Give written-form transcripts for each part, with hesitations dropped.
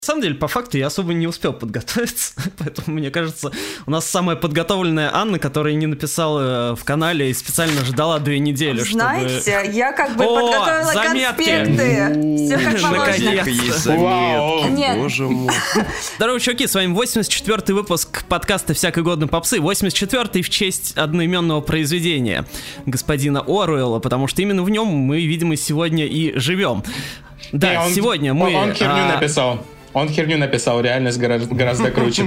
На самом деле, по факту, я особо не успел подготовиться, поэтому, мне кажется, у нас самая подготовленная Анна, которая не написала в канале и специально ждала 2 недели, Знаете, чтобы... я как бы подготовила конспекты. Все как положено. Есть заметки, боже мой. Здорово, чуваки, с вами 84-й выпуск подкаста «Всякой годной попсы», 84-й в честь одноименного произведения господина Оруэлла, потому что именно в нем мы, видимо, сегодня и живем. Да, сегодня мы... Он херню написал. Он херню написал, реальность гораздо круче.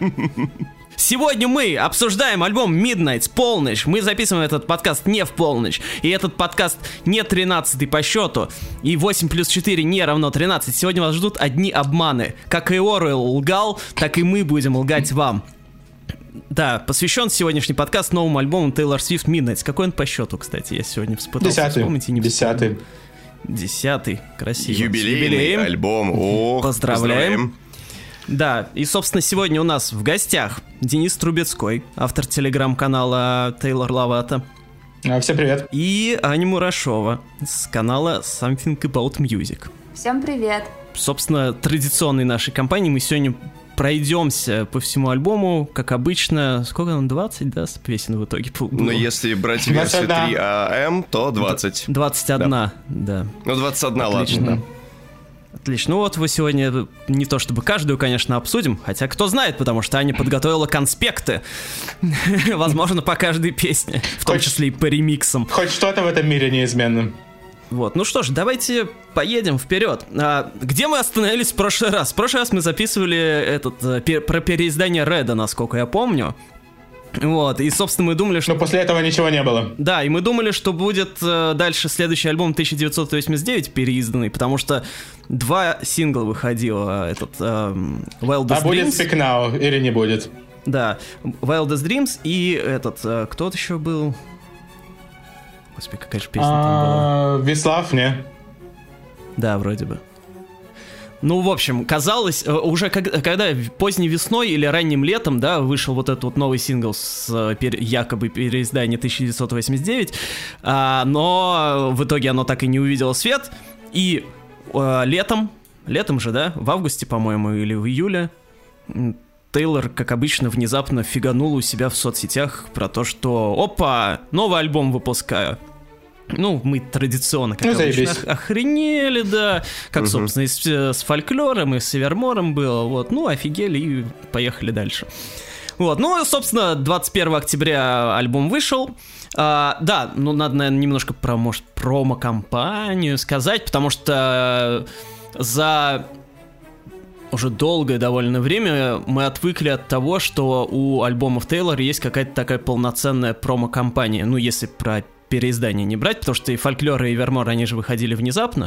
Сегодня мы обсуждаем альбом Midnights, полночь. Мы записываем этот подкаст не в полночь. И этот подкаст не 13-й по счету. И 8 плюс 4 не равно 13. Сегодня вас ждут одни обманы. Как и Оруэлл лгал, так и мы будем лгать вам. Да, посвящен сегодняшний подкаст новому альбому Тейлор Свифт Midnights. Какой он по счету, кстати? Я сегодня пытался вспомнить и не вспомнил. 10-й. 10-й, красиво. Юбилейный альбом. Ох, поздравляем. Да, и, собственно, сегодня у нас в гостях Денис Трубецкой, автор телеграм-канала Тейлор Ловато. Всем привет. И Аня Мурашова с канала Something About Music. Всем привет. Собственно, традиционной нашей компании мы сегодня пройдемся по всему альбому, как обычно. Сколько он, 20, да, песен в итоге было? Но если брать версию 3 АМ, то 20. 21, да. Ну, 21, отлично. Ладно. Отлично. Ну вот вы сегодня не то чтобы каждую, конечно, обсудим, хотя кто знает, потому что Аня подготовила конспекты. Возможно, по каждой песне, в том числе и по ремиксам. Хоть что-то в этом мире неизменно. Вот, ну что ж, давайте поедем вперед. Где мы остановились в прошлый раз? В прошлый раз мы записывали про переиздание Реда, насколько я помню. Вот, и, собственно, мы думали, что... Но после этого ничего не было. Да, и мы думали, что будет дальше следующий альбом 1989 переизданный, потому что 2 сингла выходило, Wildest Dreams. А будет Speak Now или не будет? Да, Wildest Dreams и кто-то еще был... Господи, какая же песня там была? Вислав, не? Да, вроде бы. Ну, в общем, казалось, уже когда поздней весной или ранним летом, да, вышел вот этот вот новый сингл с якобы переиздания 1989, но в итоге оно так и не увидело свет, и летом же, да, в августе, по-моему, или в июле, Тейлор, как обычно, внезапно фиганул у себя в соцсетях про то, что опа, новый альбом выпускаю. Ну, мы традиционно, как обычно, охренели, да. Как, собственно, и с фольклором, и с Эвермором было. Вот, ну, офигели и поехали дальше. Вот, ну, собственно, 21 октября альбом вышел. Да, ну, надо, наверное, немножко про, может, промо-компанию сказать, потому что за... уже долгое довольно время мы отвыкли от того, что у альбомов Тейлор есть какая-то такая полноценная промо-компания. Ну, если про переиздание не брать, потому что и Фольклор, и Эвермор, они же выходили внезапно.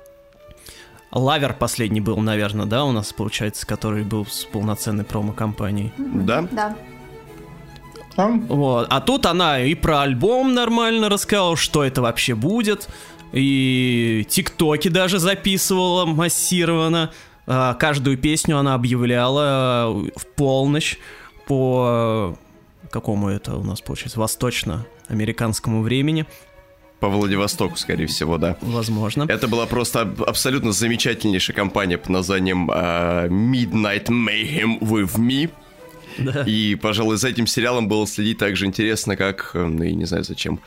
Лавер последний был, наверное, да, у нас, получается, который был с полноценной промо-компанией. Да? Да. Вот. А тут она и про альбом нормально рассказала, что это вообще будет, и тиктоки даже записывала массированно. Каждую песню она объявляла в полночь по какому это у нас получается восточно-американскому времени. По Владивостоку, скорее всего, да. Возможно. Это была просто абсолютно замечательнейшая компания под названием Midnight Mayhem with Me. Да. И, пожалуй, за этим сериалом было следить так же интересно, как... Ну, я не знаю, зачем...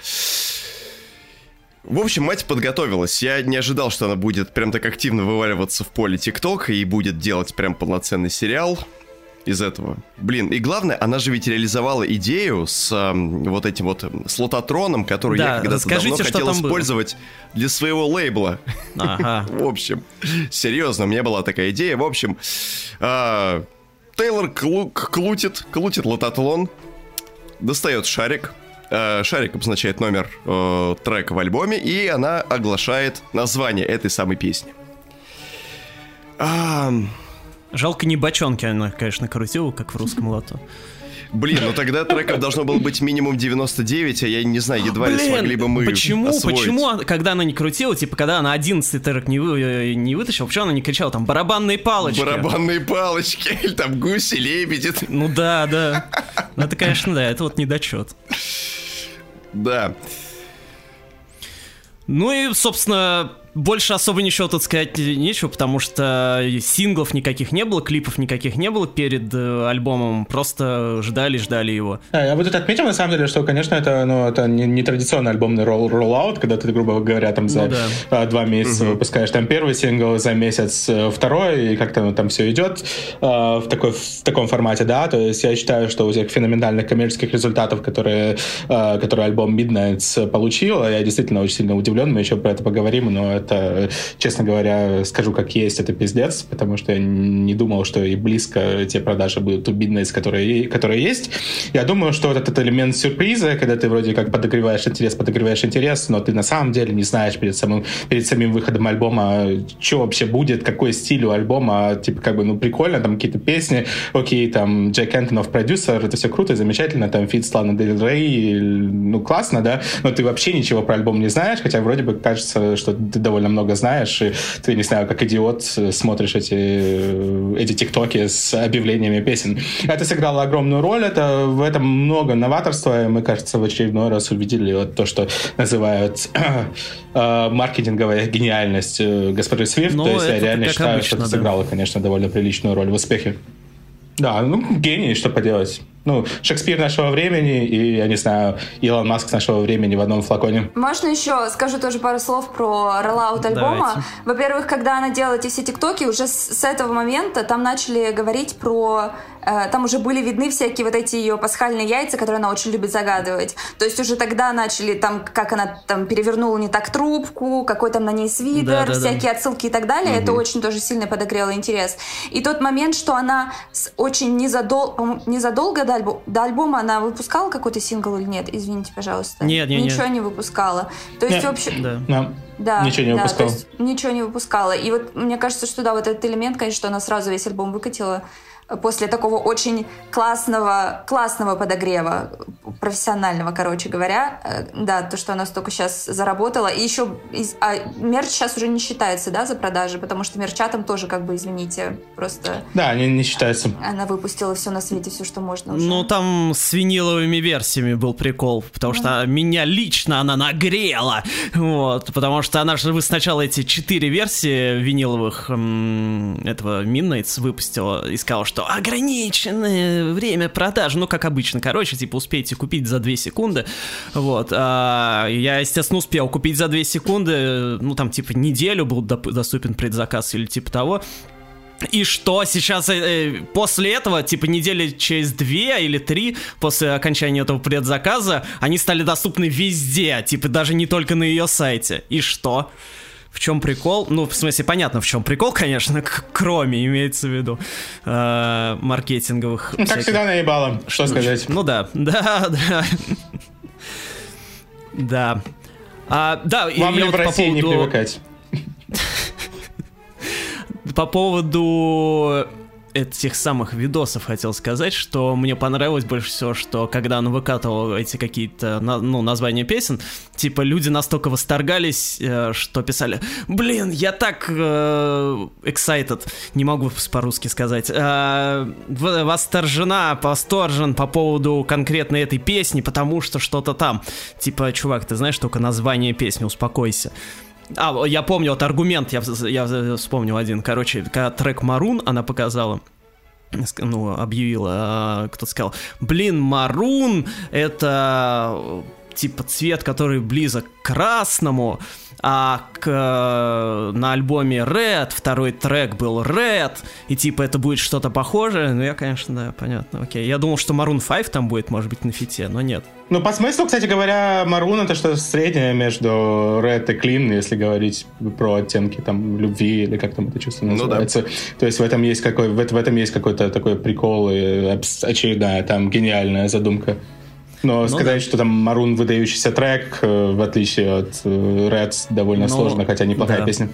В общем, мать подготовилась. Я не ожидал, что она будет прям так активно вываливаться в поле ТикТока и будет делать прям полноценный сериал из этого. Блин, и главное, она же ведь реализовала идею с вот этим вот с лототроном, который я когда-то давно хотел использовать для своего лейбла. Ага. В общем, серьезно, у меня была такая идея. В общем, Тейлор крутит лототрон, достает шарик. Шарик обозначает номер трека в альбоме, и она оглашает название этой самой песни. Жалко, не бочонки она, конечно, крутила, как в русском лото. Блин, ну тогда треков должно было быть минимум 99, а я не знаю, едва ли смогли бы мы освоить. Почему, когда она не крутила, типа, когда она 11-й трек не вытащила, почему она не кричала там «барабанные палочки»? Барабанные палочки, или там гуси, лебеди. Ну да. Ну это, конечно, да, это вот недочет. Да. Ну и, собственно, больше особо ничего тут сказать нечего, потому что синглов никаких не было, клипов никаких не было перед альбомом, просто ждали его. Я бы тут отметил, на самом деле, что, конечно, это не традиционный альбомный ролл-аут, когда ты, грубо говоря, там за 2 месяца выпускаешь там первый сингл, за месяц второй, и как-то там все идет в таком формате, да, то есть я считаю, что у тех феноменальных коммерческих результатов, которые альбом Midnights получил, я действительно очень сильно удивлен, мы еще про это поговорим, но это, честно говоря, скажу как есть, это пиздец, потому что я не думал, что и близко те продажи будут у Midnights, которые есть. Я думаю, что этот элемент сюрприза, когда ты вроде как подогреваешь интерес, но ты на самом деле не знаешь перед самим выходом альбома, что вообще будет, какой стиль у альбома, типа как бы, прикольно, там какие-то песни, окей, там Джек Энтонов продюсер, это все круто, замечательно, там фит с Ланой Дель Рей, классно, да, но ты вообще ничего про альбом не знаешь, хотя вроде бы кажется, что ты довольно много знаешь, и ты, не знаю, как идиот смотришь эти тиктоки с объявлениями песен. Это сыграло огромную роль, в этом много новаторства, и мы, кажется, в очередной раз увидели вот то, что называют маркетинговая гениальность госпожи Свифт, то есть я реально считаю, обычно, что это сыграло, конечно, довольно приличную роль в успехе. Да, гений, что поделать. Шекспир нашего времени и, я не знаю, Илон Маск нашего времени в одном флаконе. Можно еще скажу тоже пару слов про роллаут альбома? Давайте. Во-первых, когда она делала эти все тиктоки, уже с этого момента там начали говорить про... Там уже были видны всякие вот эти ее пасхальные яйца, которые она очень любит загадывать. То есть уже тогда начали там, как она там перевернула не так трубку, какой там на ней свитер, всякие отсылки и так далее. Это очень тоже сильно подогрело интерес. И тот момент, что она очень незадолго до альбома она выпускала какой-то сингл или нет? Извините, пожалуйста. Нет. Ничего не выпускала. То есть вообще... Да, ничего не выпускала. То есть ничего не выпускала. И вот мне кажется, что да, вот этот элемент, конечно, что она сразу весь альбом выкатила после такого очень классного подогрева, профессионального, короче говоря. Да, то, что она столько сейчас заработала. И еще мерч сейчас уже не считается, да, за продажи, потому что мерча там тоже, как бы, извините, просто... Да, они не считаются. Она выпустила все на свете, все, что можно уже. Там с виниловыми версиями был прикол, потому что меня лично она нагрела, потому что она же сначала эти 4 версии виниловых этого Midnights выпустила и сказала, что ограниченное время продаж, как обычно, типа успейте купить за 2 секунды, я, естественно, успел купить за 2 секунды, типа неделю был доступен предзаказ или типа того. И что сейчас после этого, типа недели через 2 или 3 после окончания этого предзаказа, они стали доступны везде, типа даже не только на ее сайте. И что? В чем прикол? В смысле, понятно, в чем прикол, конечно, кроме, имеется в виду, маркетинговых... Как всегда наебало, что сказать. Да. Да. Вам ли в России не привыкать? По поводу этих самых видосов хотел сказать, что мне понравилось больше всего, что когда он выкатывал эти какие-то, названия песен, типа люди настолько восторгались, что писали: блин, я так excited, не могу по-русски сказать, восторжен по поводу конкретно этой песни, потому что что-то там. Типа, чувак, ты знаешь только название песни, успокойся. Я помню, вот аргумент, я вспомнил один. Короче, когда трек Maroon она показала, объявила, кто-то сказал: блин, Maroon это типа цвет, который близок к красному, а на альбоме Red второй трек был Red, и типа это будет что-то похожее. Я, конечно, да, понятно, окей. Я думал, что Maroon 5 там будет, может быть, на фите, но нет. По смыслу, кстати говоря, Maroon это что-то среднее между Red и Clean, если говорить про оттенки там любви, или как там это чувство называется. Да. То есть в этом есть какой-то такой прикол и очередная там гениальная задумка. Но сказать, что там Maroon выдающийся трек, в отличие от Red, довольно сложно, хотя неплохая песня.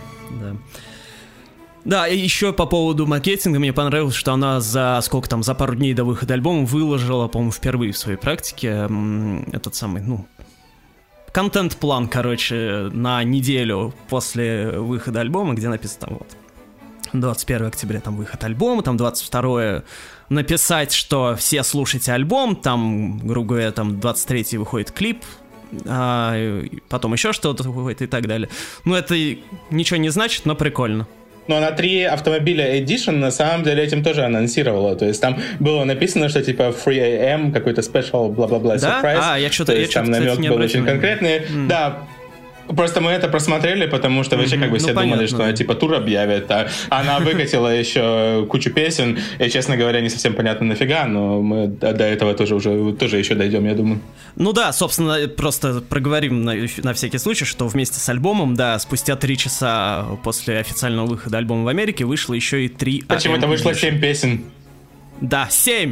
Да, и еще по поводу маркетинга мне понравилось, что она за пару дней до выхода альбома выложила, по-моему, впервые в своей практике этот самый, контент-план, на неделю после выхода альбома, где написано 21 октября там выход альбома, там 22 написать, что все слушайте альбом, там, грубо говоря, там 23 выходит клип, потом еще что-то и так далее. Ну, это ничего не значит, но прикольно. Но на 3 автомобиля Edition на самом деле этим тоже анонсировала. То есть там было написано, что типа 3 AM, какой-то special бла-бла-бла surprise. Я что-то, то есть там намек был очень конкретный. Да, просто мы это просмотрели, потому что вообще как бы все думали, что она типа тур объявит, а она выкатила еще кучу песен, и, честно говоря, не совсем понятно нафига, но мы до этого тоже еще дойдем, я думаю. Ну да, собственно, просто проговорим на всякий случай, что вместе с альбомом, да, спустя 3 часа после официального выхода альбома в Америке вышло еще и 3 AM. Почему-то вышло 7 песен. Да, 7!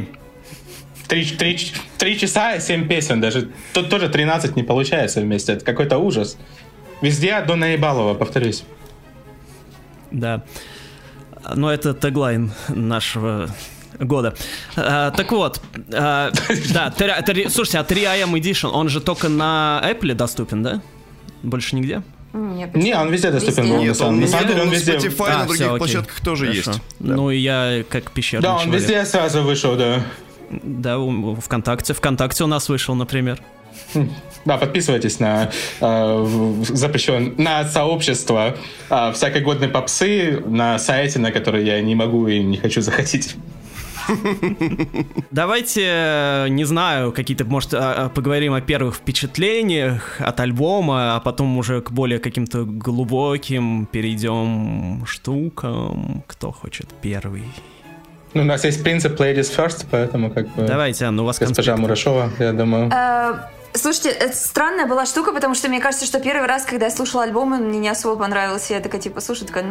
3 часа и 7 песен, даже тут тоже 13 не получается вместе, это какой-то ужас. Везде одно наебалово, повторюсь. Да. Но это теглайн нашего года. Так вот. Да, слушайте, а 3 AM Edition, он же только на Apple доступен, да? Больше нигде? Не, он везде доступен. Нет, он на самом деле он везде. Spotify, на других площадках тоже есть. Ну, и я как пещерный человек. Да, он везде сразу вышел, да. Да, ВКонтакте у нас вышел, например. Да, подписывайтесь на на сообщество всякой годной попсы на сайте, на который я не могу и не хочу заходить. Давайте, не знаю, какие-то, может, поговорим о первых впечатлениях от альбома, а потом уже к более каким-то глубоким перейдем штукам. Кто хочет первый? Ну, у нас есть принцип ladies first, поэтому как бы... Давайте, Анна, у вас госпожа Мурашова, я думаю... Слушайте, это странная была штука, потому что мне кажется, что первый раз, когда я слушала альбом, он мне не особо понравился. Я такая, типа, слушаю, такая,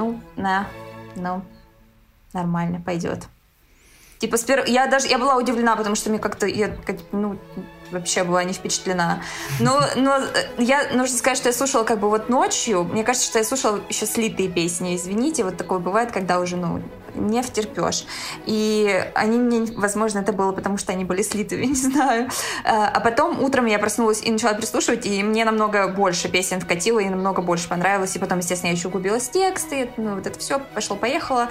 нормально, пойдет. Типа, я была удивлена, потому что мне как-то, вообще была не впечатлена. Но нужно сказать, что я слушала как бы вот ночью. Мне кажется, что я слушала еще слитые песни. Извините, вот такое бывает, когда уже, не втерпешь. И они мне, возможно, это было потому, что они были слиты, я не знаю. А потом утром я проснулась и начала прислушивать, и мне намного больше песен вкатило, и намного больше понравилось. И потом, естественно, я еще углубилась в тексты, вот это все, пошло-поехало.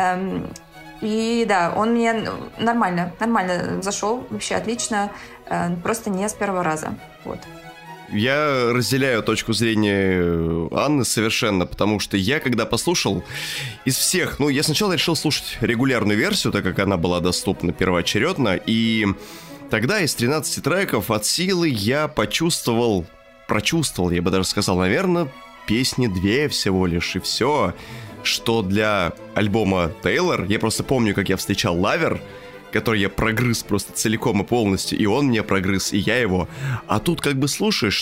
И да, он мне нормально зашел, вообще отлично, просто не с первого раза, вот. Я разделяю точку зрения Анны совершенно, потому что я, когда послушал из всех, я сначала решил слушать регулярную версию, так как она была доступна первоочередно, и тогда из 13 треков от силы я прочувствовал, я бы даже сказал, наверное, песни 2 всего лишь, и все, что для альбома Тейлор, я просто помню, как я встречал Лавер, который я прогрыз просто целиком и полностью, и он мне прогрыз, и я его. А тут как бы слушаешь,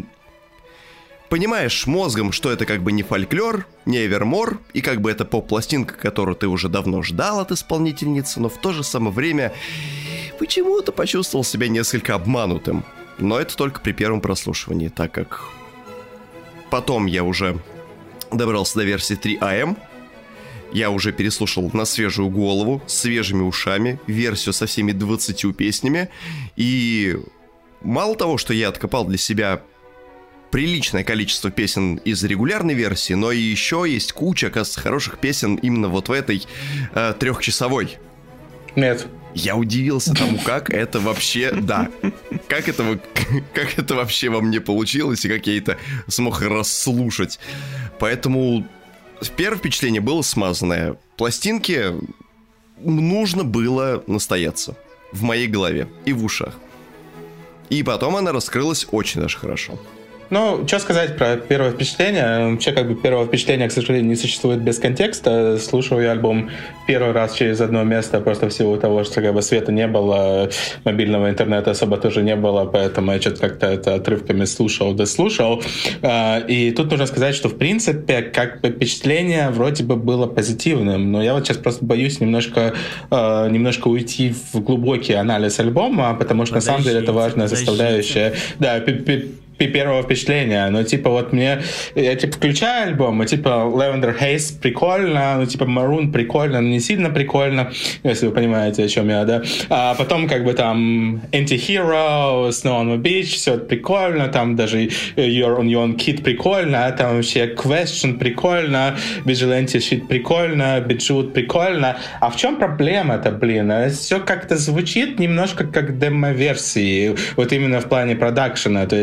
понимаешь мозгом, что это как бы не фольклор, не Эвермор, и как бы это поп-пластинка, которую ты уже давно ждал от исполнительницы, но в то же самое время почему-то почувствовал себя несколько обманутым. Но это только при первом прослушивании, так как потом я уже добрался до версии 3 AM, я уже переслушал на свежую голову, с свежими ушами, версию со всеми 20 песнями, и мало того, что я откопал для себя приличное количество песен из регулярной версии, но и еще есть куча, оказывается, хороших песен именно вот в этой 3-часовой. Нет. Я удивился тому, как это вообще, как это вообще во мне получилось, и как я это смог расслушать. Поэтому первое впечатление было смазанное. Пластинке нужно было настояться в моей голове и в ушах. И потом она раскрылась очень даже хорошо. Что сказать про первое впечатление? Вообще, как бы, первого впечатления, к сожалению, не существует без контекста. Слушал я альбом первый раз через одно место, просто в силу того, что как бы света не было, мобильного интернета особо тоже не было, поэтому я что-то как-то это отрывками дослушал. И тут нужно сказать, что, в принципе, как бы впечатление вроде бы было позитивным, но я вот сейчас просто боюсь немножко уйти в глубокий анализ альбома, потому что, на самом деле, это важная составляющая. Да, первого впечатления. Вот я включаю альбом, Lavender Haze прикольно, Maroon прикольно, но не сильно прикольно, если вы понимаете, о чем я, да. А потом как бы там Anti-Hero, Snow on the Beach, все это прикольно, там даже You're on Your Own Kid прикольно, а там вообще Question прикольно, Vigilante Shit прикольно, Bejeweled прикольно. А в чем проблема-то, все как-то звучит немножко как демо-версии, вот именно в плане продакшена, то есть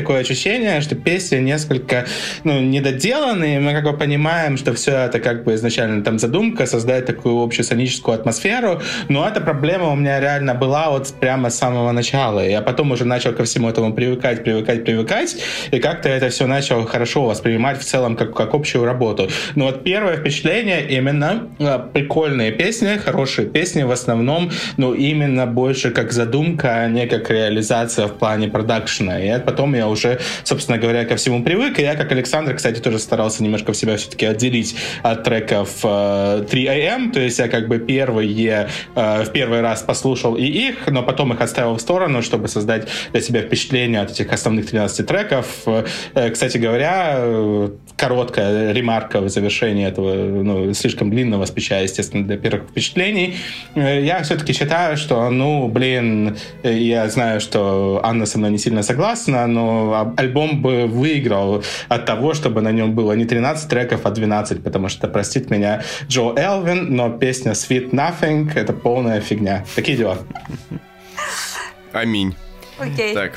такое ощущение, что песни несколько, недоделанные. Мы как бы понимаем, что все это как бы изначально там задумка создать такую общую соническую атмосферу, но эта проблема у меня реально была вот прямо с самого начала. Я потом уже начал ко всему этому привыкать, и как-то это все начал хорошо воспринимать в целом как общую работу. Но вот первое впечатление именно прикольные песни, хорошие песни в основном, именно больше как задумка, а не как реализация в плане продакшена. И потом я уже, собственно говоря, ко всему привык. И я, как Александр, кстати, тоже старался немножко себя все-таки отделить от треков 3 AM. То есть я как бы в первый раз послушал и их, но потом их отставил в сторону, чтобы создать для себя впечатление от этих основных 13 треков. Кстати говоря, короткая ремарка в завершении этого, слишком длинного спича, естественно, для первых впечатлений. Я все-таки считаю, что, я знаю, что Анна со мной не сильно согласна, но альбом бы выиграл от того, чтобы на нем было не 13 треков, а 12, потому что, простит меня Джо Элвин, но песня Sweet Nothing — это полная фигня. Такие дела. Аминь. Окей. Так.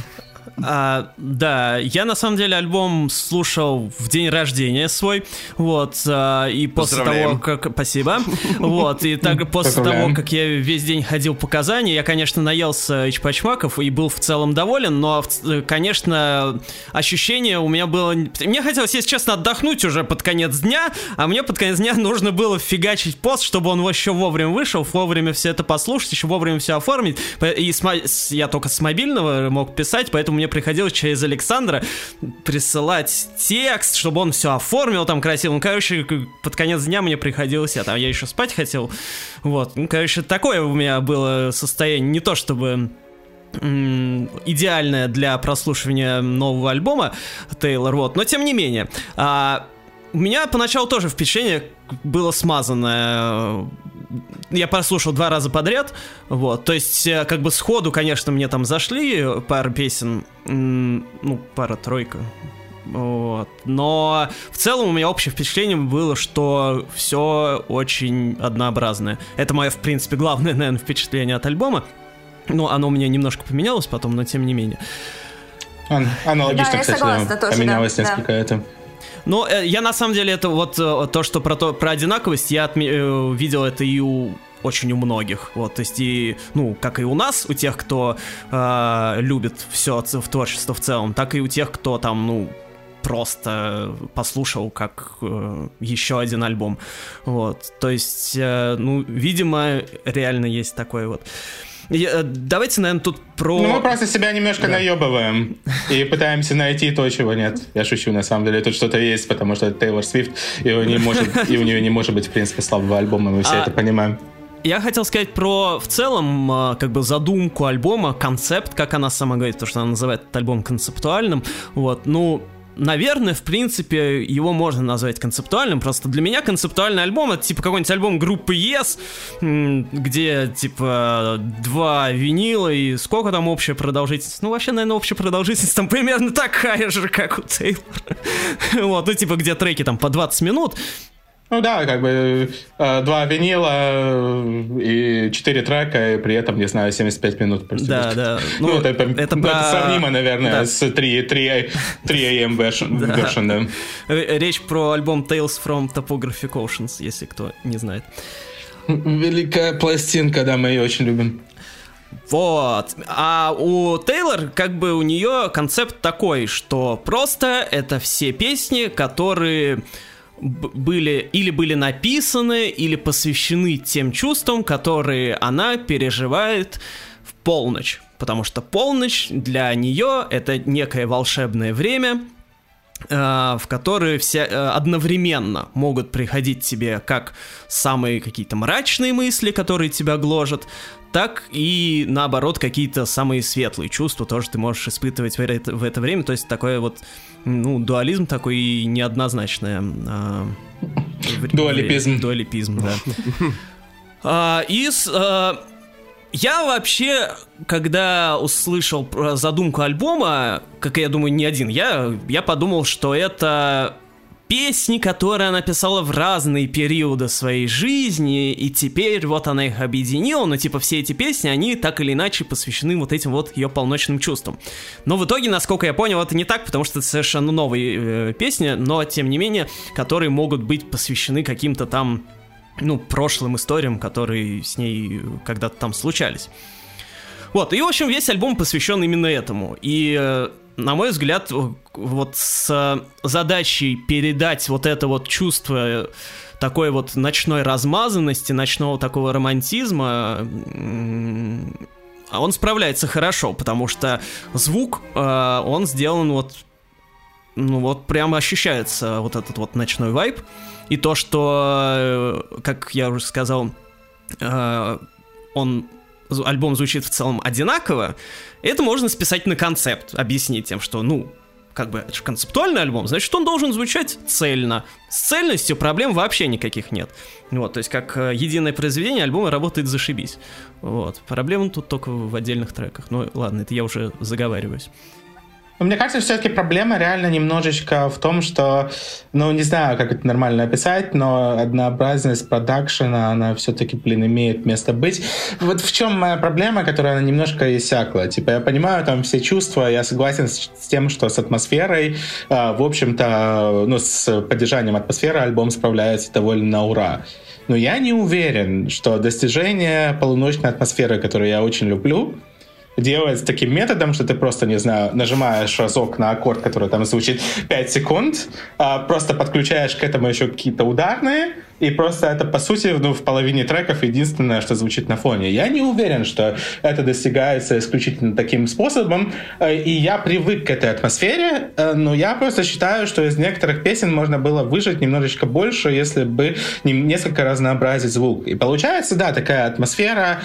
Да, я на самом деле альбом слушал в день рождения свой, и после того, как... Спасибо. И так после того, как я весь день ходил по Казани, я, конечно, наелся эчпачмаков и был в целом доволен, но, конечно, ощущение у меня было... Мне хотелось, если честно, отдохнуть уже под конец дня, а мне под конец дня нужно было фигачить пост, чтобы он еще вовремя вышел, вовремя все это послушать, еще вовремя все оформить. И я только с мобильного мог писать, поэтому мне приходилось через Александра присылать текст, чтобы он все оформил там красиво. Под конец дня мне приходилось, я еще спать хотел. Такое у меня было состояние, не то чтобы идеальное для прослушивания нового альбома Тейлор, но тем не менее. У меня поначалу тоже впечатление было смазанное. Я прослушал 2 раза подряд, то есть, как бы сходу, конечно, мне там зашли пара песен, пара-тройка, но в целом у меня общее впечатление было, что все очень однообразное. Это мое, в принципе, главное, наверное, впечатление от альбома. Оно у меня немножко поменялось потом, но тем не менее. Аналогично, кстати, согласна, тоже, поменялось несколько это. Я на самом деле это то, что про одинаковость, я видел это и очень у многих. То есть и, как и у нас, у тех, кто любит все в творчество в целом, так и у тех, кто там, просто послушал как еще один альбом. То есть, видимо, реально есть такое . Давайте, наверное, тут про... мы просто себя немножко наебываем и пытаемся найти то, чего нет. Я шучу, на самом деле, тут что-то есть, потому что это Тейлор Свифт, и у нее не может быть, в принципе, слабого альбома, мы все это понимаем. Я хотел сказать про, в целом, как бы задумку альбома, концепт, как она сама говорит, то, что она называет этот альбом концептуальным. Наверное, в принципе, его можно назвать концептуальным. Просто для меня концептуальный альбом — это типа какой-нибудь альбом группы Yes, где типа 2 винила и сколько там общая продолжительность. Вообще, наверное, общая продолжительность там примерно такая же, как у Тейлора. Где треки там по 20 минут. Как бы 2 винила и 4 трека, и при этом, не знаю, 75 минут. Да. Это сравнимо, наверное, с 3 AM version, да. Речь про альбом Tales from Topographic Oceans, если кто не знает. Великая пластинка, да, мы ее очень любим. А у Тейлор, как бы у нее концепт такой, что просто это все песни, которые... были написаны, или посвящены тем чувствам, которые она переживает в полночь. Потому что полночь для нее — это некое волшебное время, в которое все одновременно могут приходить тебе как самые какие-то мрачные мысли, которые тебя гложат, так и, наоборот, какие-то самые светлые чувства тоже ты можешь испытывать в это время. То есть такой дуализм такой неоднозначный. Дуалипизм, да. Я вообще, когда услышал задумку альбома, как я думаю, не один, я подумал, что это песни, которые она писала в разные периоды своей жизни, и теперь вот она их объединила, но типа все эти песни, они так или иначе посвящены вот этим вот ее полночным чувствам. Но в итоге, насколько я понял, это не так, потому что это совершенно новые песни, но тем не менее, которые могут быть посвящены каким-то там, ну, прошлым историям, которые с ней когда-то там случались. Вот, и, в общем, весь альбом посвящен именно этому. И, на мой взгляд, вот с задачей передать вот это вот чувство такой вот ночной размазанности, ночного такого романтизма, он справляется хорошо, потому что звук, он сделан вот, ну вот прямо ощущается вот этот вот ночной вайб. И то, что, как я уже сказал, альбом звучит в целом одинаково, это можно списать на концепт, объяснить тем, что, ну, как бы, это же концептуальный альбом, значит, он должен звучать цельно. С цельностью проблем вообще никаких нет. Вот, то есть, как единое произведение, альбом работает зашибись. Вот, проблемы тут только в отдельных треках. Ну, ладно, это я уже заговариваюсь. Мне кажется, все-таки проблема реально немножечко в том, что, ну, не знаю, как это нормально описать, но однообразность продакшена, она все-таки, имеет место быть. Вот в чем моя проблема, которая она немножко иссякла. Типа, я понимаю там все чувства, я согласен с тем, что с атмосферой, в общем-то, ну, с поддержанием атмосферы альбом справляется довольно на ура. Но я не уверен, что достижение полуночной атмосферы, которую я очень люблю, делается таким методом, что ты просто, не знаю, нажимаешь разок на аккорд, который там звучит 5 секунд, просто подключаешь к этому еще какие-то ударные, и просто это, по сути, ну, в половине треков единственное, что звучит на фоне. Я не уверен, что это достигается исключительно таким способом, и я привык к этой атмосфере, но я просто считаю, что из некоторых песен можно было выжать немножечко больше, если бы несколько разнообразить звук. И получается, да, такая атмосфера,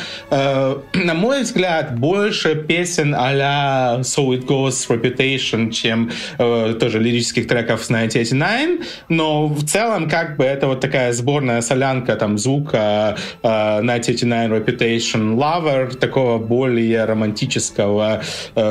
на мой взгляд, больше песен а-ля So It Goes, Reputation, чем тоже лирических треков с 1989, но в целом как бы это вот такая сборная солянка там звука 1989, Reputation, Lover, такого более романтического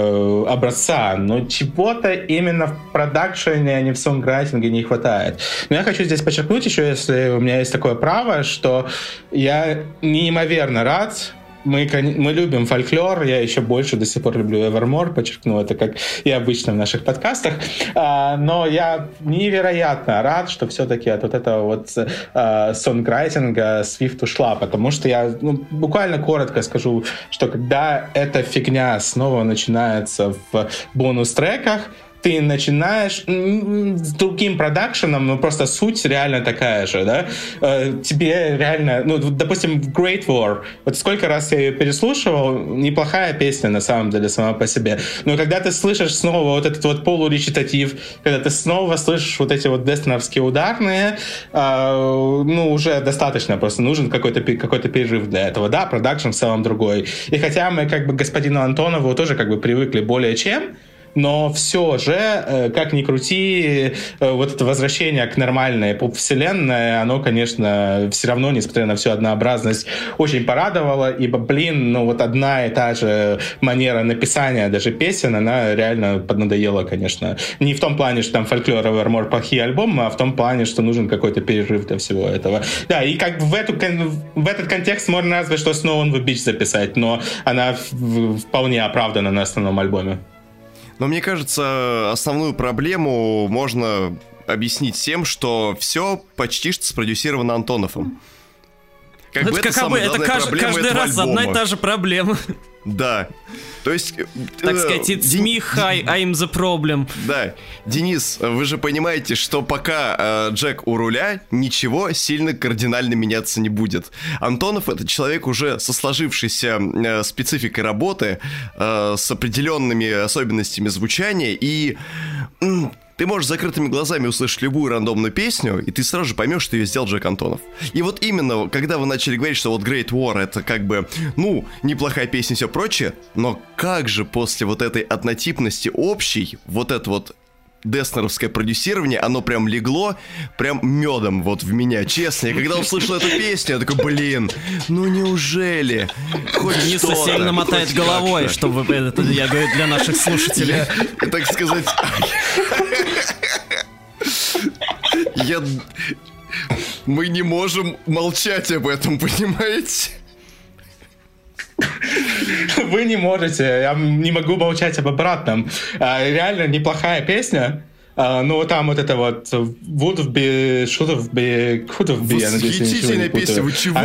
образца, но чего-то именно в продакшене, а не в сонграйтинге не хватает. Но я хочу здесь подчеркнуть еще, если у меня есть такое право, что я неимоверно рад. Мы любим фольклор, я еще больше до сих пор люблю Evermore, подчеркну это, как и обычно в наших подкастах, но я невероятно рад, что все-таки от вот этого вот сонграйтинга Swift ушла, потому что я буквально коротко скажу, что когда эта фигня снова начинается в бонус-треках, ты начинаешь с другим продакшеном, но просто суть реально такая же, да? Тебе реально, ну, допустим, Great War, вот сколько раз я ее переслушивал, неплохая песня на самом деле сама по себе, но когда ты слышишь снова вот этот вот полуречитатив, когда ты снова слышишь вот эти вот дестоновские ударные, ну, уже достаточно, просто нужен какой-то перерыв для этого, да, продакшн в целом другой. И хотя мы как бы господину Антонову тоже как бы привыкли более чем, но все же, как ни крути, вот это возвращение к нормальной поп-вселенной, оно, конечно, все равно, несмотря на всю однообразность, очень порадовало, ибо, ну вот одна и та же манера написания даже песен, она реально поднадоела, конечно. Не в том плане, что там фольклор и Evermore плохие альбомы, а в том плане, что нужен какой-то перерыв для всего этого. Да, и как бы в этот контекст можно разве что Snow on the Beach записать, но она вполне оправдана на основном альбоме. Но мне кажется, основную проблему можно объяснить тем, что все почти что спродюсировано Антоновым. Это каждый раз одна и та же проблема. Да. То есть... Так сказать, it's me, hi, I'm the problem. Да. Денис, вы же понимаете, что пока Джек у руля, ничего сильно кардинально меняться не будет. Антонов — это человек уже со сложившейся спецификой работы, с определенными особенностями звучания, и... Ты можешь закрытыми глазами услышать любую рандомную песню, и ты сразу же поймешь, что ее сделал Джек Антонов. И вот именно, когда вы начали говорить, что вот Great War — это как бы, ну, неплохая песня и все прочее, но как же после вот этой однотипности общей, вот это вот деснеровское продюсирование, оно прям легло, прям медом вот в меня, честно. Я когда услышал эту песню, я такой, блин, ну неужели? Хоть Денис сильно мотает головой, как-то. Чтобы это, я говорю, для наших слушателей. Так сказать... Мы не можем молчать об этом, понимаете? Вы не можете, я не могу молчать об обратном. Реально неплохая песня. Ну, там вот это вот would be, should be, could have be. Восхитительная песня, вы чего?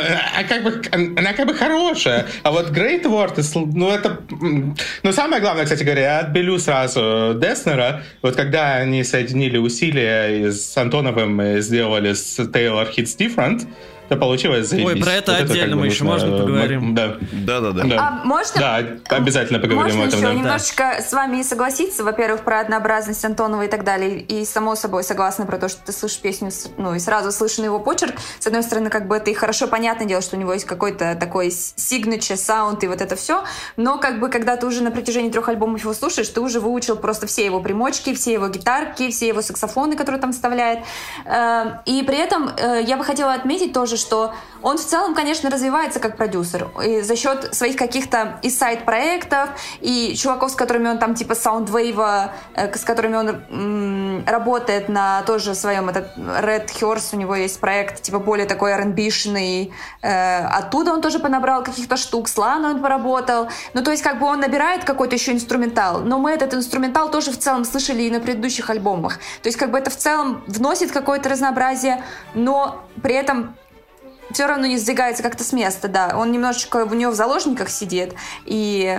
Она как бы хорошая. А вот Great Word, ну, это... Ну, самое главное, кстати говоря, я отбелю сразу Деснера. Вот когда они соединили усилия с Антоновым и сделали с Taylor Hits Different, то получилось заебись. Ой, про это вот отдельно это, мы еще можно поговорим. Да. Можно? Да, обязательно поговорим об этом. Можно еще немножечко с вами согласиться, во-первых, про однообразность Антонова и так далее, и само собой согласна про то, что ты слышишь песню, ну, и сразу слышно его почерк. С одной стороны, как бы это и хорошо понятное дело, что у него есть какой-то такой signature саунд и вот это все, но как бы когда ты уже на протяжении 3 альбомов его слушаешь, ты уже выучил просто все его примочки, все его гитарки, все его саксофоны, которые там вставляет. И при этом я бы хотела отметить тоже, что он в целом, конечно, развивается как продюсер и за счет своих каких-то и сайд-проектов, и чуваков, с которыми он там типа Soundwave, с которыми он работает на тоже своем, этот Red Horse, у него есть проект типа более такой R&B-шный, оттуда он тоже понабрал каких-то штук, с Ланой он поработал, ну то есть как бы он набирает какой-то еще инструментал, но мы этот инструментал тоже в целом слышали и на предыдущих альбомах, то есть как бы это в целом вносит какое-то разнообразие, но при этом все равно не сдвигается как-то с места, да. Он немножечко у него в заложниках сидит, и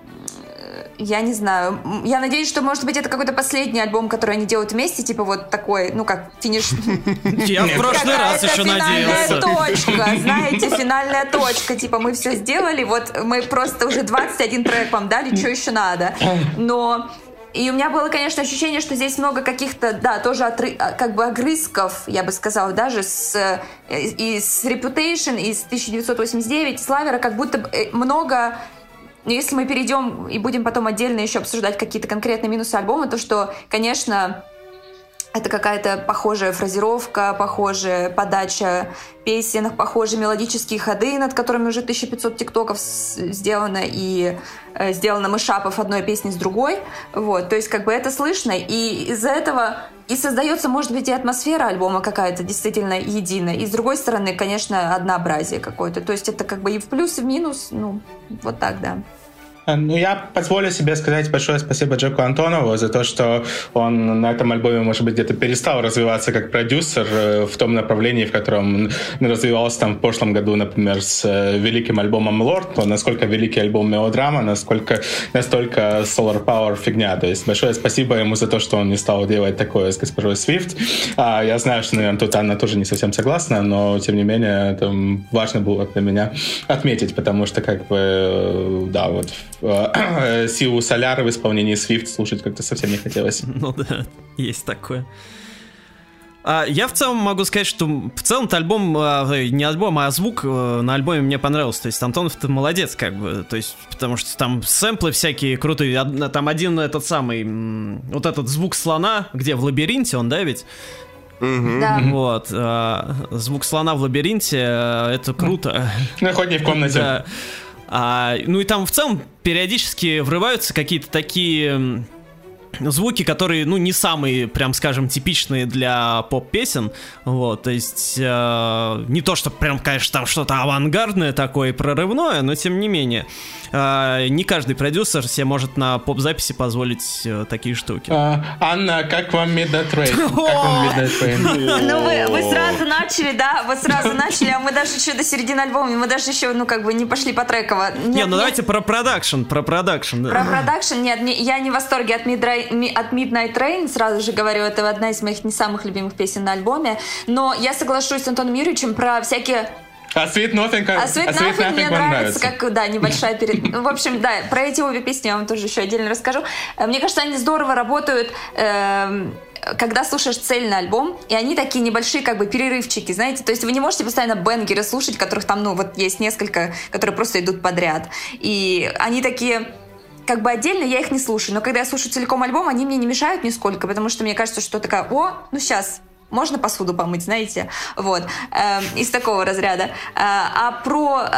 я не знаю. Я надеюсь, что, может быть, это какой-то последний альбом, который они делают вместе, типа вот такой, ну, как финиш... Я в прошлый раз еще надеялся. Финальная точка, знаете, финальная точка. Типа мы все сделали, вот мы просто уже 21 трек вам дали, что еще надо. Но... И у меня было, конечно, ощущение, что здесь много каких-то, да, тоже как бы огрызков, я бы сказала, даже с Reputation, и с 1989, с Лавера, как будто много... Если мы перейдем и будем потом отдельно еще обсуждать какие-то конкретные минусы альбома, то что, конечно... Это какая-то похожая фразировка, похожая подача песен, похожие мелодические ходы, над которыми уже 1500 тиктоков сделано, и сделано мышапов одной песни с другой. Вот, то есть как бы это слышно, и из-за этого и создается, может быть, и атмосфера альбома какая-то действительно единая. И с другой стороны, конечно, однообразие какое-то. То есть это как бы и в плюс, и в минус. Ну, вот так, да. Ну, я позволю себе сказать большое спасибо Джеку Антонову за то, что он на этом альбоме, может быть, где-то перестал развиваться как продюсер в том направлении, в котором он развивался там в прошлом году, например, с великим альбомом Lord. Насколько великий альбом мелодрама, настолько Solar Power фигня. То есть большое спасибо ему за то, что он не стал делать такое с госпожой Свифт. Я знаю, что, наверное, тут Анна тоже не совсем согласна, но, тем не менее, это важно было для меня отметить, потому что, как бы, да, вот Сиу Соляр в исполнении Swift слушать как-то совсем не хотелось. Ну да, есть такое. Я в целом могу сказать, что в целом-то альбом, не альбом, а звук на альбоме мне понравился. То есть Антонов-то молодец, как бы. То есть, потому что там сэмплы всякие крутые. Там один этот самый, вот этот звук слона, где в лабиринте он, да, ведь? Да. Вот. Звук слона в лабиринте, это круто. Ну, хоть не в комнате. Да. Ну и там в целом периодически врываются какие-то такие звуки, которые, ну, не самые, прям скажем, типичные для поп-песен. Вот, то есть не то, что прям, конечно, там что-то авангардное такое, прорывное, но тем не менее. Не каждый продюсер себе может на поп-записи позволить такие штуки. Анна, как вам Midnight Train? Ну, вы сразу начали, да? Вы сразу начали, а мы даже еще до середины альбома, мы даже еще, ну, как бы не пошли по треково. Не, ну давайте про продакшн, да. Про продакшн, нет, я не в восторге от Midnight Train, сразу же говорю, это одна из моих не самых любимых песен на альбоме, но я соглашусь с Антоном Юрьевичем про всякие... Sweet Nothing мне нравится, как, да, небольшая в общем, да, про эти обе песни я вам тоже еще отдельно расскажу. Мне кажется, они здорово работают, когда слушаешь цельный альбом, и они такие небольшие, как бы, перерывчики, знаете, то есть вы не можете постоянно бенгеры слушать, которых там, ну, вот есть несколько, которые просто идут подряд, и они такие... Как бы отдельно я их не слушаю, но когда я слушаю целиком альбом, они мне не мешают нисколько, потому что мне кажется, что такая, ну сейчас, можно посуду помыть, знаете, вот, из такого разряда. А про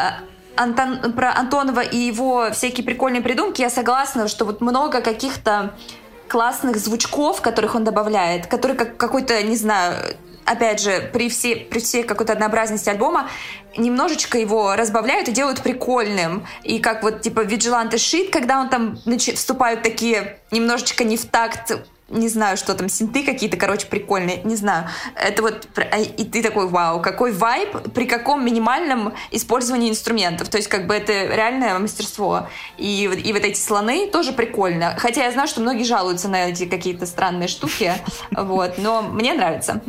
Антонова и его всякие прикольные придумки я согласна, что вот много каких-то классных звучков, которых он добавляет, которые как какой-то, не знаю, опять же, при всей какой-то однообразности альбома, немножечко его разбавляют и делают прикольным. И как вот типа Vigilante Shit, когда он там вступают такие немножечко не в такт, не знаю, что там, синты какие-то, короче, прикольные, не знаю. Это вот, и ты такой, вау, какой вайб, при каком минимальном использовании инструментов. То есть, как бы, это реальное мастерство. И вот эти слоны тоже прикольно. Хотя я знаю, что многие жалуются на эти какие-то странные штуки, вот, но мне нравится,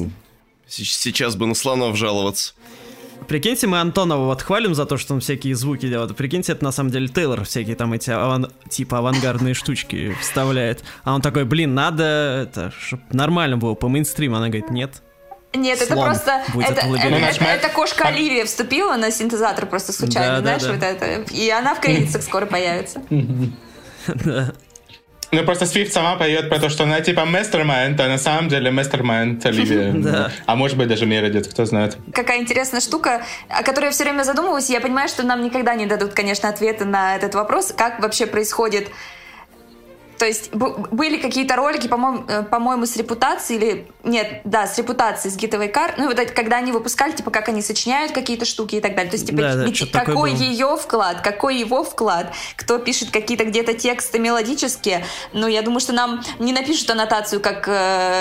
Сейчас бы на слонов жаловаться. Прикиньте, мы Антонова вот хвалим за то, что он всякие звуки делает. Прикиньте, это на самом деле Тейлор всякие там эти типа авангардные штучки вставляет. А он такой, блин, надо это, чтобы нормально было по мейнстриму. Она говорит, нет. Нет, это просто... Это кошка Оливия вступила на синтезатор просто случайно, знаешь, вот это. И она в кредитах скоро появится. Да. Ну, просто Свифт сама поет про то, что она типа mastermind, а на самом деле mastermind Оливия. Да. А может быть, даже Мередит, кто знает. Какая интересная штука, о которой я все время задумываюсь. Я понимаю, что нам никогда не дадут, конечно, ответы на этот вопрос, как вообще происходит... То есть были какие-то ролики, по-моему, с репутацией или... Нет, да, с репутацией, с Гитовой Кар. Ну, вот это, когда они выпускали, типа, как они сочиняют какие-то штуки и так далее. То есть, типа, какой ее вклад, какой его вклад, кто пишет какие-то где-то тексты мелодические. Ну, я думаю, что нам не напишут аннотацию, как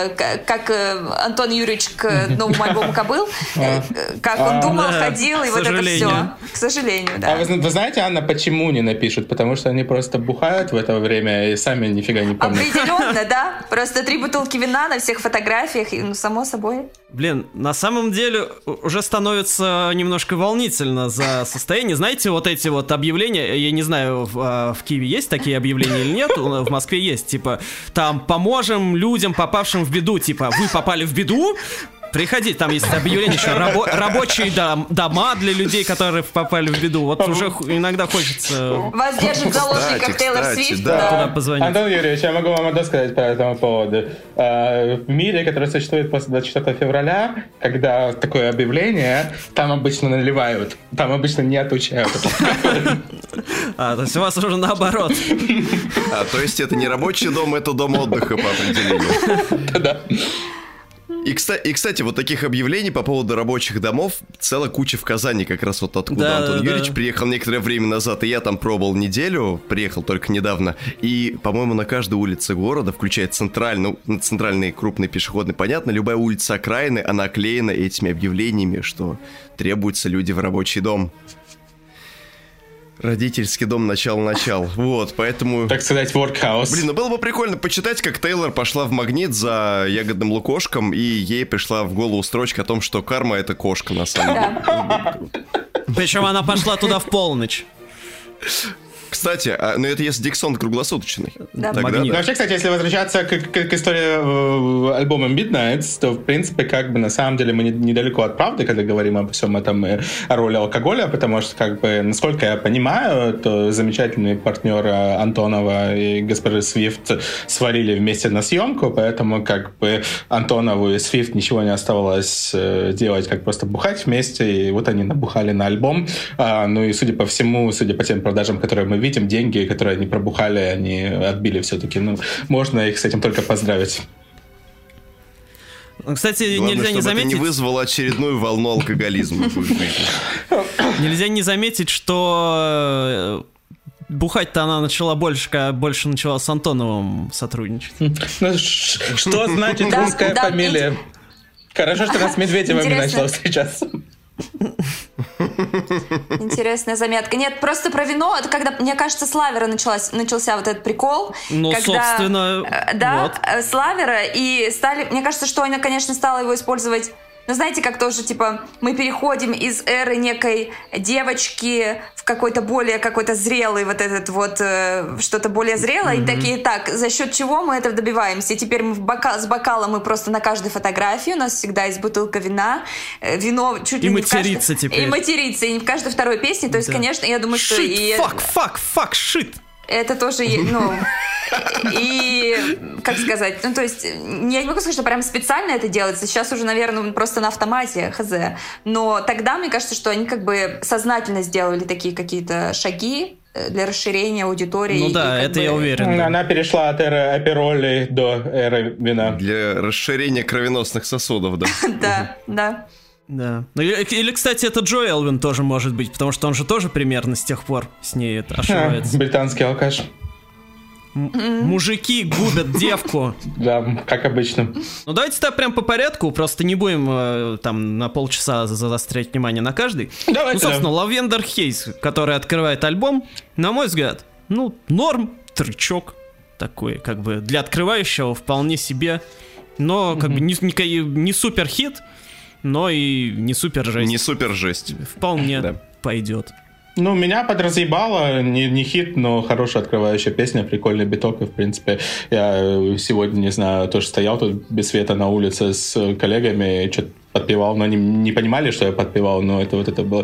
Антон Юрьевич к новому альбому «Кобыл», как он думал, ходил, и вот это все. К сожалению, да. А вы знаете, Анна, почему не напишут? Потому что они просто бухают в это время и сами нифига не помню. Определенно, да. Просто 3 бутылки вина на всех фотографиях, ну, само собой. Блин, на самом деле уже становится немножко волнительно за состояние. Знаете, вот эти вот объявления, я не знаю, в Киеве есть такие объявления или нет, в Москве есть, типа, там, поможем людям, попавшим в беду, типа, вы попали в беду? Приходите, там есть объявление еще, рабочие дома для людей, которые попали в беду. Вот уже иногда хочется... Вас держит в заложниках Тейлор Свифт. Да. Туда позвонить. Антон Юрьевич, я могу вам одно сказать по этому поводу. В мире, который существует после 24 февраля, когда такое объявление, там обычно наливают, там обычно не отучают. То есть у вас уже наоборот. То есть это не рабочий дом, это дом отдыха по определению. Да. И, кстати, вот таких объявлений по поводу рабочих домов целая куча в Казани, как раз вот откуда Антон Юрьевич приехал некоторое время назад, и я там пробовал неделю, приехал только недавно, и, по-моему, на каждой улице города, включая центральный крупный пешеходный, понятно, любая улица окраины, она оклеена этими объявлениями, что требуются люди в рабочий дом. Родительский дом, начало. Вот, поэтому... Так сказать, workhouse. Блин, ну было бы прикольно почитать, как Тейлор пошла в Магнит за ягодным лукошком, и ей пришла в голову строчка о том, что карма — это кошка, на самом деле. Причем она пошла туда в полночь. Кстати, ну это если Диксон круглосуточный. Да. Тогда Но вообще, кстати, если возвращаться к истории альбома Midnights, то, в принципе, как бы на самом деле мы недалеко от правды, когда говорим обо всем этом и о роли алкоголя, потому что, как бы, насколько я понимаю, то замечательные партнеры Антонова и госпожи Свифт свалили вместе на съемку, поэтому, как бы, Антонову и Свифт ничего не оставалось делать, как просто бухать вместе, и вот они набухали на альбом. Ну и, судя по всему, судя по тем продажам, которые мы видим, деньги, которые они пробухали, они отбили все-таки. Ну, можно их с этим только поздравить. Кстати, главное, нельзя не заметить... это не вызвало очередную волну алкоголизма. Нельзя не заметить, что бухать-то она начала больше начала с Антоновым сотрудничать. Ну, что значит русская фамилия? Хорошо, что она с Медведевым не начала встречаться. Интересная заметка. Нет, просто про вино, это когда, мне кажется, с Лавера начался вот этот прикол. Ну, когда, собственно, да, вот. С Лавера, и стали, мне кажется, что она, конечно, стала его использовать. Ну, знаете, как тоже, типа, мы переходим из эры некой девочки в какой-то более какой-то зрелый вот этот вот, что-то более зрелое, и такие, так, за счет чего мы это добиваемся? И теперь мы с бокалом мы просто на каждой фотографии, у нас всегда есть бутылка вина, вино чуть ли и не в каждой... теперь. И материться, и не в каждой второй песне, то есть, конечно, я думаю, что... Fuck, shit! Это тоже, ну... И, как сказать, ну, то есть, я не могу сказать, что прям специально это делается. Сейчас уже, наверное, просто на автомате, хз. Но тогда, мне кажется, что они как бы сознательно сделали такие какие-то шаги, для расширения аудитории. Ну да, это я уверен. Она перешла от эры апероли до эры вина. Для расширения кровеносных сосудов, да. Да. Да. Или, кстати, это Джо Элвин тоже может быть, потому что он же тоже примерно с тех пор с ней ошивается. Британский алкаш. Мужики губят девку. Да, как обычно. Ну давайте так прям по порядку, просто не будем там на полчаса заострять внимание на каждый. Давайте. Ну, собственно, Lavender Haze, который открывает альбом, на мой взгляд, норм, трючок такой, как бы для открывающего вполне себе, но как бы не супер хит, но и не супер жесть. Не супер жесть. Вполне пойдет. Ну, меня подразъебало, не хит, но хорошая открывающая песня, прикольный биток, и, в принципе, я сегодня, не знаю, тоже стоял тут без света на улице с коллегами, и что-то подпевал, но они не понимали, что я подпевал, но это было...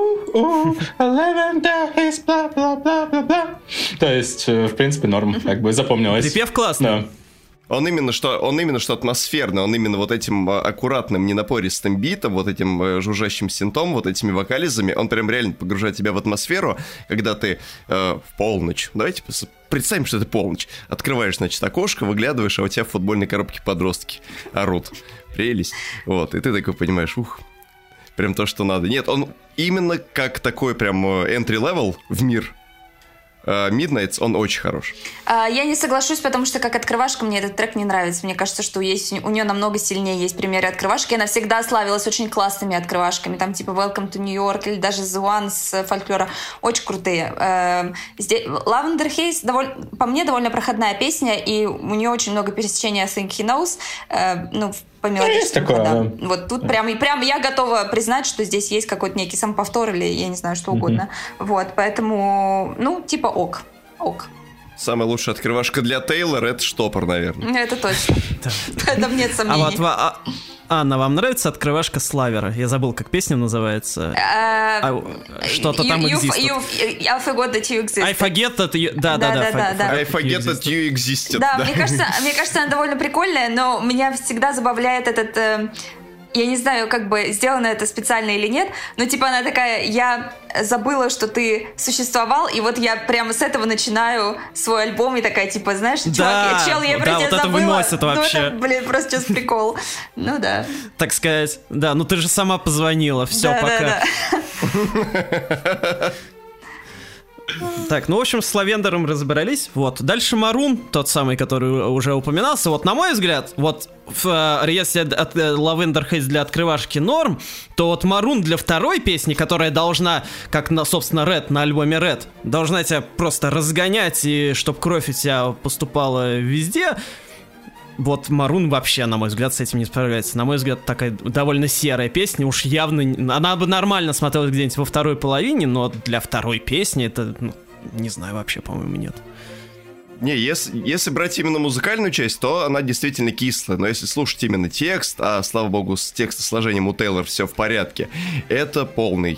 То есть, в принципе, норм, как бы запомнилось. Припев классный. Да. Он именно что атмосферный, он именно вот этим аккуратным, ненапористым битом, вот этим жужжащим синтом, вот этими вокализами, он прям реально погружает тебя в атмосферу, когда ты в полночь, давайте представим, что это полночь, открываешь, значит, окошко, выглядываешь, а у тебя в футбольной коробке подростки орут. Прелесть. Вот, и ты такой понимаешь, прям то, что надо. Нет, он именно как такой прям entry-level в мир Midnights, он очень хорош. Я не соглашусь, потому что как открывашка мне этот трек не нравится. Мне кажется, что у нее намного сильнее есть примеры открывашки. Она всегда славилась очень классными открывашками. Там типа Welcome to New York или даже The One с фольклора. Очень крутые. Lavender Haze, по мне, довольно проходная песня, и у нее очень много пересечения I Think He Knows. По мелодическим ходам. Вот тут прям я готова признать, что здесь есть какой-то некий самоповтор или я не знаю, что угодно. Вот, поэтому, типа ок. Самая лучшая открывашка для Тейлор — это штопор, наверное. Это точно. В этом нет сомнений. Анна, вам нравится открывашка Славера? Я забыл, как песня называется. Что-то там existed. I forgot that you existed. I forget that you... Да. I forget that you existed. Да, мне кажется, она довольно прикольная, но меня всегда забавляет этот... Я не знаю, как бы сделано это специально или нет, но типа она такая: я забыла, что ты существовал, и вот я прямо с этого начинаю свой альбом, и такая, типа, знаешь, чувак, чел, я про тебя вот забыла. Это выносит вообще. Это, просто сейчас прикол. Ну да. Так сказать, да, ты же сама позвонила, все, пока. Да. Так, в общем, с Лавендером разобрались. Вот. Дальше Марун, тот самый, который уже упоминался. Вот, на мой взгляд, если Lavender Haze для открывашки норм, то вот Марун для второй песни, которая должна, как, собственно, Red на альбоме Red, должна тебя просто разгонять, и чтоб кровь у тебя поступала везде. Вот Марун вообще, на мой взгляд, с этим не справляется. На мой взгляд, такая довольно серая песня. Уж явно... Она бы нормально смотрелась где-нибудь во второй половине, но для второй песни это... не знаю, вообще, по-моему, нет. Не, если брать именно музыкальную часть, то она действительно кислая. Но если слушать именно текст, а, слава богу, с текстосложением у Тейлор все в порядке, это полный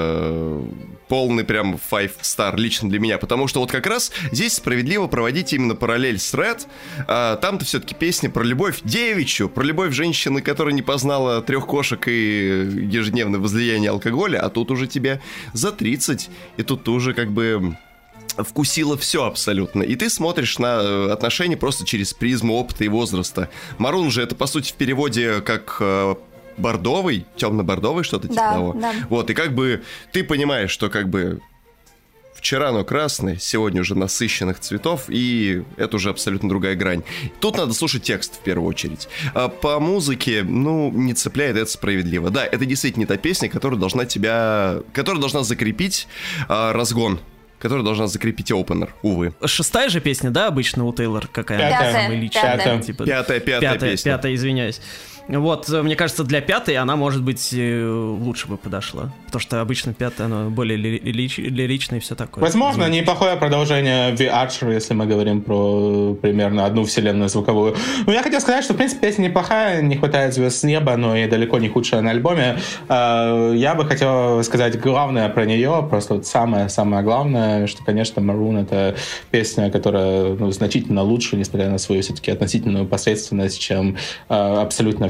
прям 5-star лично для меня. Потому что вот как раз здесь справедливо проводить именно параллель с Red. Там-то все-таки песня про любовь девичью, про любовь женщины, которая не познала 3 кошек и ежедневное возлияние алкоголя, а тут уже тебе за 30, и тут ты уже как бы... вкусила все абсолютно. И ты смотришь на отношения просто через призму опыта и возраста. Марун же это, по сути, в переводе как бордовый, темно-бордовый, что-то типа того. Да. Вот, и как бы ты понимаешь, что как бы вчера оно красное, сегодня уже насыщенных цветов, и это уже абсолютно другая грань. Тут надо слушать текст в первую очередь. А по музыке, не цепляет, это справедливо. Да, это действительно не та песня, которая должна закрепить разгон, которая должна закрепить опенер, увы. 6-я же песня, да, обычно у Тейлор? Какая? 5-я. Пятая песня. 5-я, извиняюсь. Вот, мне кажется, для 5-й она, может быть, лучше бы подошла. Потому что обычно 5-я, она более лиричная и все такое. Возможно, неплохое продолжение The Archer, если мы говорим про примерно одну вселенную звуковую. Я хотел сказать, что, в принципе, песня неплохая, не хватает звезд с неба, но и далеко не худшая на альбоме. Я бы хотел сказать главное про нее, просто вот самое главное, что, конечно, Maroon — это песня, которая значительно лучше, несмотря на свою все-таки относительную посредственность, чем абсолютно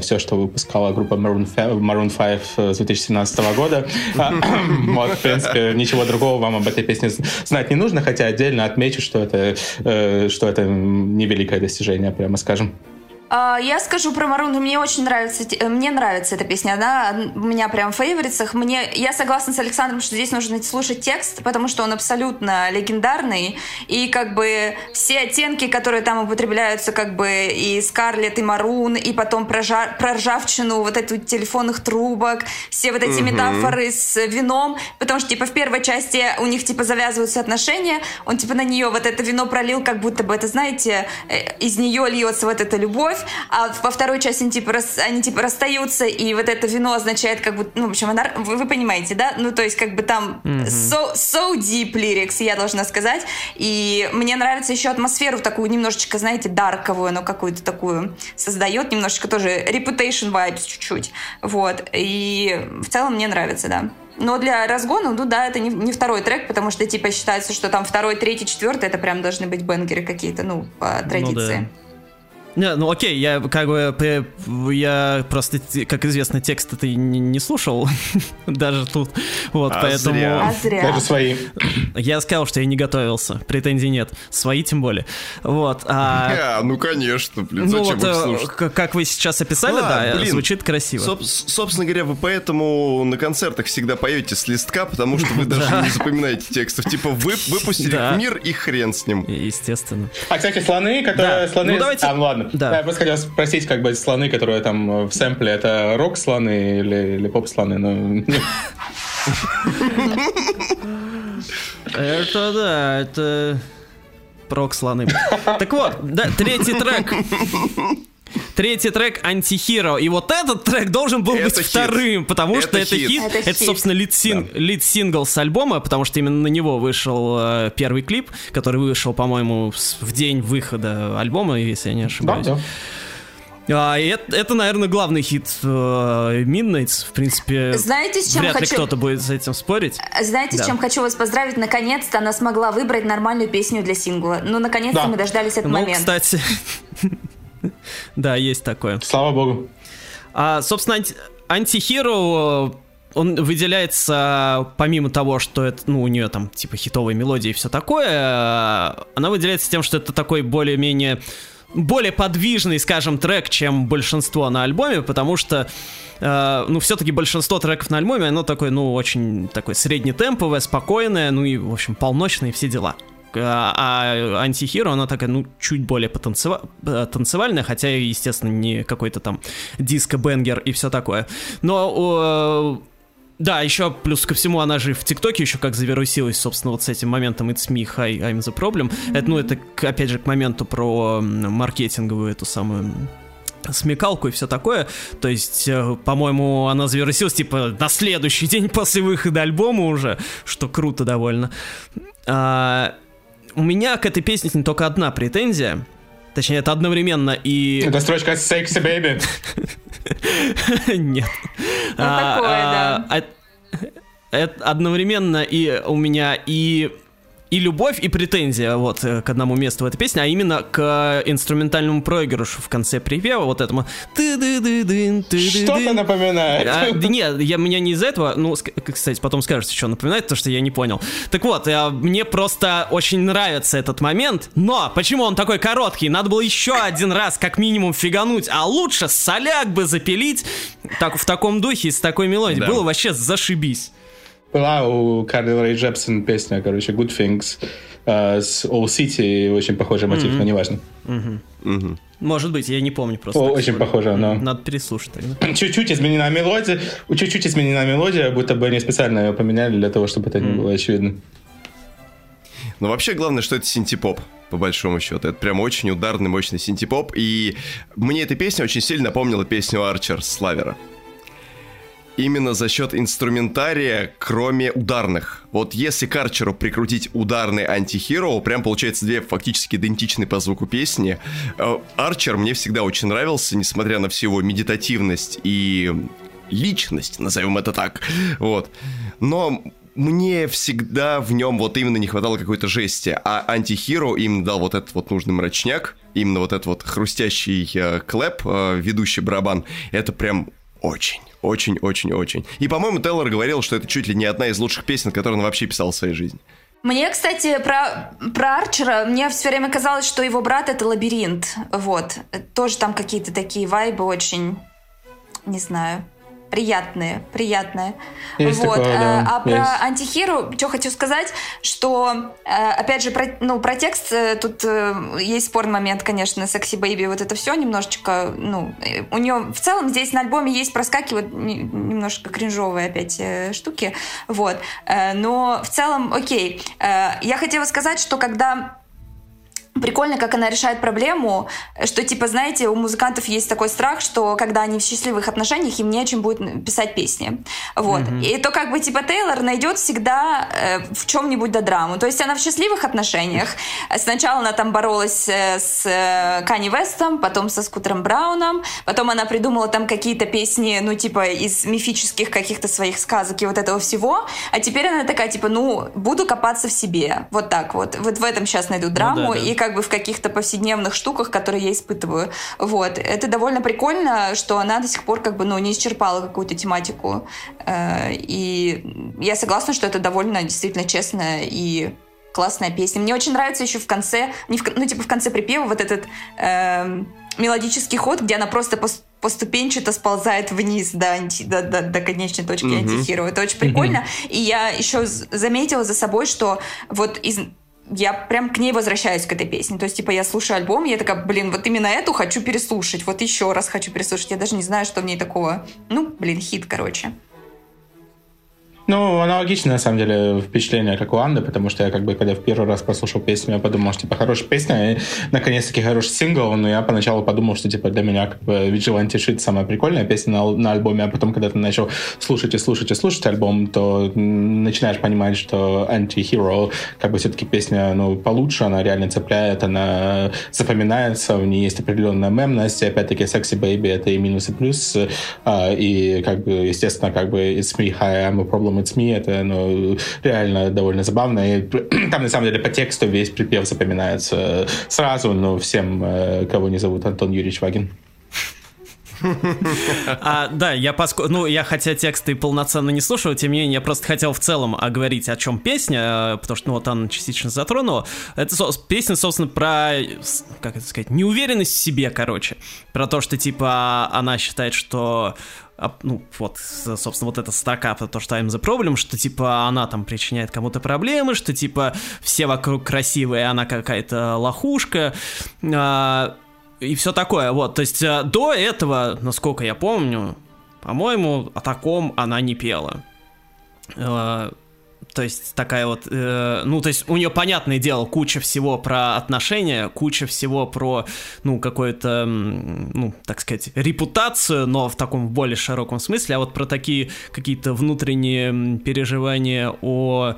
все, что выпускала группа Maroon 5 с 2017 года. Вот, в принципе, ничего другого вам об этой песне знать не нужно, хотя отдельно отмечу, что это невеликое достижение, прямо скажем. Я скажу про Maroon. Мне нравится эта песня. Она у меня прям в фейворитсах. Я согласна с Александром, что здесь нужно слушать текст, потому что он абсолютно легендарный. И как бы все оттенки, которые там употребляются, как бы и Скарлетт, и Maroon, и потом про ржавчину, вот эту телефонных трубок, все вот эти метафоры с вином. Потому что, типа, в первой части у них, типа, завязываются отношения. Он, типа, на нее вот это вино пролил, как будто бы, это, знаете, из нее льется вот эта любовь. А во второй части они расстаются, и вот это вино означает как бы, ну, в общем, вы понимаете, да? Ну, то есть как бы там so deep lyrics, я должна сказать. И мне нравится еще атмосферу такую немножечко, знаете, дарковую, но какую-то такую создает, немножечко тоже reputation vibes чуть-чуть. Вот. И в целом мне нравится, да. Но для разгона, ну да, это не второй трек, потому что типа считается, что там второй, третий, четвертый, это прям должны быть бенгеры какие-то, ну, по традиции. Ну, да. Не, ну окей, я просто, как известно, текст ты не слушал, даже тут, вот, поэтому... Зря. Даже свои. Я сказал, что я не готовился, претензий нет, свои тем более, вот. Ну конечно, блин, ну зачем их слушать? Как вы сейчас описали, блин, звучит красиво. Собственно говоря, вы поэтому на концертах всегда поете с листка, потому что вы даже не запоминаете текстов, типа выпустили в мир и хрен с ним. Естественно. А, кстати, слоны, которые... Ну давайте... Ладно. Да. Я просто хотел спросить, как бы слоны, которые там в сэмпле, это рок-слоны или поп-слоны? Это да, это прок-слоны. Так вот, да, третий трек «Антихиро». И вот этот трек должен был быть вторым, потому что это хит. Это, собственно, лид-сингл с альбома, потому что именно на него вышел первый клип, который вышел, по-моему, в день выхода альбома, если я не ошибаюсь. Да. Это, наверное, главный хит Midnights. В принципе, знаете, с чем вряд ли кто-то будет с этим спорить. Знаете, с чем хочу вас поздравить? Наконец-то она смогла выбрать нормальную песню для сингла. Ну, наконец-то мы дождались этого момента. Кстати... Да, есть такое. Слава богу. Собственно, «Антихиро», он выделяется, помимо того, что это, ну, у нее там типа хитовые мелодии и все такое, она выделяется тем, что это такой более подвижный, скажем, трек, чем большинство на альбоме, потому что, ну, все-таки большинство треков на альбоме, оно такое, ну, очень такое среднетемповое, спокойное, ну и, в общем, полночное и все дела. А «Антихиро», она такая, ну, чуть более танцевальная, хотя, естественно, не какой-то там диско-бенгер и все такое. Но, да, еще плюс ко всему, она же в ТикТоке еще как завирусилась, собственно, вот с этим моментом «It's me, hi, I'm the problem». Это, ну, это, опять же, к моменту про маркетинговую эту самую... смекалку и все такое. То есть, по-моему, она завирусилась, типа, на следующий день после выхода альбома уже, что круто довольно. У меня к этой песне не только одна претензия. Точнее, это одновременно и... Это строчка «Sexy Baby». Нет. Такое, да. Это одновременно и у меня и любовь, и претензия вот к одному месту в этой песне, а именно к инструментальному проигрышу в конце припева, вот этому. Что-то напоминает. Нет, меня не из-за этого, ну, кстати, потом скажете, что напоминает, потому что я не понял. Так вот, мне просто очень нравится этот момент, но почему он такой короткий? Надо было еще один раз как минимум фигануть, а лучше соляк бы запилить так, в таком духе, с такой мелодией. Да. Было вообще зашибись. Была у Карли Рэй Джепсон песня, короче, Good Things с All City, очень похожий мотив, но неважно. Может быть, я не помню просто. Очень похоже, но... Надо переслушать тогда. Чуть-чуть изменена мелодия, будто бы они специально ее поменяли для того, чтобы это не было очевидно. Но вообще главное, что это синти-поп, по большому счету. Это прям очень ударный, мощный синти-поп. И мне эта песня очень сильно напомнила песню Archer Славера. Именно за счет инструментария, кроме ударных. Вот если к Арчеру прикрутить ударный «Антихиро», прям получается две фактически идентичные по звуку песни. Арчер мне всегда очень нравился, несмотря на всю его медитативность и личность, назовем это так. Вот. Но мне всегда в нем вот именно не хватало какой-то жести. А «Антихиро» именно дал вот этот вот нужный мрачняк. именно вот этот вот хрустящий клэп, ведущий барабан, это прям очень. И, по-моему, Тейлор говорил, что это чуть ли не одна из лучших песен, которые он вообще писал в своей жизни. Мне, кстати, про Арчера, мне все время казалось, что его брат — это Лабиринт. Вот. Тоже там какие-то такие вайбы очень, не знаю, приятные. Есть вот. Такое, да. А про Антихиру, что хочу сказать, что, опять же, про текст тут есть спорный момент, конечно, Sexy Baby, вот это все немножечко, у нее в целом здесь на альбоме есть проскакивают немножко кринжовые опять штуки, вот. Но в целом, окей. Я хотела сказать, что когда... Прикольно, как она решает проблему, что, типа, знаете, у музыкантов есть такой страх, что когда они в счастливых отношениях, им не о чем будет писать песни. Вот. И то, как бы, типа, Тейлор найдет всегда в чем-нибудь драму. То есть она в счастливых отношениях. Сначала она там боролась с Канье Вестом, потом со Скутером Брауном, потом она придумала там какие-то песни, типа, из мифических каких-то своих сказок и вот этого всего. А теперь она такая, типа, буду копаться в себе. Вот так вот. Вот в этом сейчас найду драму. И как бы в каких-то повседневных штуках, которые я испытываю. Вот. Это довольно прикольно, что она до сих пор как бы, не исчерпала какую-то тематику. И я согласна, что это довольно действительно честная и классная песня. Мне очень нравится еще в конце, в конце припева вот этот мелодический ход, где она просто поступенчато сползает вниз до конечной точки Антихиро. Это очень прикольно. И я еще заметила за собой, что вот я прям к ней возвращаюсь, к этой песне. То есть, типа, я слушаю альбом, и я такая, вот именно эту хочу переслушать. Вот еще раз хочу переслушать. Я даже не знаю, что в ней такого. Хит, короче. Аналогично, на самом деле, впечатление, как у Анны, потому что я, как бы, когда в первый раз послушал песню, я подумал, что, типа, хорошая песня, и, наконец-таки, хороший сингл, но я поначалу подумал, что, типа, для меня, как бы, Vigilante Shit самая прикольная песня на альбоме, а потом, когда ты начал слушать альбом, то начинаешь понимать, что Anti-Hero, как бы, все-таки песня, получше, она реально цепляет, она запоминается, у нее есть определенная мемность, и, опять-таки, Sexy Baby — это и минус, и плюс, и, как бы, естественно, как бы, It's Me, Hi, I'm a Problem, It's Me, это, реально довольно забавно. И там, на самом деле, по тексту весь припев запоминается сразу, всем, кого не зовут Антон Юрьевич Вагин. Да, я хотя тексты полноценно не слушаю, тем не менее, я просто хотел в целом оговорить, о чем песня, потому что, Анна частично затронула. Это песня, собственно, про, как это сказать, неуверенность в себе, короче. Про то, что, типа, она считает, что... собственно, вот эта строка про то, что I'm the problem, что, типа, она там причиняет кому-то проблемы, что, типа, все вокруг красивые, она какая-то лохушка, и все такое, вот. То есть до этого, насколько я помню, по-моему, о таком она не пела. То есть такая вот, то есть у нее, понятное дело, куча всего про отношения, куча всего про, какую-то, так сказать, репутацию, но в таком более широком смысле, а вот про такие какие-то внутренние переживания о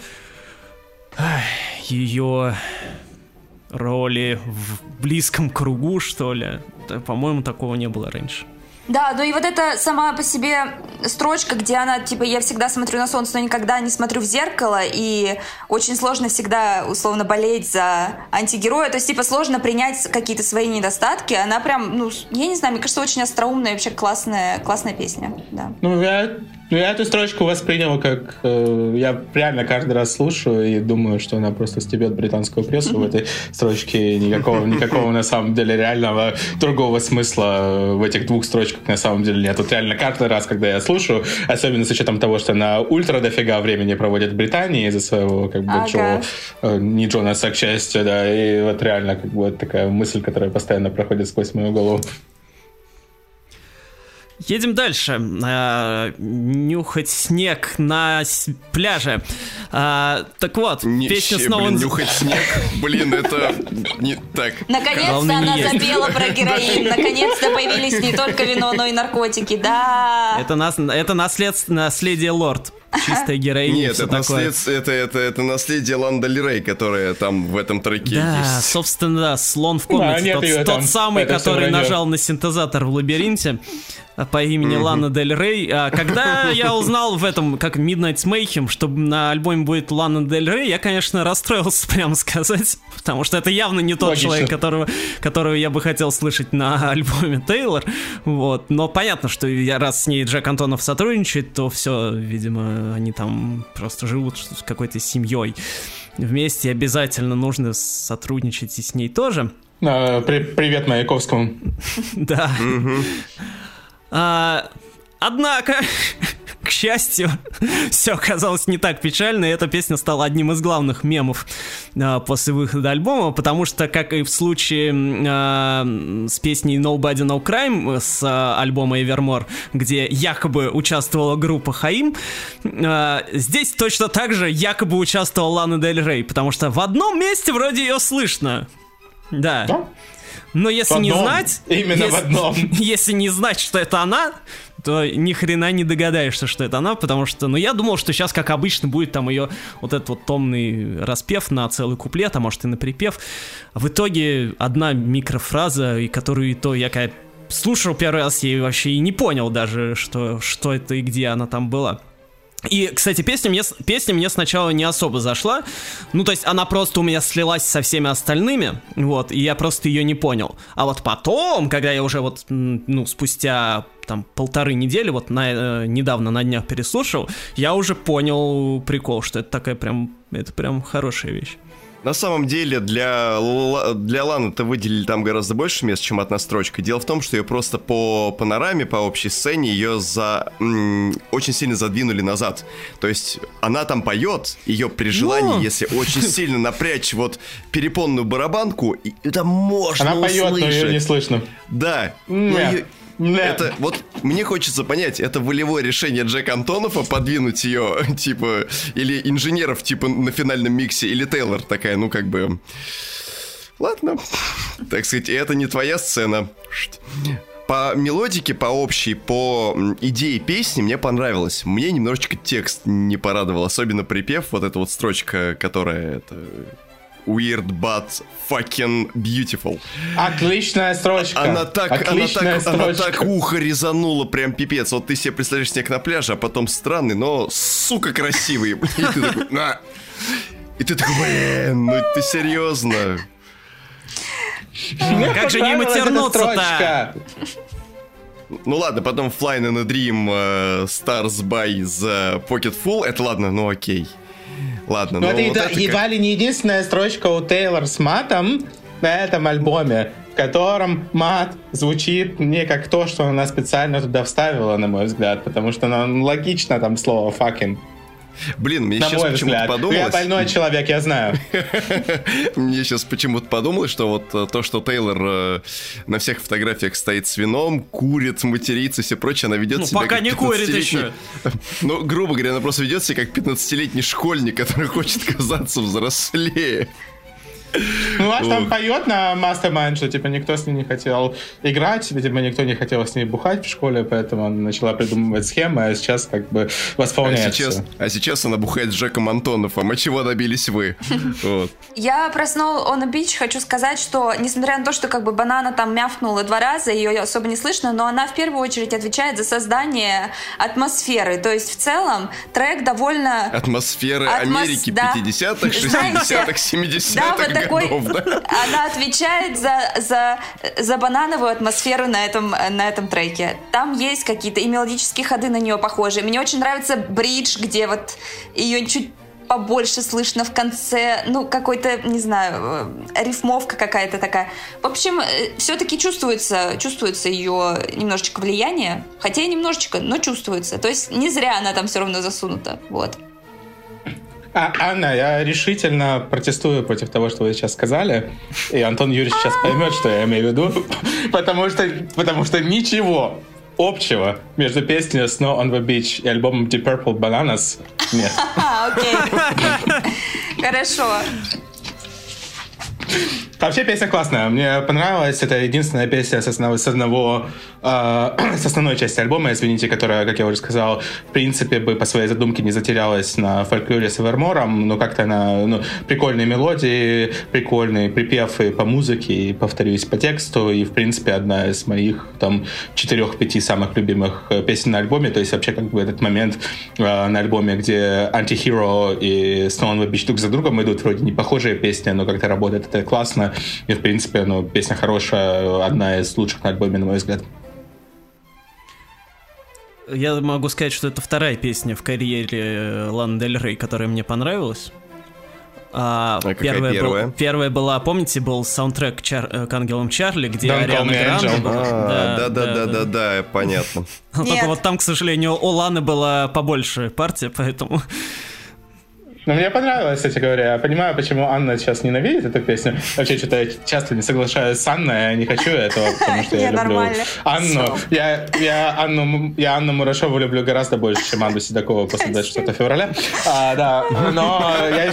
ее роли в близком кругу, что ли. По-моему, такого не было раньше. Да, и вот эта сама по себе строчка, где она, типа, я всегда смотрю на солнце, но никогда не смотрю в зеркало, и очень сложно всегда, условно, болеть за антигероя, то есть, типа, сложно принять какие-то свои недостатки, она прям, я не знаю, мне кажется, очень остроумная, вообще классная песня, да. Я эту строчку воспринял как... я реально каждый раз слушаю и думаю, что она просто стебет британскую прессу в этой строчке. Никакого на самом деле реального другого смысла в этих двух строчках на самом деле нет. Тут реально каждый раз, когда я слушаю, особенно с учетом того, что она ультра дофига времени проводит в Британии из-за своего шоу «Не Джонаса, к счастью», да, и вот реально вот такая мысль, которая постоянно проходит сквозь мою голову. Едем дальше. Нюхать снег на пляже. Так вот, песня снова... Нюхать снег? Блин, это не так. Наконец-то она запела про героин. Наконец-то появились не только вино, но и наркотики. Да. Это наследие Лорд. чистая героиня. Нет, это наследие Ланы Дель Рей, которое там в этом треке есть. Да, собственно, да, слон в комнате. Тот самый, который нажал на синтезатор в лабиринте по имени Лана Дель Рей. Когда я узнал в этом, как Midnight's Mayhem, что на альбоме будет Лана Дель Рей, я, конечно, расстроился, прямо сказать, потому что это явно не тот человек, которого я бы хотел слышать на альбоме Тейлор. Вот. Но понятно, что раз с ней Джек Антонов сотрудничает, то все, видимо, они там просто живут какой-то семьей вместе, обязательно нужно сотрудничать и с ней тоже. Привет Маяковскому. Да. Однако, к счастью, все оказалось не так печально, и эта песня стала одним из главных мемов после выхода альбома, потому что, как и в случае с песней Nobody No Crime с альбома Evermore, где якобы участвовала группа Хаим, здесь точно так же якобы участвовала Лана Дель Рей, потому что в одном месте вроде ее слышно. Да. Но если не знать... Именно в одном. Если не знать, что это она, то ни хрена не догадаешься, что это она, потому что, я думал, что сейчас, как обычно, будет там ее вот этот вот томный распев на целый куплет, а может и на припев. В итоге одна микрофраза, и которую то я когда слушал первый раз, я вообще и не понял даже, что это и где она там была. И, кстати, песня мне сначала не особо зашла. То есть она просто у меня слилась со всеми остальными, вот, и я просто ее не понял. А вот потом, когда я уже спустя там 1.5 недели, недавно на днях переслушал, я уже понял прикол, что это такая прям хорошая вещь. На самом деле для Ланы-то выделили там гораздо больше мест, чем одна строчка. Дело в том, что ее просто по панораме, по общей сцене ее очень сильно задвинули назад. То есть она там поет, ее при желании, если очень сильно напрячь перепонную барабанку, это можно услышать. Она поет, но ее не слышно. Да. Это мне хочется понять, это волевое решение Джека Антонова подвинуть ее, или инженеров, на финальном миксе, или Тейлор такая, ладно, так сказать, это не твоя сцена. По мелодике, по общей, по идее песни мне понравилось. Мне немножечко текст не порадовал, особенно припев, эта строчка, которая Weird but fucking beautiful. Отличная строчка. Она так ухо резанула, прям пипец. Ты себе представляешь снег на пляже, а потом странный, но, сука, красивый. И ты такой, на! И ты такой, ты серьезно? Как же не матернуться-то? Ладно, потом Flying in a Dream, Stars by the Pocket Full, это ладно, окей. Ладно, это едва ли не единственная строчка у Тейлор с матом на этом альбоме, в котором мат звучит не как то, что она специально туда вставила, на мой взгляд, потому что логично там слово fucking. Блин, мне сейчас почему-то подумалось... Я больной человек, я знаю. Мне сейчас почему-то подумалось, что то, что Тейлор на всех фотографиях стоит с вином, курит, матерится и все прочее, она ведет себя пока как не курит еще. Грубо говоря, она просто ведет себя как 15-летний школьник, который хочет казаться взрослее. Там поет на Mastermind, что никто с ней не хотел играть, видимо, никто не хотел с ней бухать в школе, поэтому она начала придумывать схемы, а сейчас восполняется. А сейчас она бухает с Джеком Антоновым. А чего добились вы? Я про Snow on a Beach хочу сказать, что несмотря на то, что Банана там мявкнула 2 раза, ее особо не слышно, но она в первую очередь отвечает за создание атмосферы. То есть в целом трек довольно... Атмосферы Америки 50-х, 60-х, 70-х. Она отвечает за банановую атмосферу на этом треке. Там есть какие-то и мелодические ходы на нее похожие. Мне очень нравится бридж, где ее чуть побольше слышно в конце, какой-то, не знаю, рифмовка какая-то такая. В общем, все-таки чувствуется ее немножечко влияние, хотя и немножечко, но чувствуется. То есть не зря она там все равно засунута. Анна, я решительно протестую против того, что вы сейчас сказали, и Антон Юрьевич сейчас поймет, что я имею в виду, потому что ничего общего между песней Snow on the Beach и альбомом Deep Purple Bananas нет. Окей. Хорошо. Вообще песня классная, мне понравилась, это единственная песня с одного с основной части альбома, извините, которая, как я уже сказал, в принципе бы по своей задумке не затерялась на фольклоре с Эвермором, но как-то она, прикольные мелодии, прикольные припевы по музыке, и, повторюсь, по тексту, и, в принципе, одна из моих, там, 4-5 самых любимых песен на альбоме, то есть вообще как бы этот момент на альбоме, где Anti-Hero и Stone Beach друг за другом идут, вроде не похожие песни, но как-то работает это классно, и, в принципе, песня хорошая, одна из лучших на альбоме, на мой взгляд. Я могу сказать, что это вторая песня в карьере Ланы Дель Рей, которая мне понравилась. Первая была, помните, был саундтрек к «Ангелам Чарли», где Ариана Гранде была. Да, понятно. Только вот там, к сожалению, у Ланы была побольше партия, поэтому... Но мне понравилось, кстати говоря. Я понимаю, почему Анна сейчас ненавидит эту песню. Вообще, что-то я часто не соглашаюсь с Анной, я не хочу этого, потому что я люблю Анну. Я Анну Мурашову люблю гораздо больше, чем Анну Седокову после 24 февраля. Да, но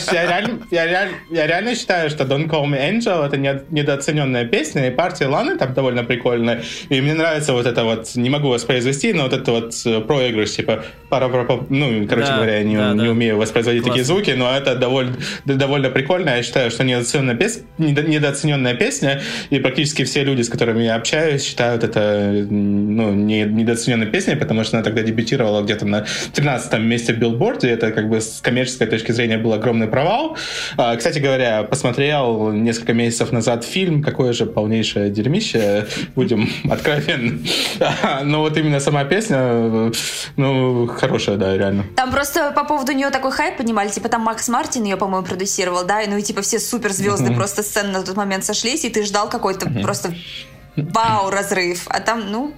я реально считаю, что Don't Call Me Angel — это недооцененная песня, и партия Ланы там довольно прикольная. И мне нравится вот это вот, не могу воспроизвести, но вот это вот проигрыш, типа, говоря, я не умею воспроизводить такие звуки, но это довольно прикольно. Я считаю, что недооцененная песня, и практически все люди, с которыми я общаюсь, считают это недооцененной песней, потому что она тогда дебютировала где-то на 13-м месте в Билборде. Это как бы с коммерческой точки зрения был огромный провал. Кстати говоря, посмотрел несколько месяцев назад фильм, какое же полнейшее дерьмище, будем откровенны. Но вот именно сама песня, хорошая, да, реально. Там просто по поводу нее такой хайп поднимали, типа там Макс Мартин ее, по-моему, продюсировал, да, и типа все суперзвезды просто сцены на тот момент сошлись, и ты ждал какой-то просто вау-разрыв, а там,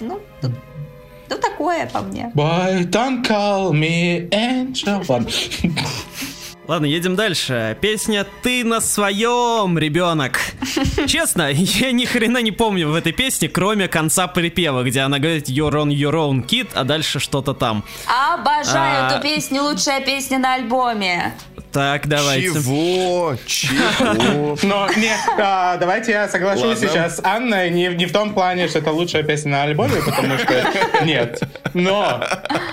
такое по мне. Boy, don't call me angel. Ладно, едем дальше. Песня «Ты на своем, ребенок». Честно, я ни хрена не помню в этой песне, кроме конца припева, где она говорит «You're on your own, kid», а дальше что-то там. Обожаю эту песню, лучшая песня на альбоме. Так, давайте. Чего? Но нет, давайте я соглашусь сейчас с Анной не в том плане, что это лучшая песня на альбоме, потому что нет. Но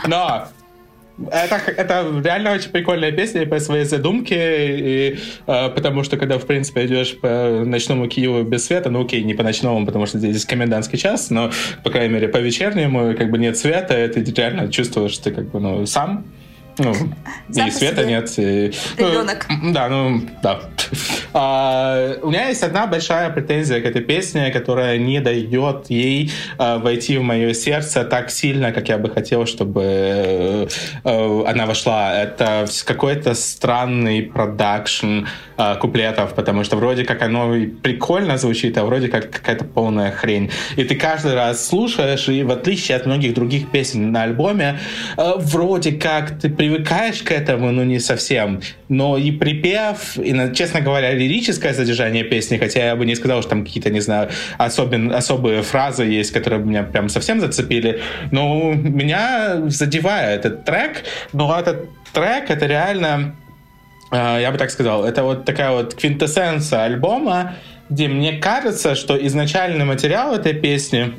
это реально очень прикольная песня по своей задумке, и, потому что когда, в принципе, идешь по ночному Киеву без света, окей, не по ночному, потому что здесь комендантский час, но, по крайней мере, по вечернему, как бы нет света, и ты реально чувствуешь, что ты как бы, сам. И света нет. Ребенок. Да. У меня есть одна большая претензия к этой песне, которая не дает ей войти в мое сердце так сильно, как я бы хотел, чтобы она вошла. Это какой-то странный продакшн куплетов, потому что вроде как оно прикольно звучит, а вроде как какая-то полная хрень. И ты каждый раз слушаешь, и в отличие от многих других песен на альбоме, вроде как ты привыкаешь к этому, но не совсем. Но и припев, и, честно говоря, лирическое содержание песни, хотя я бы не сказал, что там какие-то, не знаю, особые фразы есть, которые меня прям совсем зацепили, но меня задевает этот трек, но этот трек — это реально, я бы так сказал, это вот такая вот квинтэссенция альбома, где мне кажется, что изначальный материал этой песни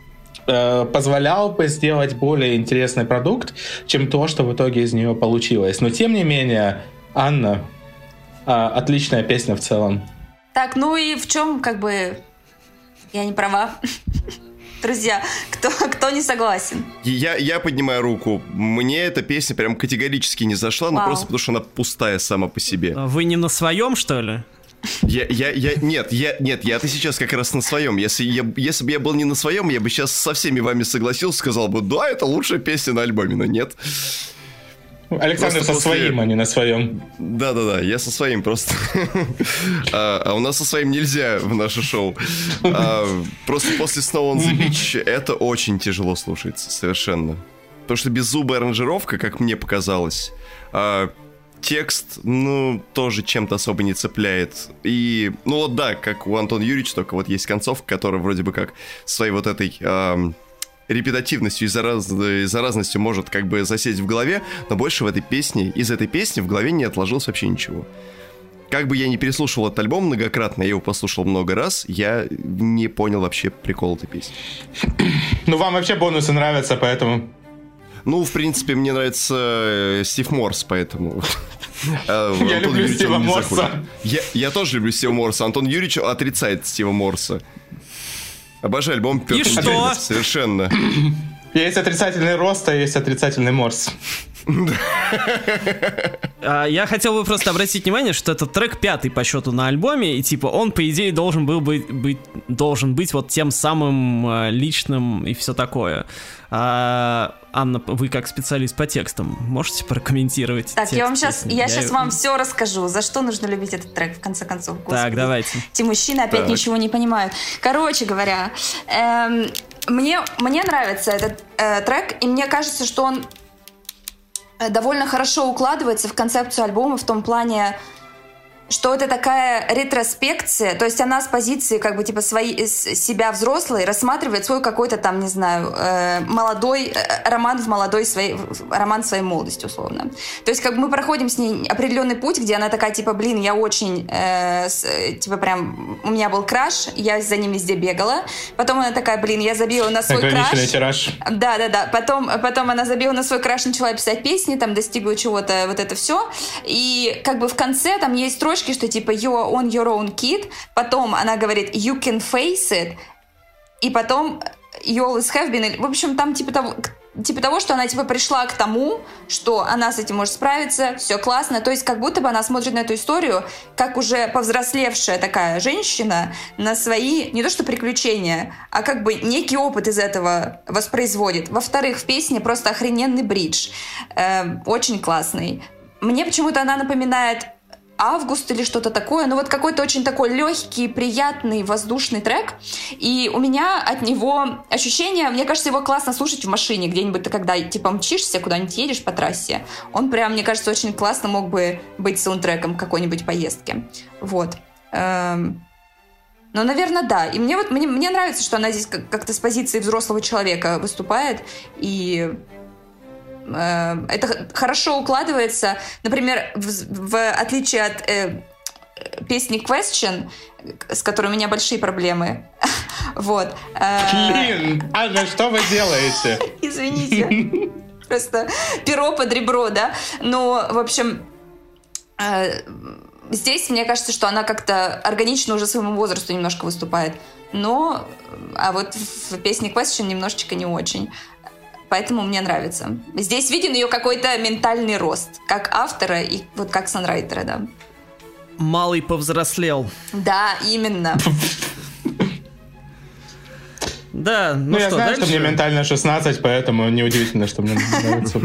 позволял бы сделать более интересный продукт, чем то, что в итоге из нее получилось. Но тем не менее, Анна, отличная песня в целом. Так, и в чем, как бы, я не права? Друзья, кто не согласен? Я поднимаю руку. Мне эта песня прям категорически не зашла, но просто потому, что она пустая сама по себе. Вы не на своем, что ли? Нет, я-то сейчас как раз на своем. Если бы я был не на своем, я бы сейчас со всеми вами согласился, сказал бы, да, это лучшая песня на альбоме, но нет. Александр со своим, а не на своем. Да, я со своим просто. А у нас со своим нельзя в наше шоу. Просто после Snow on the Beach это очень тяжело слушается, совершенно. Потому что беззубая аранжировка, как мне показалось, текст, тоже чем-то особо не цепляет. И, как у Антона Юрьевича, только вот есть концовка, которая вроде бы как своей вот этой репетативностью и заразностью может как бы засесть в голове, но больше из этой песни в голове не отложилось вообще ничего. как бы я не переслушивал этот альбом многократно, я его послушал много раз, я не понял вообще прикол этой песни. Ну, вам вообще бонусы нравятся, поэтому... Ну, в принципе, мне нравится Стив Морс, поэтому... Я люблю Стива Морса. Я тоже люблю Стива Морса. Антон Юрьевич отрицает Стива Морса. Обожаю альбом Пётр. И что? Совершенно. Есть отрицательный рост, а есть отрицательный Морс. Я хотел бы просто обратить внимание, что это трек 5 по счету на альбоме, и типа он, по идее, должен быть вот тем самым личным и все такое. Анна, вы как специалист по текстам, можете прокомментировать? Так, я сейчас вам все расскажу, за что нужно любить этот трек, в конце концов. Господи. Так, давайте. Эти мужчины опять ничего не понимают. Короче говоря, мне нравится этот трек, и мне кажется, что он довольно хорошо укладывается в концепцию альбома в том плане, что это такая ретроспекция, то есть она с позиции как бы типа себя взрослой рассматривает свой какой-то там, не знаю, молодой роман роман своей молодости условно. То есть как бы мы проходим с ней определенный путь, где она такая типа, блин, я очень типа прям у меня был краш, я за ним везде бегала. Потом она такая, блин, я забила на свой краш. Тираж. Да. Потом она забила на свой краш, начала писать песни, там достигла чего-то, вот это все. И как бы в конце там есть строчки, что типа you're on your own kid, потом она говорит you can face it, и потом you always have been. В общем, там типа того, что она типа пришла к тому, что она с этим может справиться, все классно. То есть как будто бы она смотрит на эту историю как уже повзрослевшая такая женщина на свои, не то что приключения, а как бы некий опыт из этого воспроизводит. Во-вторых, в песне просто охрененный бридж. Очень классный. Мне почему-то она напоминает «Август» или что-то такое. Ну вот какой-то очень такой легкий, приятный, воздушный трек. И у меня от него ощущение, мне кажется, его классно слушать в машине где-нибудь, ты когда типа мчишься, куда-нибудь едешь по трассе. Он прям, мне кажется, очень классно мог бы быть саундтреком какой-нибудь поездки. Вот. Ну, наверное, да. И мне нравится, что она здесь как-то с позиции взрослого человека выступает. И это хорошо укладывается. Например, в отличие от песни Question, с которой у меня большие проблемы. Вот. Блин, Анна, что вы делаете? Извините. Просто перо под ребро, да? Но, в общем, здесь, мне кажется, что она как-то органично уже своему возрасту немножко выступает. Но, а вот в песне Question немножечко не очень. Поэтому мне нравится. Здесь виден ее какой-то ментальный рост, как автора и вот как сонрайтера, да. Малый повзрослел. Да, именно. Да, ну что, я знаю, дальше? что мне ментально 16, поэтому неудивительно, что мне нравится.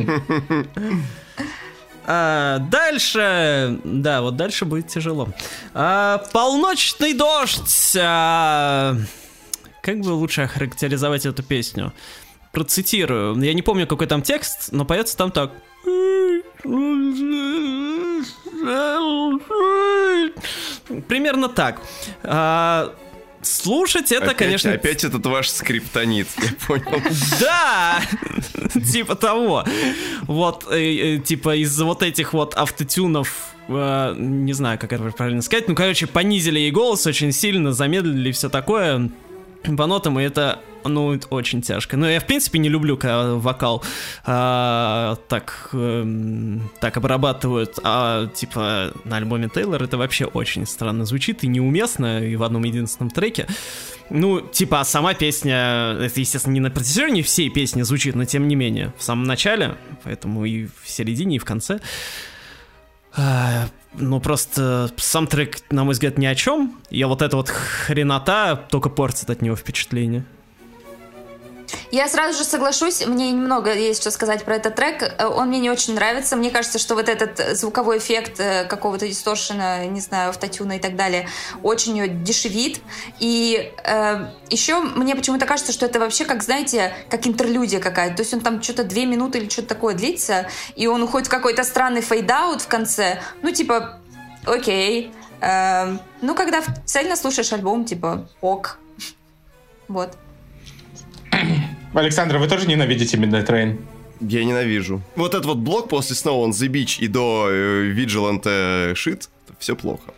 Дальше, да, вот дальше будет тяжело. Полночный дождь. Как бы лучше охарактеризовать эту песню? Процитирую. Я не помню, какой там текст, но поется там так. Примерно так. Слушать это, конечно... Опять этот ваш скриптонит, я понял. Да! Типа того. Вот, типа из-за вот этих вот автотюнов, не знаю, как это правильно сказать, ну, короче, понизили ей голос очень сильно, замедлили и все такое по нотам, и это, ну, очень тяжко. Но я, в принципе, не люблю, когда вокал так обрабатывают, типа на альбоме Тейлор это вообще очень странно звучит и неуместно, и в одном единственном треке. Ну, типа, сама песня, это, естественно, не на протяжении всей песни звучит, но тем не менее, в самом начале, поэтому и в середине, и в конце. Ну, просто сам трек, на мой взгляд, ни о чем. И вот эта вот хренота только портит от него впечатление. Я сразу же соглашусь, мне немного есть что сказать про этот трек. Он мне не очень нравится. Мне кажется, что вот этот звуковой эффект какого-то дисторшена, не знаю, автотюна и так далее, очень ее дешевит. И еще мне почему-то кажется, что это вообще, как, знаете, как интерлюдия какая-то. То есть он там что-то 2 минуты или что-то такое длится, и он уходит в какой-то странный фейдаут в конце. Ну, типа, окей. Ну, когда цельно слушаешь альбом, типа, ок. Вот. Александр, вы тоже ненавидите Midnight Rain? Я ненавижу. Вот этот вот блок после Snow on the Beach и до Vigilante Shit, все плохо.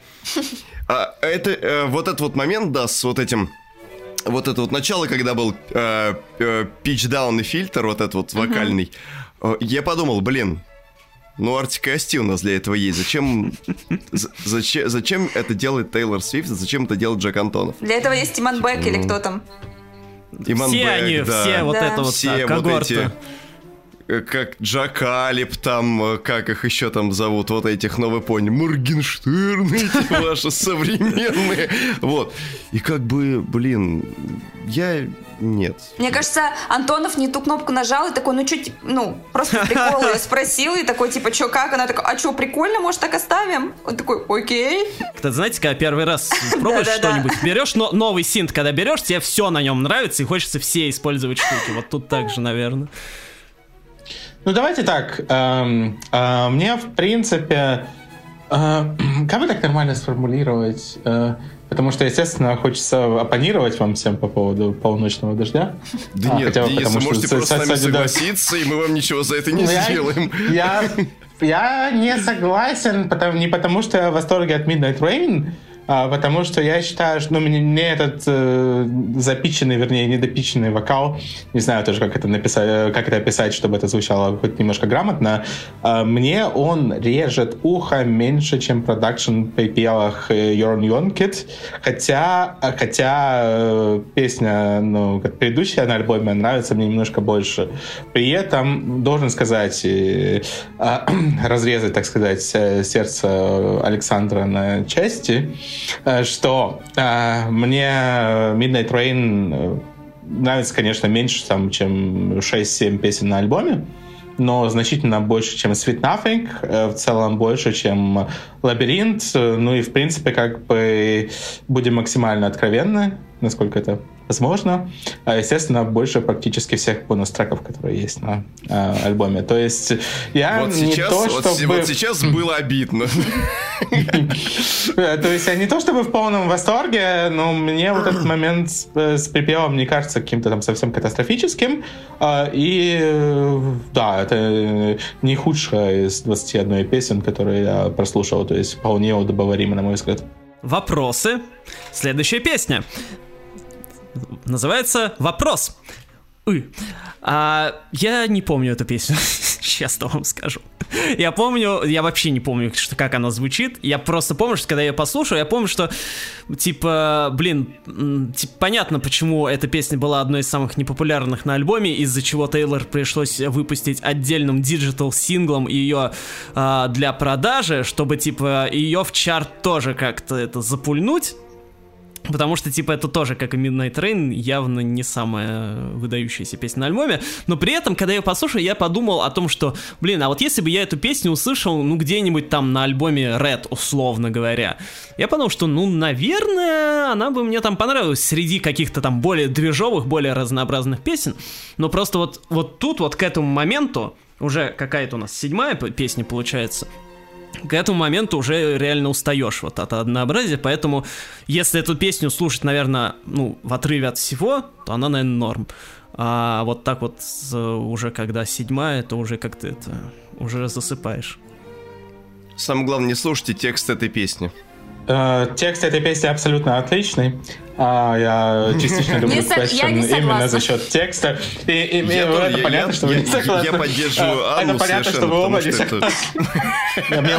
Вот этот вот момент, да, с вот этим... Вот это вот начало, когда был питч-даун и фильтр, вот этот вот вокальный, я подумал, блин, ну Arctic и Asti у нас для этого есть. Зачем это делает Тейлор Свифт, зачем это делает Джек Антонов? Для этого есть Иман Бек или кто там? Иман все Бек, они, да. все вот это вот все когорта. вот эти... Как Джакалип, там, как их еще там зовут, вот этих, ну вы поняли, Моргенштерны эти ваши современные, вот. И как бы, блин, нет. Мне кажется, Антонов не ту кнопку нажал и такой, просто прикол ее спросил, и такой, типа, чё, как? Она такая, а чё, прикольно, может, так оставим? Он такой, окей. Кстати, знаете, когда первый раз пробуешь что-нибудь, берешь новый синт, когда берешь, тебе все на нем нравится, и хочется все использовать штуки. Вот тут так же, наверное. Ну, давайте так. Мне, в принципе... Как бы так нормально сформулировать? Потому что, естественно, хочется оппонировать вам всем по поводу полуночного дождя. Да нет, Денис, вы можете просто с нами согласиться, и мы вам ничего за это не сделаем. Я не согласен, не потому что я в восторге от Midnight Rain, потому что я считаю, что мне этот запиченный, вернее, недопиченный вокал, не знаю тоже, как это описать, чтобы это звучало хоть немножко грамотно, мне он режет ухо меньше, чем продакшн в припевах You're on Your Own Kid, хотя песня, предыдущая на альбоме нравится мне немножко больше. При этом, должен сказать, разрезать, так сказать, сердце Александра на части, что мне Midnight Rain нравится, конечно, меньше, чем 6-7 песен на альбоме, но значительно больше, чем Sweet Nothing, в целом больше, чем Лабиринт. Ну и, в принципе, как бы будем максимально откровенны, насколько это возможно. Естественно, больше практически всех бонус-треков, которые есть на альбоме. То есть я вот не сейчас, то, чтобы... Вот сейчас было обидно. То есть я не то чтобы в полном восторге, но мне вот этот момент с припевом не кажется каким-то там совсем катастрофическим. И да, это не худшая из 21 песен, которые я прослушал. То есть вполне удобоваримо, на мой взгляд. Вопросы. Следующая песня называется «Вопрос». Я не помню эту песню, честно вам скажу. Я вообще не помню, как она звучит. Я просто помню, что когда я ее послушал, я помню, что, понятно, почему эта песня была одной из самых непопулярных на альбоме, из-за чего Тейлор пришлось выпустить отдельным диджитал-синглом ее для продажи, чтобы, ее в чарт тоже как-то это запульнуть. Потому что, это тоже, как и Midnight Rain, явно не самая выдающаяся песня на альбоме. Но при этом, когда я ее послушал, я подумал о том, что, а вот если бы я эту песню услышал, где-нибудь там на альбоме Red, условно говоря, я подумал, что, наверное, она бы мне там понравилась среди каких-то там более движовых, более разнообразных песен. Но просто вот тут, вот к этому моменту, уже какая-то у нас 7-я песня получается, к этому моменту уже реально устаешь от однообразия, поэтому если эту песню слушать, наверное, в отрыве от всего, то она, наверное, норм. А вот так вот уже когда 7-я, то уже как-то это уже засыпаешь. Самое главное, не слушайте текст этой песни. Текст этой песни абсолютно отличный. Я частично люблю Question именно за счет текста. И это понятно, что вы не согласны. Я поддерживаю Анну. Это понятно, что вы оба не согласны. Мне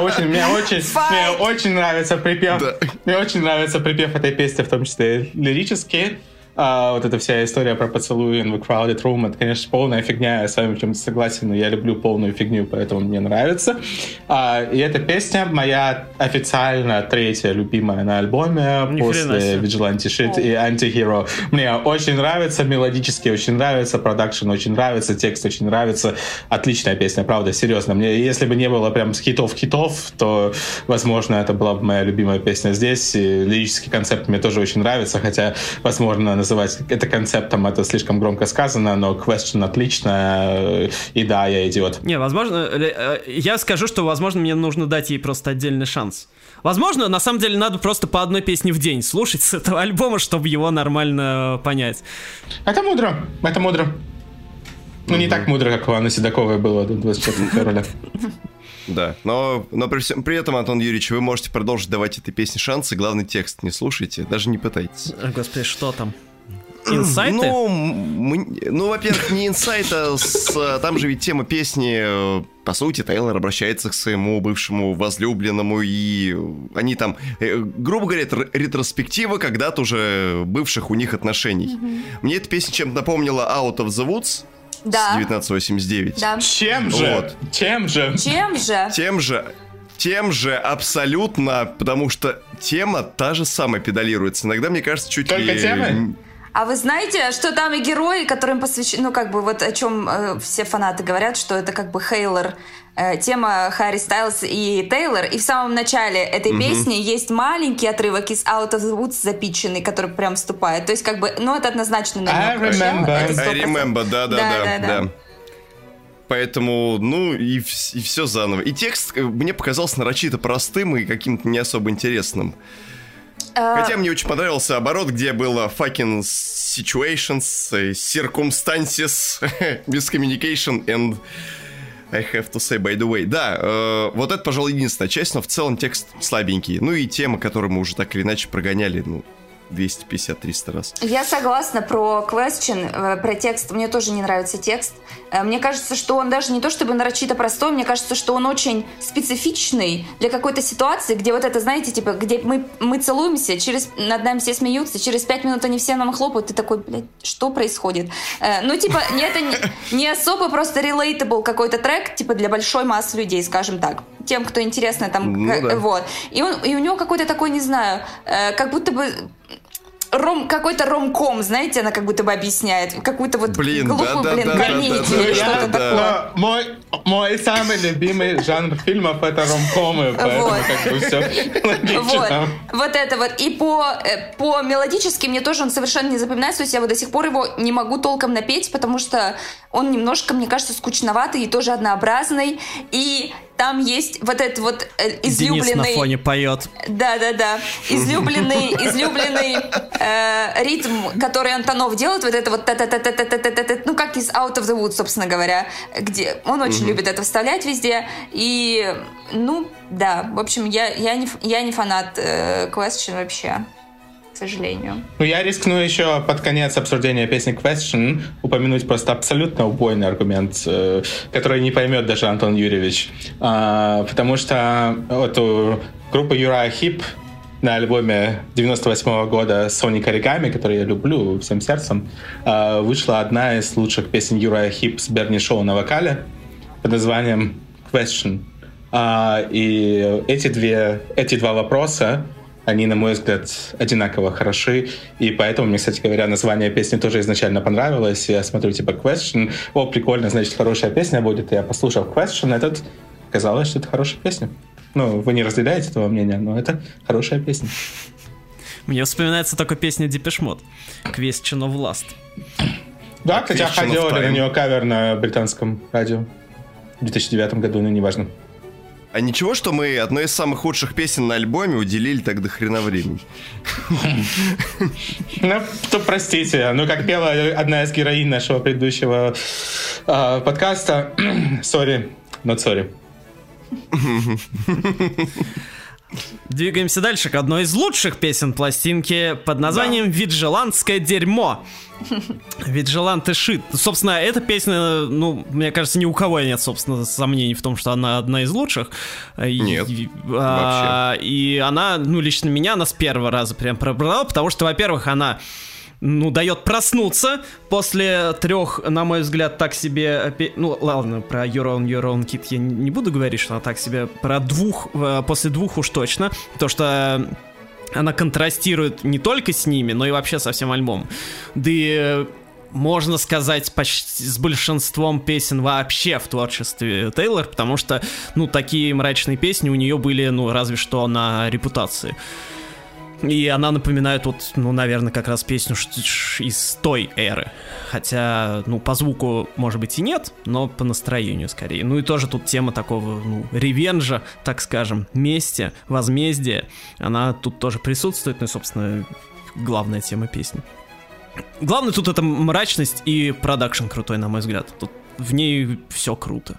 очень нравится припев. Мне очень нравится припев этой песни, в том числе лирический. Вот эта вся история про поцелуй in the crowded room, это, конечно, полная фигня, я с вами в чем-то согласен, но я люблю полную фигню, поэтому мне нравится. И эта песня моя официально 3-я любимая на альбоме после Vigilante Shit и Anti-Hero. Мне очень нравится, мелодически очень нравится, продакшн очень нравится, текст очень нравится. Отличная песня, правда, серьезно. Мне, если бы не было прям хитов, то, возможно, это была бы моя любимая песня здесь. И лирический концепт мне тоже очень нравится, хотя, возможно, называть это концептом, это слишком громко сказано, но Question отлично, и да, я идиот. Не, возможно, я скажу, что, возможно, мне нужно дать ей просто отдельный шанс. Возможно, на самом деле, надо просто по одной песне в день слушать с этого альбома, чтобы его нормально понять. Это мудро, это мудро. Ну, не так мудро, как у Анны Седоковой было до 24 февраля. Да, но при этом, Антон Юрьевич, вы можете продолжить давать этой песне шансы, главный текст не слушайте, даже не пытайтесь. Господи, что там? Инсайты? Ну, во-первых, не инсайт, а там же ведь тема песни, по сути, Тейлор обращается к своему бывшему возлюбленному, и они там, грубо говоря, ретроспектива когда-то уже бывших у них отношений. Мне эта песня чем-то напомнила Out of the Woods. Да. С 1989. Да. Чем же? Вот. Чем же? Чем же? Тем же абсолютно, потому что тема та же самая педалируется. Иногда, мне кажется, чуть только ли... темы? А вы знаете, что там и герои, которым посвящены, ну, как бы, вот о чем все фанаты говорят, что это как бы Хейлор, тема Харри Стайлз и Тейлор, и в самом начале этой песни есть маленький отрывок из Out of the Woods запиченный, который прям вступает. То есть, как бы, ну, это однозначно намек. I remember, да. Поэтому, ну, и все заново. И текст мне показался нарочито простым и каким-то не особо интересным. Хотя мне очень понравился оборот, где было fucking situations, circumstances, miscommunication and I have to say by the way. Да, вот это, пожалуй, единственная часть, но в целом текст слабенький. Ну и тема, которую мы уже так или иначе прогоняли, ну, 250-300 раз. Я согласна про question, про текст. Мне тоже не нравится текст. Мне кажется, что он даже не то чтобы нарочито простой, мне кажется, что он очень специфичный для какой-то ситуации, где вот это, знаете, типа, где мы целуемся, над нами все смеются, через 5 минут они все нам хлопают, ты такой, блядь, что происходит? Ну, типа, это не особо просто relatable какой-то трек, типа, для большой массы людей, скажем так. Тем, кто интересно там, вот. И у него какой-то такой, не знаю, как будто бы какой-то ромком, знаете, она как будто бы объясняет какую-то вот глупую, комедию, что-то такое. Мой самый любимый жанр фильмов — это ромкомы, поэтому как бы все логично. Вот это вот. И по мелодически мне тоже он совершенно не запоминается, то есть я вот до сих пор его не могу толком напеть, потому что он немножко, мне кажется, скучноватый и тоже однообразный, и там есть вот этот вот излюбленный... Денис на фоне поет. Да. Излюбленный ритм, который Антонов делает, вот это вот та-та-та-та-та-та-та-та, ну, как из Out of the Woods, собственно говоря, где он очень любит это вставлять везде. И, ну, да, в общем, я не фанат Question вообще, к сожалению. Ну, я рискну еще под конец обсуждения песни Question упомянуть просто абсолютно убойный аргумент, который не поймет даже Антон Юрьевич. Потому что вот у группы Uriah Heep на альбоме 98 года Sonic Origami, который я люблю всем сердцем, вышла одна из лучших песен Uriah Heep с Берни Шоу на вокале под названием Question. И эти два вопроса, они, на мой взгляд, одинаково хороши, и поэтому мне, кстати говоря, название песни тоже изначально понравилось. Я смотрю, типа, Question, о, прикольно, значит, хорошая песня будет. И я послушал Question, оказалось, что это хорошая песня. Ну, вы не разделяете этого мнения, но это хорошая песня. Мне вспоминается только песня Depeche Mode Question of Lust. Да, хотя делали на нее кавер на британском радио в 2009 году, но неважно. А ничего, что мы одной из самых худших песен на альбоме уделили так до хрена времени? Ну, то простите. Ну, как пела одна из героинь нашего предыдущего подкаста, sorry, not sorry. Двигаемся дальше к одной из лучших песен пластинки под названием «Виджилантское дерьмо». Виджиланты шит. Собственно, эта песня, ну, мне кажется, ни у кого нет, собственно, сомнений в том, что она одна из лучших. Нет, вообще. И она, ну, лично меня, она с первого раза прям пробрала, потому что, во-первых, она... ну, дает проснуться после 3, на мой взгляд, так себе... Ну, ладно, про Your Own Kid я не буду говорить, что она так себе... Про 2, после 2 уж точно. То, что она контрастирует не только с ними, но и вообще со всем альбомом. Да и... можно сказать, почти с большинством песен вообще в творчестве Тейлор, потому что, ну, такие мрачные песни у нее были, ну, разве что на Репутации. И она напоминает вот, ну, наверное, как раз песню из той эры. Хотя, ну, по звуку, может быть, и нет, но по настроению скорее. Ну и тоже тут тема такого, ну, ревенжа, так скажем, мести, возмездия. Она тут тоже присутствует, ну и, собственно, главная тема песни. Главное тут это мрачность и продакшн крутой, на мой взгляд. Тут в ней все круто.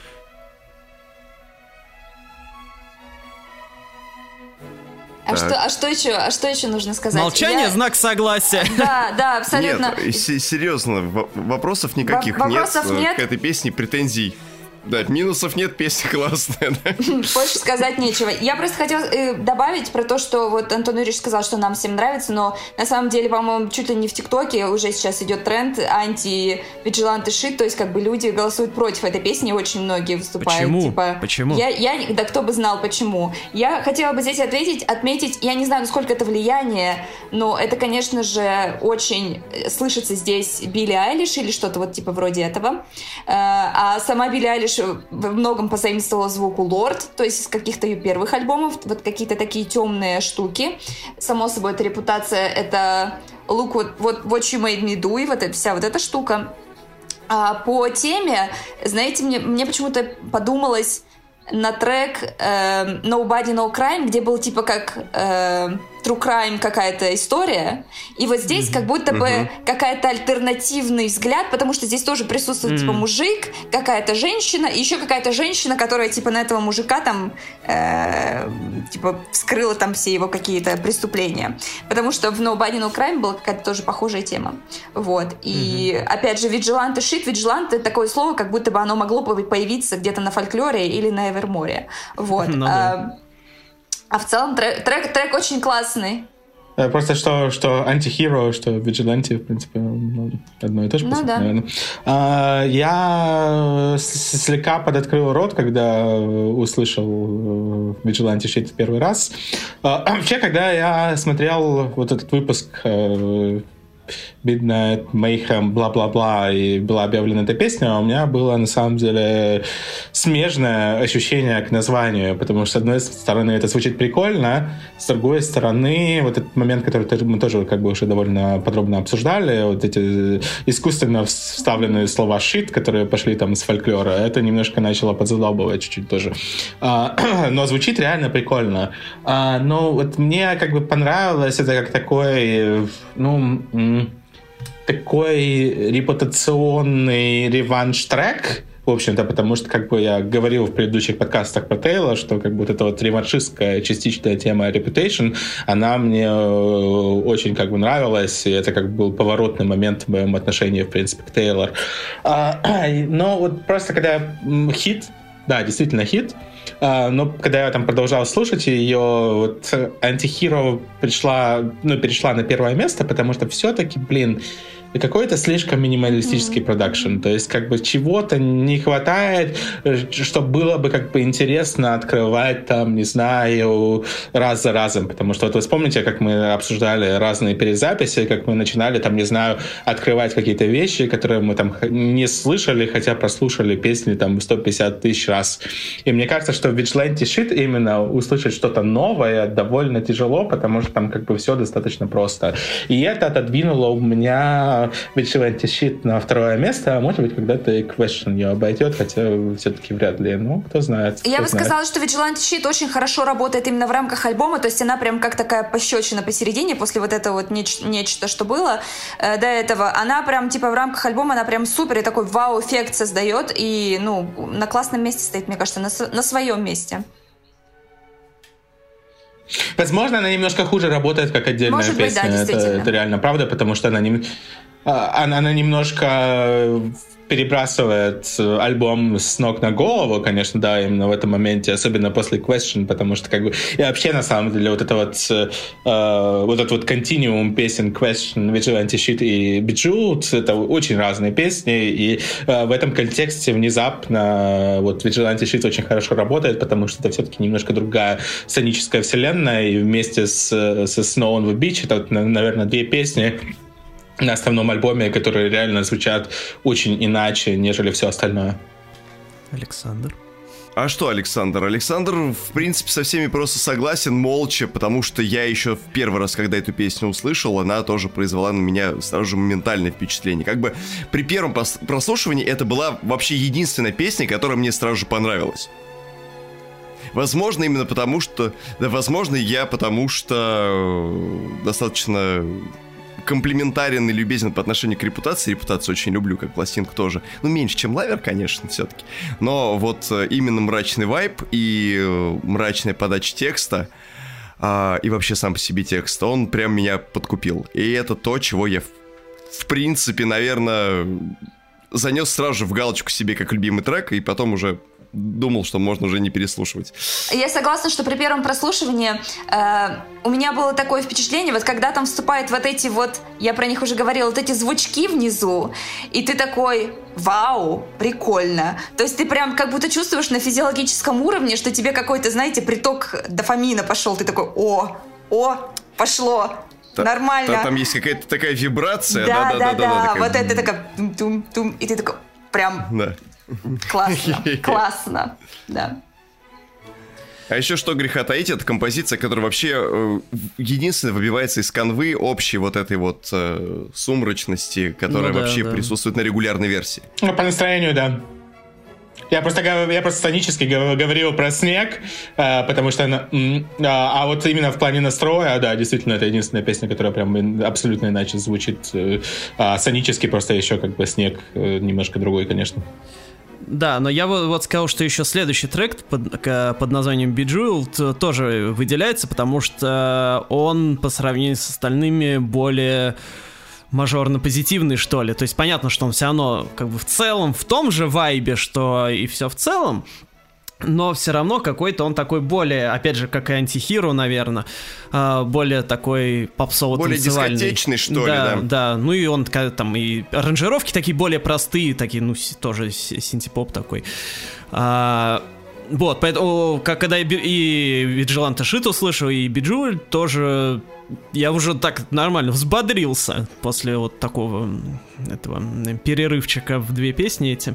А что еще нужно сказать? Молчание — знак согласия. Да, абсолютно. Нет, серьезно, вопросов никаких нет к этой песне, претензий. Да, минусов нет, песня классная. Да? Больше сказать нечего. Я просто хотела добавить про то, что вот Антон Юрьевич сказал, что нам всем нравится, но на самом деле, по-моему, чуть ли не в ТикТоке уже сейчас идет тренд анти-виджиланты шит, то есть как бы люди голосуют против этой песни, очень многие выступают. Почему? Типа, Почему? Да кто бы знал, почему. Я хотела бы здесь отметить, я не знаю, насколько это влияние, но это, конечно же, очень слышится здесь Билли Айлиш или что-то вот типа вроде этого. А сама Билли Айлиш во многом позаимствовала звуку Лорд, то есть из каких-то ее первых альбомов, вот какие-то такие темные штуки. Само собой, эта репутация — это Look what you made me do, и вот вся вот эта штука. А по теме, знаете, мне почему-то подумалось на трек Nobody No Crime, где был типа как true crime какая-то история, и вот здесь как будто бы какая-то альтернативный взгляд, потому что здесь тоже присутствует типа мужик, какая-то женщина, и еще какая-то женщина, которая типа на этого мужика там типа вскрыла там все его какие-то преступления, потому что в Nobody No Crime была какая-то тоже похожая тема, вот, и опять же Vigilante Shit, Vigilante — такое слово, как будто бы оно могло бы появиться где-то на фольклоре или на Эверморе, вот. А в целом трек очень классный. Просто что антихиро, что Vigilante, в принципе, одно и то же, наверное. Я слегка подоткрыл рот, когда услышал Vigilante Shit в первый раз. Вообще, когда я смотрел вот этот выпуск Midnight Mayhem, бла-бла-бла, и была объявлена эта песня, у меня было, на самом деле, смежное ощущение к названию, потому что, с одной стороны, это звучит прикольно, с другой стороны, вот этот момент, который мы тоже как бы уже довольно подробно обсуждали, вот эти искусственно вставленные слова «shit», которые пошли там с фольклора, это немножко начало подзадолбывать чуть-чуть тоже. Но звучит реально прикольно. Но вот мне как бы понравилось это как такой, такой репутационный реванш-трек, в общем-то, потому что, как бы я говорил в предыдущих подкастах про Тейлор, что как бы вот эта вот реваншистская частичная тема Reputation, она мне очень как бы нравилась, и это как бы был поворотный момент в моем отношении, в принципе, к Тейлор. Но вот просто когда хит, да, действительно хит, но когда я там продолжал слушать ее, вот Антихиро перешла на первое место, потому что все-таки, какой-то слишком минималистический продакшн. То есть как бы чего-то не хватает, чтобы было бы как бы интересно открывать там, не знаю, раз за разом. Потому что вот вы вспомните, как мы обсуждали разные перезаписи, как мы начинали там, не знаю, открывать какие-то вещи, которые мы там не слышали, хотя прослушали песни там 150 тысяч раз. И мне кажется, что в Vigilante Shit именно услышать что-то новое довольно тяжело, потому что там как бы все достаточно просто. И это отодвинуло у меня Vigilante Shit на второе место, а может быть, когда-то и Question ее обойдет, хотя все-таки вряд ли. Ну, кто знает. Я бы сказала, что Vigilante Shit очень хорошо работает именно в рамках альбома, то есть она прям как такая пощечина посередине, после вот этого вот нечто, что было до этого. Она прям, типа, в рамках альбома, она прям супер и такой вау-эффект создает, и, на классном месте стоит, мне кажется, на своем месте. Возможно, она немножко хуже работает, как отдельная Может быть, песня. Да, это реально правда, потому что она немножко перебрасывает альбом с ног на голову, конечно, да, именно в этом моменте, особенно после Question, потому что как бы и вообще на самом деле вот этот вот континуум песен Question, Vigilante Shit и Bejeweled — это очень разные песни, и в этом контексте внезапно вот Vigilante Shit очень хорошо работает, потому что это все-таки немножко другая сценическая вселенная, и вместе с Snow on the Beach это, вот, наверное, две песни на основном альбоме, которые реально звучат очень иначе, нежели все остальное. Александр? А что, Александр? Александр, в принципе, со всеми просто согласен, молча, потому что я еще в первый раз, когда эту песню услышал, она тоже произвела на меня сразу же моментальное впечатление. Как бы при первом прослушивании это была вообще единственная песня, которая мне сразу же понравилась. Возможно, именно потому что... Да, возможно, потому что достаточно... комплиментарен и любезен по отношению к репутации. Репутацию очень люблю, как пластинку тоже. Ну, меньше, чем Лавер, конечно, все-таки. Но вот именно мрачный вайб и мрачная подача текста, и вообще сам по себе текст, он прям меня подкупил. И это то, чего я, в принципе, наверное, занес сразу же в галочку себе как любимый трек, и потом уже думал, что можно уже не переслушивать. Я согласна, что при первом прослушивании у меня было такое впечатление, вот когда там вступают вот эти вот, я про них уже говорила, вот эти звучки внизу, и ты такой, вау, прикольно. То есть ты прям как будто чувствуешь на физиологическом уровне, что тебе какой-то, знаете, приток дофамина пошел. Ты такой, о, пошло. Нормально. Там есть какая-то такая вибрация. Да. Такая... Вот это такая тум-тум, и ты такой, прям... Да. Классно, да. А еще что греха таить, это композиция, которая вообще единственная выбивается из канвы общей вот этой вот сумрачности, которая вообще присутствует на регулярной версии. Ну, по настроению, да. Я просто сценически говорил про снег, потому что она... А вот именно в плане настроя, да, действительно, это единственная песня, которая прям абсолютно иначе звучит. Сценически просто еще как бы снег немножко другой, конечно. Да, но я вот сказал, что еще следующий трек под названием Bejeweled тоже выделяется, потому что он по сравнению с остальными более мажорно-позитивный, что ли. То есть понятно, что он все равно как бы в целом в том же вайбе, что и все в целом, но все равно какой-то он такой более, опять же, как и Антихиро, наверное, более такой попсово-танцевальный. Более дискотечный, что ли, да? Да, ну и он там и аранжировки такие более простые, такие, ну, тоже синтепоп такой. Вот, поэтому, когда я и Vigilante Shit услышал, и Bejeweled тоже, я уже так нормально взбодрился после вот такого этого перерывчика в две песни эти.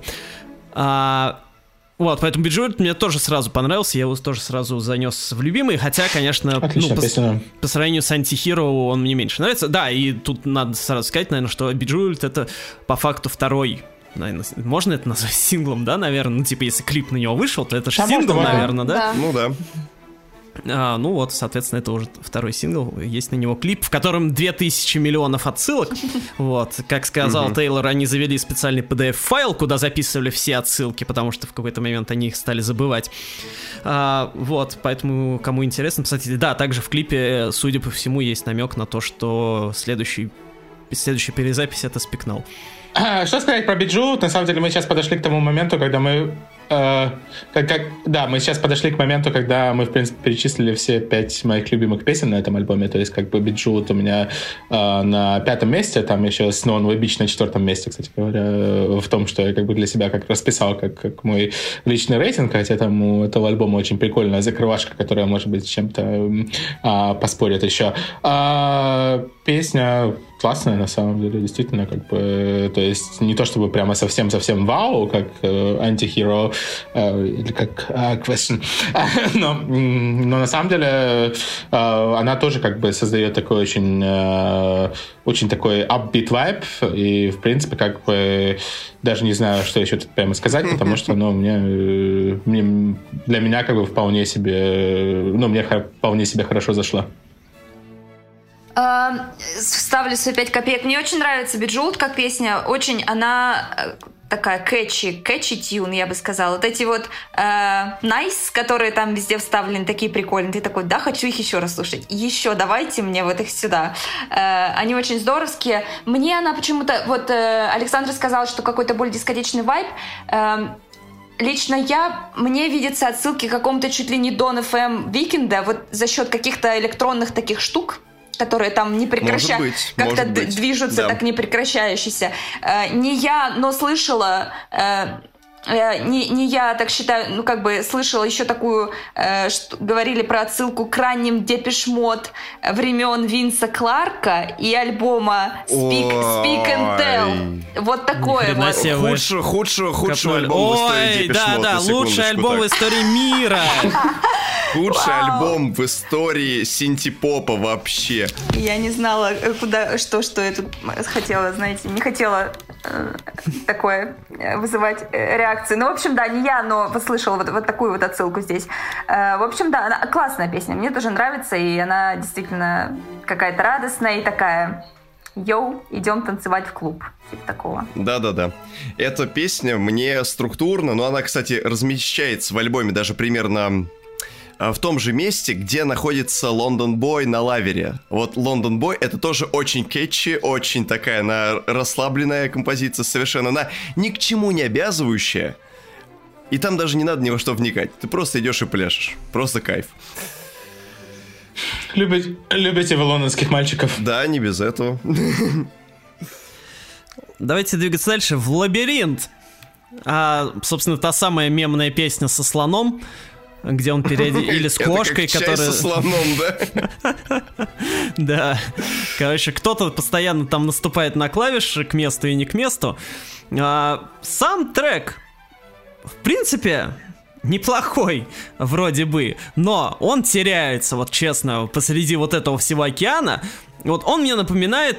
Вот, поэтому Bejeweled мне тоже сразу понравился, я его тоже сразу занес в любимый, хотя, конечно, по сравнению с Антихиро он мне меньше нравится. Да, и тут надо сразу сказать, наверное, что Bejeweled это по факту второй, наверное, можно это назвать синглом, да, наверное? Ну, типа, если клип на него вышел, то это же сингл, наверное, да? Ну, да. Ну вот, соответственно, это уже второй сингл, есть на него клип, в котором 2000 миллионов отсылок. Вот, как сказал Тейлор, они завели специальный PDF-файл, куда записывали все отсылки, потому что в какой-то момент они их стали забывать. Вот, поэтому, кому интересно, посмотрите. Да, также в клипе, судя по всему, есть намек на то, что следующая перезапись — это Speak Now. Что сказать про Bejeweled? На самом деле мы сейчас подошли к тому моменту, когда мы... мы сейчас подошли к моменту, когда мы, в принципе, перечислили все 5 моих любимых песен на этом альбоме. То есть, как бы, Bejeweled у меня на 5-м месте, там еще Snow on the Beach на 4-м месте, кстати говоря, в том, что я как бы для себя как расписал как мой личный рейтинг, хотя там у этого альбома очень прикольная закрывашка, которая, может быть, с чем-то поспорит еще. Песня классная, на самом деле, действительно, как бы, то есть не то чтобы прямо совсем-совсем вау, как Антихиро или как Question, но на самом деле она тоже как бы создает такой очень такой upbeat vibe, и, в принципе, как бы даже не знаю, что еще тут прямо сказать, потому что, для меня как бы вполне себе хорошо зашла. Вставлю свои 5 копеек. Мне очень нравится Bejeweled как песня. Очень она такая catchy tune, я бы сказала. Вот эти вот nice, которые там везде вставлены, такие прикольные. Ты такой, да, хочу их еще раз слушать. Еще, давайте мне вот их сюда. Они очень здоровские. Мне она почему-то... Вот Александр сказал, что какой-то более дискотечный вайб. Лично мне видятся отсылки к какому-то чуть ли не Don FM Weeknd, вот за счет каких-то электронных таких штук, которые там не прекращаются, как-то движутся, да. Так непрекращающиеся. Не я, но слышала... Не я так считаю, ну как бы слышала еще такую, что говорили про отсылку к ранним Depeche Mode времен Винса Кларка и альбома Speak and Tell. Вот такое вот. Худший альбом в истории Depeche Mode. Да, лучший альбом в истории мира. Худший альбом в истории синтепопа вообще. Я не знала, что я тут хотела, знаете, не хотела такое вызывать реакции. Ну, в общем, да, не я, но послышала вот такую вот отсылку здесь. В общем, да, она классная песня, мне тоже нравится, и она действительно какая-то радостная и такая йоу, идем танцевать в клуб. Типа такого. Да-да-да. Эта песня мне структурно, но она, кстати, размещается в альбоме даже примерно в том же месте, где находится London Boy на лавере. Вот London Boy — это тоже очень кетчи, очень такая она расслабленная композиция совершенно. Она ни к чему не обязывающая. И там даже не надо ни во что вникать. Ты просто идешь и пляшешь. Просто кайф. Любите вы лондонских мальчиков? Да, не без этого. Давайте двигаться дальше. В «Лабиринт». Собственно, та самая мемная песня со слоном, где он или с кошкой, которая... со слоном, да? Да. Короче, кто-то постоянно там наступает на клавиши к месту и не к месту. Сам трек, в принципе, неплохой, вроде бы, но он теряется, вот честно, посреди вот этого всего океана. Вот он мне напоминает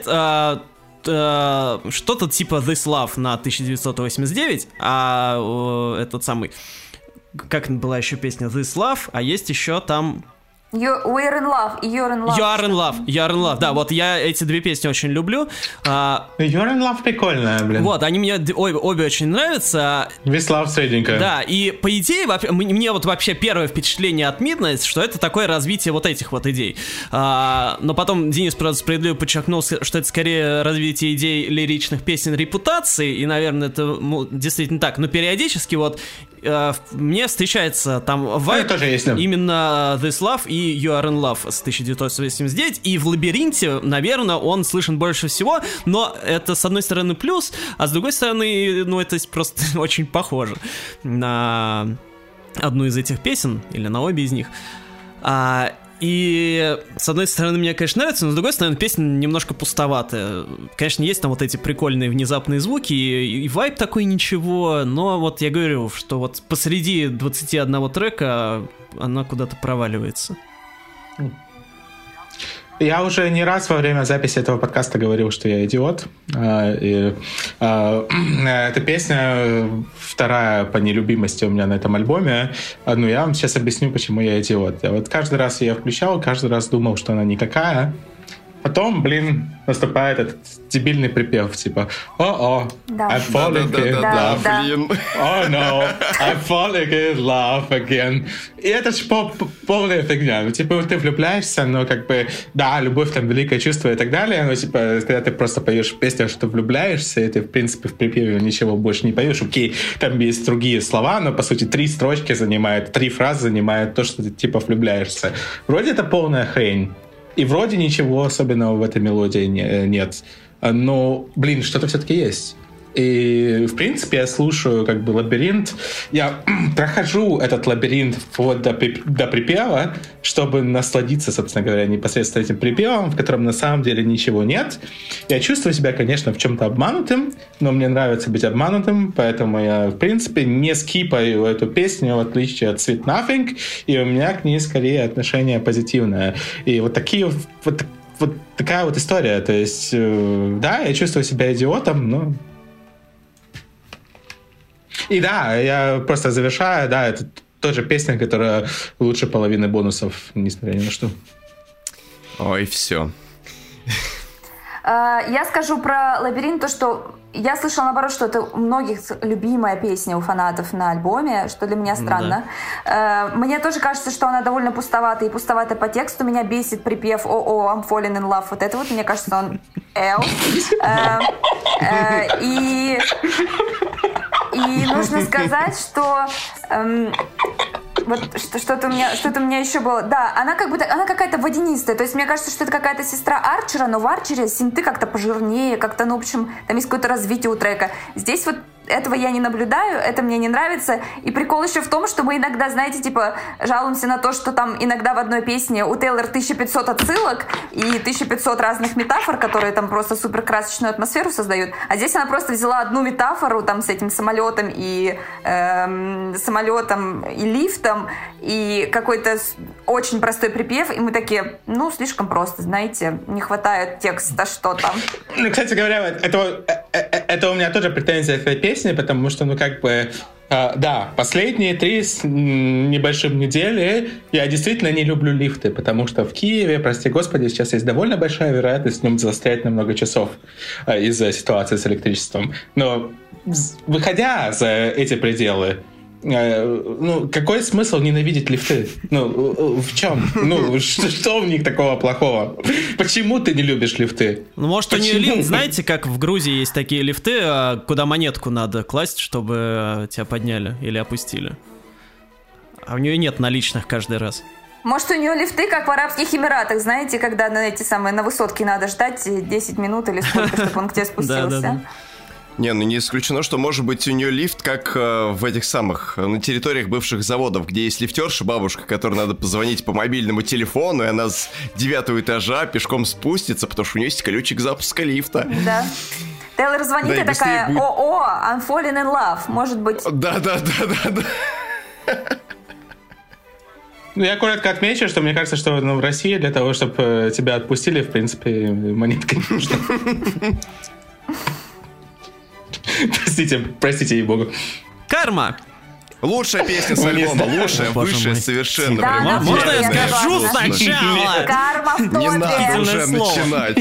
что-то типа This Love на 1989, этот самый... Как была еще песня This Love, а есть еще там... We're in Love и You're in Love. You're in Love, да, вот я эти две песни очень люблю. You're in Love прикольная, блин. Вот, они мне обе очень нравятся. This Love средненькая. Да, и по идее, мне вот вообще первое впечатление от Midnight, что это такое развитие вот этих вот идей. Но потом Денис, правда, справедливо подчеркнул, что это скорее развитие идей лиричных песен репутации, и, наверное, это действительно так. Но периодически вот мне встречается там вайб именно This Love и You Are In Love с 1989, и в «Лабиринте», наверное, он слышен больше всего, но это, с одной стороны, плюс, а с другой стороны, ну, это просто очень похоже на одну из этих песен, или на обе из них. И, с одной стороны, мне, конечно, нравится, но, с другой стороны, песня немножко пустоватая. Конечно, есть там вот эти прикольные внезапные звуки, и вайб такой ничего, но вот я говорю, что вот посреди 21 трека она куда-то проваливается. Я уже не раз во время записи этого подкаста говорил, что я идиот. Эта песня вторая по нелюбимости у меня на этом альбоме. Ну, я вам сейчас объясню, почему я идиот. Я вот каждый раз ее включал, каждый раз думал, что она никакая. Потом, наступает этот дебильный припев, типа «О-о, I'm falling in love again. Oh no, I'm falling in love again». И это же полная фигня. Ну, типа, ты влюбляешься, но как бы, да, любовь, там, великое чувство и так далее, но, типа, когда ты просто поешь песню, что ты влюбляешься, и ты, в принципе, в припеве ничего больше не поешь, окей, там есть другие слова, но, по сути, 3 строчки занимают, 3 фразы занимают то, что ты, типа, влюбляешься. Вроде это полная хрень. И вроде ничего особенного в этой мелодии нет. Но, что-то все-таки есть. И, в принципе, я слушаю как бы «Лабиринт». Я прохожу этот лабиринт вплоть до припева, чтобы насладиться, собственно говоря, непосредственно этим припевом, в котором на самом деле ничего нет. Я чувствую себя, конечно, в чем-то обманутым, но мне нравится быть обманутым, поэтому я, в принципе, не скипаю эту песню, в отличие от Sweet Nothing, и у меня к ней скорее отношение позитивное. И вот такая вот история. То есть, да, я чувствую себя идиотом, но... И да, я просто завершаю, да, это тоже песня, которая лучше половины бонусов, несмотря ни на что. Ой, все. Я скажу про «Лабиринт», то, что я слышала, наоборот, что это у многих любимая песня у фанатов на альбоме, что для меня странно. Да. Мне тоже кажется, что она довольно пустоватая и пустоватая по тексту. Меня бесит припев «О-о, I'm falling in love». Вот это вот, мне кажется, он И нужно сказать, что вот что-то у меня еще было. Да, она какая-то водянистая. То есть мне кажется, что это какая-то сестра Арчера, но в Арчере синты как-то пожирнее, как-то, в общем, там есть какое-то развитие у трека. Здесь вот этого я не наблюдаю, это мне не нравится. И прикол еще в том, что мы иногда, знаете, типа, жалуемся на то, что там иногда в одной песне у Тейлор 1500 отсылок и 1500 разных метафор, которые там просто супер красочную атмосферу создают. А здесь она просто взяла одну метафору там с этим самолетом и лифтом и какой-то очень простой припев, и мы такие, слишком просто, знаете, не хватает текста, что там. Кстати говоря, это у меня тоже претензия к этой песне, потому что, Да, последние 3 с небольшим недели я действительно не люблю лифты, потому что в Киеве, прости господи, сейчас есть довольно большая вероятность в нем застрять на много часов из-за ситуации с электричеством. Но выходя за эти пределы, какой смысл ненавидеть лифты? В чем? Что в них такого плохого? Почему ты не любишь лифты? Может, у нее лифт, знаете, как в Грузии есть такие лифты, куда монетку надо класть, чтобы тебя подняли или опустили. А у нее нет наличных каждый раз. Может, у нее лифты, как в Арабских Эмиратах, знаете, когда на высотке надо ждать 10 минут или сколько, чтобы он к тебе спустился. Не исключено, что может быть у нее лифт, как в этих самых, на территориях бывших заводов, где есть лифтерша, бабушка, которой надо позвонить по мобильному телефону, и она с 9-го этажа пешком спустится, потому что у нее есть колючек запуска лифта. Да. Тейлор звонит и такая, I'm falling in love, может быть. Да. Я коротко отмечу, что мне кажется, что в России для того, чтобы тебя отпустили, в принципе, монетка не нужна. Простите, ей-богу. «Карма». Лучшая песня с альбома, лучшая, высшая совершенно. Да, можно я скажу сначала? «Карма» в топе. Не надо уже начинать.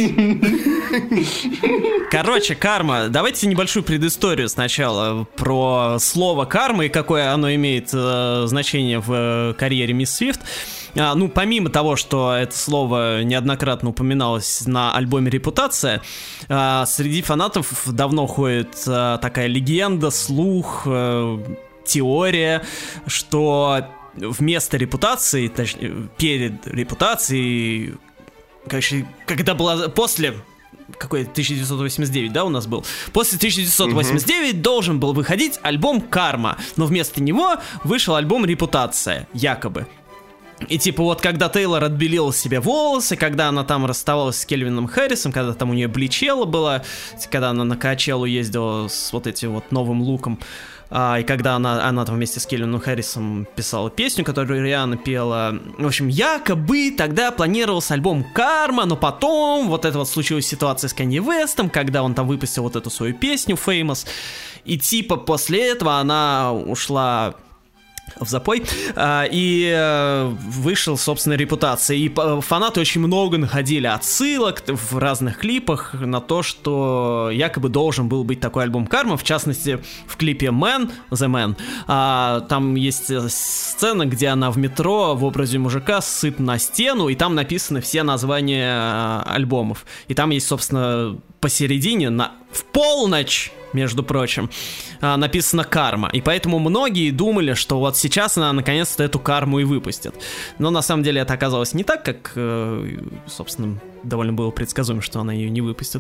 Короче, «Карма». Давайте небольшую предысторию сначала про слово «карма» и какое оно имеет значение в карьере мисс Свифт. Помимо того, что это слово неоднократно упоминалось на альбоме «Репутация», среди фанатов давно ходит такая легенда, слух, теория, что вместо репутации, точнее, перед репутацией, когда была после... Какой 1989, да, у нас был? После 1989 должен был выходить альбом «Карма», но вместо него вышел альбом «Репутация», якобы. И когда Тейлор отбелила себе волосы, когда она там расставалась с Кельвином Харрисом, когда там у нее бличело было, когда она на Коачеллу ездила с этим новым луком, и когда она там вместе с Кельвином Харрисом писала песню, которую Риhanna пела. В общем, якобы тогда планировался альбом «Карма», но потом случилась ситуация с Канье Вестом, когда он там выпустил эту свою песню «Famous», и после этого она ушла в запой, и вышел, собственно, «Репутация». И фанаты очень много находили отсылок в разных клипах на то, что якобы должен был быть такой альбом «Карма». В частности, в клипе «Man», «The Man», там есть сцена, где она в метро в образе мужика ссыт на стену, и там написаны все названия альбомов. И там есть, собственно, посередине, в полночь, между прочим, написано «Карма». И поэтому многие думали, что сейчас она наконец-то эту «Карму» и выпустит. Но на самом деле это оказалось не так, как, собственно, довольно было предсказуемо, что она ее не выпустит.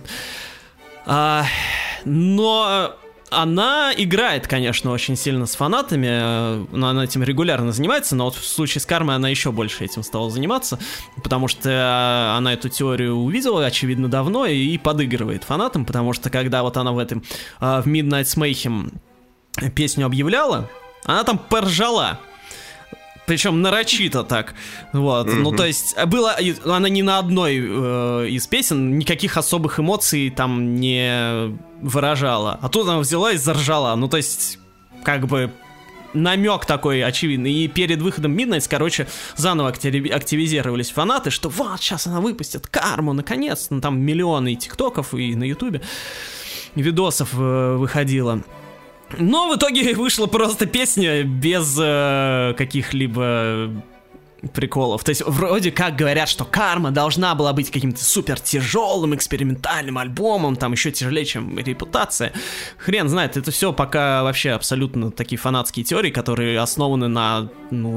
Но она играет, конечно, очень сильно с фанатами, но она этим регулярно занимается, но в случае с «Кармой» она еще больше этим стала заниматься, потому что она эту теорию увидела, очевидно, давно и подыгрывает фанатам, потому что когда она в Midnight's Mayhem песню объявляла, она там поржала. Причем нарочито так. То есть, она ни на одной из песен никаких особых эмоций там не выражала. А тут она взяла и заржала. То есть, намек такой очевидный. И перед выходом Midnight, заново активизировались фанаты, что сейчас она выпустит «Карму», наконец. Там миллионы и тиктоков, и на ютубе видосов выходило. Но в итоге вышла просто песня без каких-либо приколов. То есть вроде как говорят, что «Карма» должна была быть каким-то супер тяжелым экспериментальным альбомом, там еще тяжелее, чем «Репутация». Хрен знает, это все пока вообще абсолютно такие фанатские теории, которые основаны на,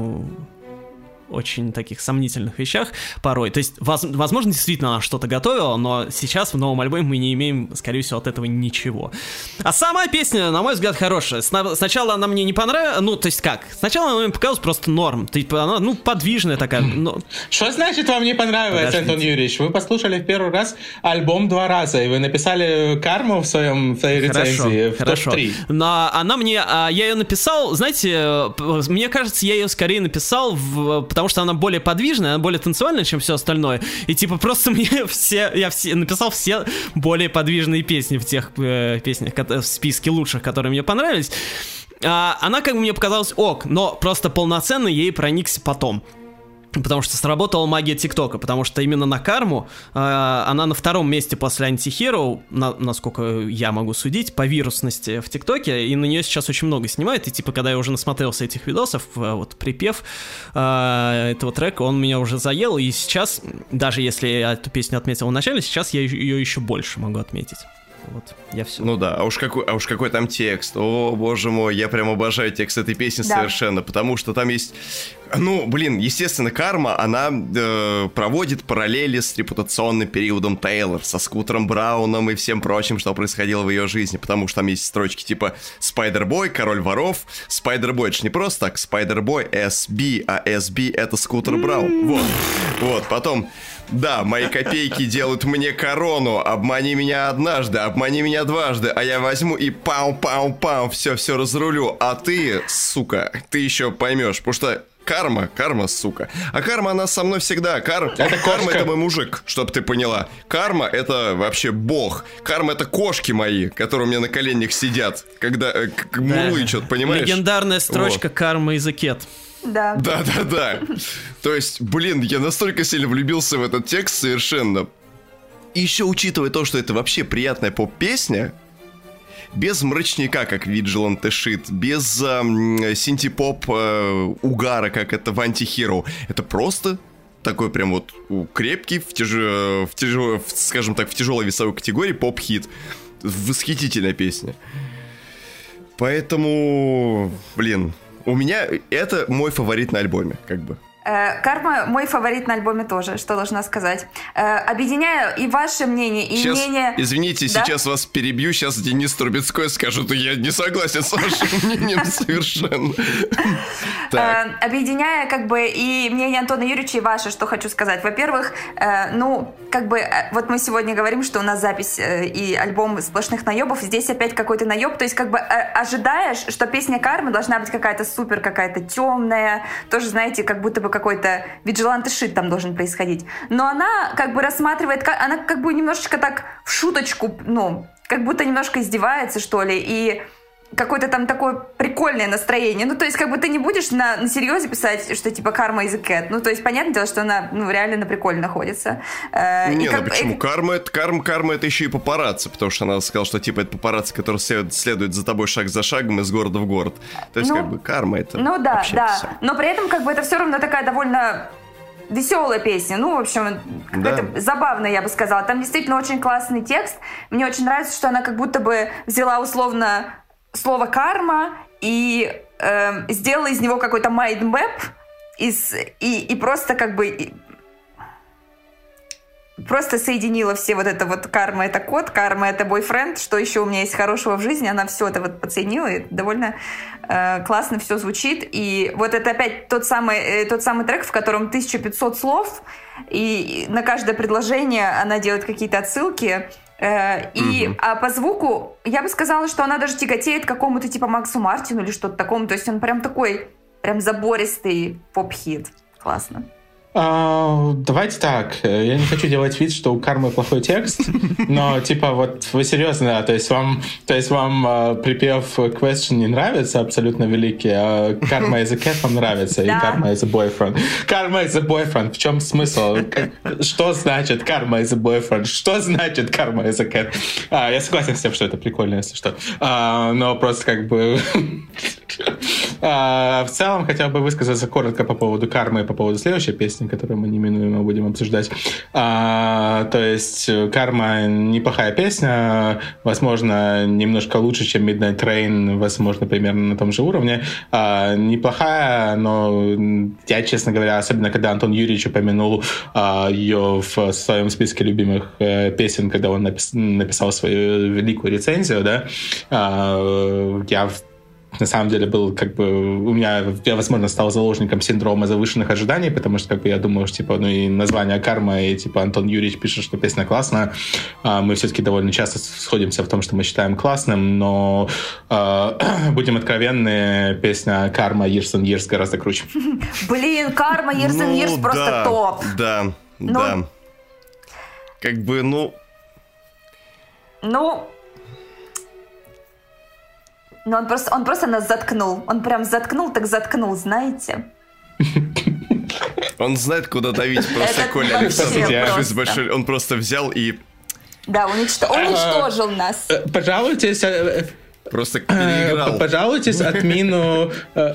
очень таких сомнительных вещах порой. То есть, возможно, действительно она что-то готовила, но сейчас в новом альбоме мы не имеем, скорее всего, от этого ничего. А сама песня, на мой взгляд, хорошая. Сначала она мне не понравилась, Сначала она мне показалась просто норм. Она, подвижная такая. Что значит вам не понравилось, Антон Юрьевич? Вы послушали в первый раз альбом 2 раза, и вы написали «Карму» в своей рецензии в топ-3. Но она мне... Я ее написал, знаете, мне кажется, я ее скорее написал потому что она более подвижная, она более танцевальная, чем все остальное. И просто я написал все более подвижные песни в тех песнях, в списке лучших, которые мне понравились. она как бы мне показалась ок, но просто полноценно ей проникся потом. Потому что сработала магия ТикТока, потому что именно на Карму она на втором месте после Антихиро, насколько я могу судить, по вирусности в ТикТоке, и на нее сейчас очень много снимают, и типа, когда я уже насмотрелся этих видосов, вот припев этого трека, он меня уже заел, и сейчас, даже если я эту песню отметил в начале, сейчас я ее еще больше могу отметить. Вот, я все. Ну да, а уж какой там текст. О, боже мой, я прям обожаю текст этой песни совершенно, потому что там есть... Ну, блин, естественно, Карма, она проводит параллели с репутационным периодом Тейлор, со Скутером Брауном и всем прочим, что происходило в ее жизни, потому что там есть строчки типа «Спайдербой, король воров». Спайдербой, это же не просто так, Спайдербой, SB, а SB это Скутер Браун. Вот, потом... Да, мои копейки делают мне корону. Обмани меня однажды, обмани меня дважды, а я возьму и пау-пау-пау, все разрулю. А ты, сука, ты еще поймешь, потому что карма, сука. А карма, она со мной всегда. Карма это мой мужик, чтоб ты поняла. Карма это вообще бог. Карма это кошки мои, которые у меня на коленях сидят, когда мурлычут, понимаешь? Легендарная строчка «Карма is a cat». Да. Да. То есть, блин, я настолько сильно влюбился в этот текст совершенно. И еще учитывая то, что это вообще приятная поп-песня, без мрачняка, как Vigilant Shit, без синти-поп угара, как это в Антихиро. Это просто такой прям вот крепкий, скажем так, в тяжелой весовой категории поп-хит. Восхитительная песня. Поэтому, блин... У меня это мой фаворит на альбоме, как бы. Карма мой фаворит на альбоме тоже, что должна сказать. Объединяю и ваше мнение, и сейчас, мнение... Извините, да? Сейчас вас перебью, сейчас Денис Трубецкой скажет, что я не согласен с вашим мнением совершенно. Объединяя как бы и мнение Антона Юрьевича, и ваше, что хочу сказать. Во-первых, вот мы сегодня говорим, что у нас запись и альбом сплошных наебов, здесь опять какой-то наеб, то есть как бы ожидаешь, что песня Кармы должна быть какая-то супер, какая-то темная, тоже, знаете, как будто бы какой-то Vigilante Shit там должен происходить. Но она как бы рассматривает, она как бы немножечко так в шуточку, как будто немножко издевается, что ли, и какое-то там такое прикольное настроение. То есть, как бы ты не будешь на серьезе писать, что типа «Karma is a cat». То есть, понятное дело, что она, реально на приколе находится. Почему? Карма это еще и папарацци, потому что она сказала, что типа это папарацци, который следует за тобой шаг за шагом из города в город. То есть, как бы, карма это вообще все. Но при этом, как бы, это все равно такая довольно веселая песня, в общем, какая-то забавная, я бы сказала. Там действительно очень классный текст. Мне очень нравится, что она как будто бы взяла условно слово «карма» и сделала из него какой-то майндмэп и просто как бы просто соединила все вот это вот «карма» — это кот, «карма» — это бойфренд, что еще у меня есть хорошего в жизни, она все это вот подсоединила, и довольно классно все звучит. И вот это опять тот самый трек, в котором 1500 слов, и на каждое предложение она делает какие-то отсылки. А по звуку я бы сказала, что она даже тяготеет к какому-то типа Максу Мартину или что-то такому. То есть он прям такой, прям забористый поп-хит. Классно. Давайте так. Я не хочу делать вид, что у Кармы плохой текст, но типа вот вы серьезно, да, то есть вам припев Question не нравится, абсолютно великий, а Karma is a cat вам нравится, и Karma is a boyfriend. Karma is a boyfriend. В чем смысл? Что значит Karma is a boyfriend? Что значит Karma is a cat? Я согласен с тем, что это прикольно, если что. Но просто как бы... В целом хотел бы высказаться коротко по поводу Кармы и по поводу следующей песни, которую мы неминуемо будем обсуждать. То есть Карма неплохая песня, возможно, немножко лучше, чем Midnight Train, возможно, примерно на том же уровне. Неплохая, но я, честно говоря, особенно когда Антон Юрьевич упомянул ее в своем списке любимых песен, когда он написал свою великую рецензию, да, я на самом деле был как бы... Я, возможно, стал заложником синдрома завышенных ожиданий, потому что как бы я думал, что типа, и название «Карма», и типа Антон Юрьевич пишет, что песня классная. Мы все-таки довольно часто сходимся в том, что мы считаем классным, но будем откровенны, песня «Карма» Years and Years гораздо круче. Блин, «Карма» Years and Years просто топ. Да. Как бы, Но он просто нас заткнул. Он прям заткнул, знаете. Он знает, куда давить. Просто Коля Александров. Он просто взял и... Да, уничтожил нас. Пожалуйтесь... Просто переиграл. Пожалуйтесь админу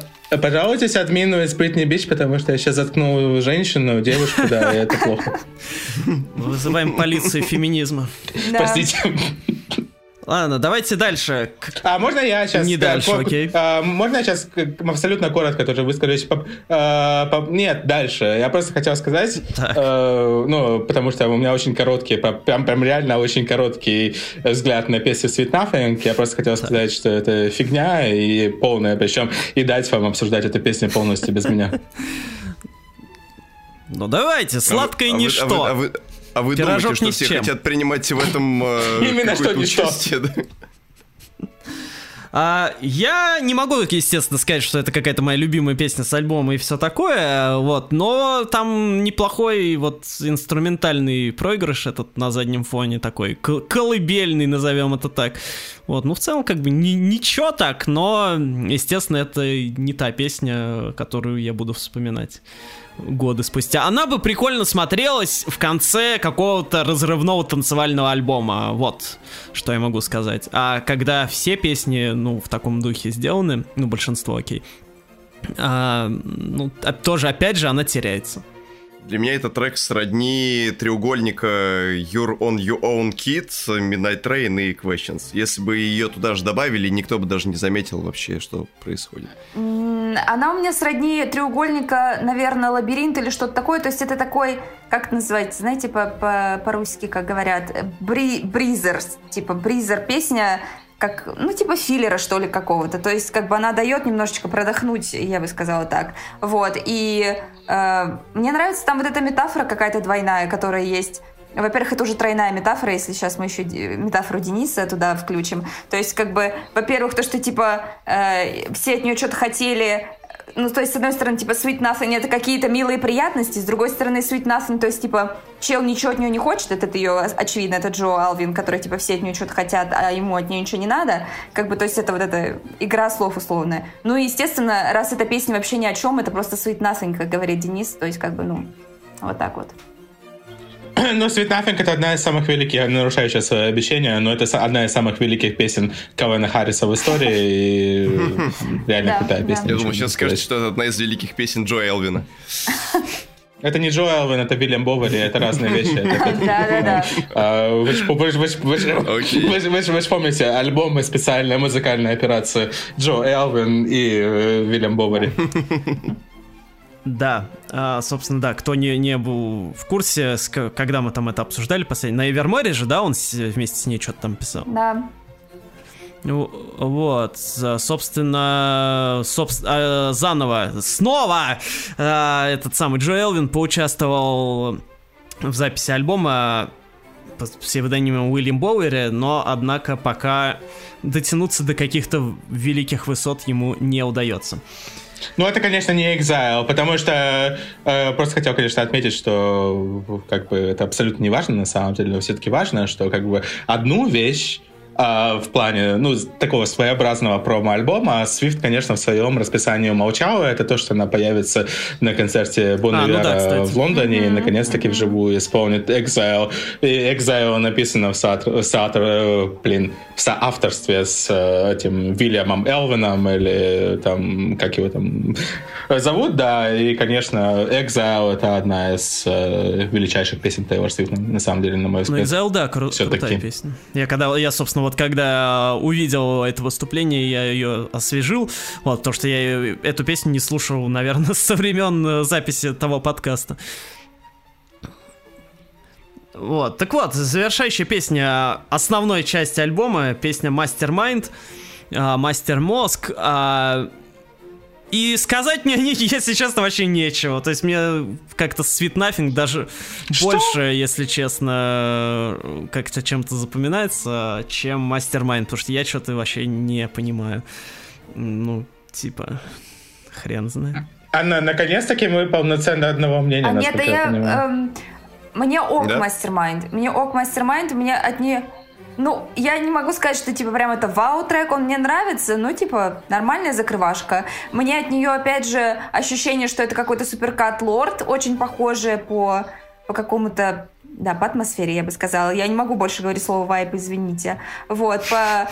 из Britney Beach, потому что я сейчас заткнул женщину, девушку, да, и это плохо. Вызываем полицию феминизма. Простите. Ладно, давайте дальше. Можно я сейчас... Не дальше, окей. Можно я сейчас абсолютно коротко тоже выскажусь? Нет, дальше. Я просто хотел сказать, потому что у меня очень короткий, прям реально очень короткий взгляд на песню Sweet Nothing. Я просто хотел сказать, что это фигня и полная, причем и дать вам обсуждать эту песню полностью без меня. Ну давайте, сладкое ничто. А вы Пирожок думаете, что все хотят принимать в этом именно что участие? Я не могу, естественно, сказать, что это какая-то моя любимая песня с альбома и все такое, вот, но там неплохой вот инструментальный проигрыш этот на заднем фоне такой, колыбельный, назовем это так. Вот, ну в целом как бы ничего так, но, естественно, это не та песня, которую я буду вспоминать годы спустя. Она бы прикольно смотрелась в конце какого-то разрывного танцевального альбома. Вот, что я могу сказать. А когда все песни, в таком духе сделаны, большинство, окей, тоже, опять же, она теряется. Для меня этот трек сродни треугольника You're on Your Own Kid, Midnight Train и Questions. Если бы ее туда же добавили, никто бы даже не заметил вообще, что происходит. Она у меня сродни треугольника, наверное, Лабиринт или что-то такое. То есть это такой, как это называется, знаете, по-русски, как говорят, бризер, типа бризер песня, как, типа филлера, что ли, какого-то. То есть, как бы она дает немножечко продохнуть, я бы сказала так. Вот, и мне нравится там вот эта метафора какая-то двойная, которая есть. Во-первых, это уже тройная метафора, если сейчас мы еще метафору Дениса туда включим. То есть, как бы, во-первых, то, что, типа, все от нее что-то хотели... то есть, с одной стороны, типа, Sweet Nothing — это какие-то милые приятности, с другой стороны, Sweet Nothing, то есть, типа, чел ничего от нее не хочет, это ее, очевидно, это Джо Алвин, который, типа, все от нее что-то хотят, а ему от нее ничего не надо, как бы, то есть, это вот эта игра слов условная. Ну, и, естественно, раз эта песня вообще ни о чем, это просто Sweet Nothing, как говорит Денис, то есть, как бы, вот так вот. Sweet Nothing — это одна из самых великих, я нарушаю сейчас свое обещание, но это одна из самых великих песен Калвина Харриса в истории, и реально крутая песня. Я думаю, сейчас скажете, что это одна из великих песен Джо Элвина. Это не Джо Элвин, это Вильям Бовари, это разные вещи. Да. Вы же помните альбомы «Специальная музыкальная операция» Джо Элвин и Вильям Бовари. Да, собственно, да, кто не был в курсе, когда мы там это обсуждали последний, на Эверморе же, да, он вместе с ней что-то там писал. Да. Вот, собственно, снова этот самый Джо Элвин поучаствовал в записи альбома под псевдонимом Уильям Боуэри, но, однако, пока дотянуться до каких-то великих высот ему не удается. Это, конечно, не Exile, потому что просто хотел, конечно, отметить, что как бы это абсолютно не важно на самом деле, но все-таки важно, что как бы одну вещь в плане, такого своеобразного промо-альбома Swift, конечно, в своем расписании умолчала. Это то, что она появится на концерте Бон Ивера в Лондоне и, наконец-таки, вживую исполнит Exile. И Exile написано в соавторстве с этим Вильямом Элвином или там, как его там зовут, да. И, конечно, Exile — это одна из величайших песен Тейлор Свифт, на самом деле, на мой взгляд. Exile, да, крутая песня. Я, собственно, вот когда увидел это выступление, я ее освежил, потому что я эту песню не слушал, наверное, со времен записи того подкаста. Вот, так вот, завершающая песня основной части альбома, песня Mastermind, Мастер Мозг. И сказать мне, если честно, вообще нечего. То есть мне как-то Sweet Nothing даже больше, если честно, как-то чем-то запоминается, чем Mastermind, потому что я что-то вообще не понимаю. Хрен знает. Анна, наконец-таки мы полноценно одного мнения, насколько я понимаю. Мне ок Mastermind. Мне ок Mastermind, мне от нее... Ну, я не могу сказать, что, типа, прям это вау-трек, он мне нравится, ну, типа, нормальная закрывашка. Мне от нее, опять же, ощущение, что это какой-то суперкат лорд, очень похожее по какому-то, да, по атмосфере, я бы сказала. Я не могу больше говорить слово вайп, извините. Вот,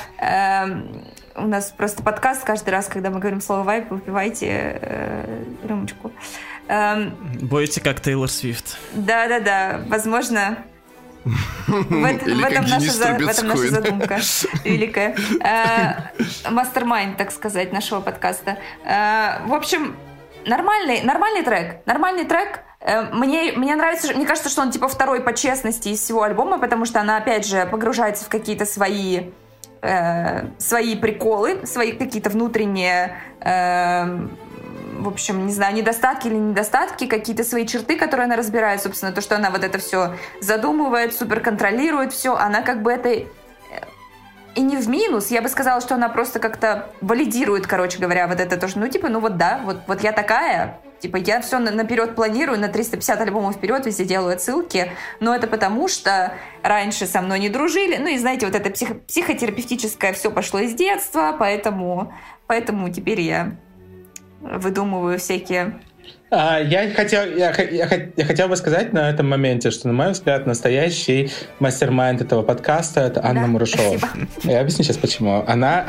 у нас просто подкаст каждый раз, когда мы говорим слово вайп, выпивайте рюмочку. Будете как Тейлор Свифт. Да, возможно... В этом наша задумка великая. Мастер-майнд, так сказать, нашего подкаста. В общем, нормальный трек. Мне нравится, мне кажется, что он типа второй по честности из всего альбома, потому что она, опять же, погружается в какие-то свои приколы, свои какие-то внутренние... в общем, не знаю, недостатки, какие-то свои черты, которые она разбирает, собственно, то, что она вот это все задумывает, супер контролирует все, она как бы это и не в минус, я бы сказала, что она просто как-то валидирует, короче говоря, вот это тоже, ну, типа, ну вот да, вот я такая, типа, я все наперед планирую, на 350 альбомов вперед везде делаю отсылки, но это потому, что раньше со мной не дружили, ну, и знаете, вот это психотерапевтическое все пошло из детства, поэтому теперь я выдумываю всякие... Я хотел бы сказать на этом моменте, что, на мой взгляд, настоящий мастер-майнд этого подкаста — это Анна Мурашова. Спасибо. Я объясню сейчас, почему.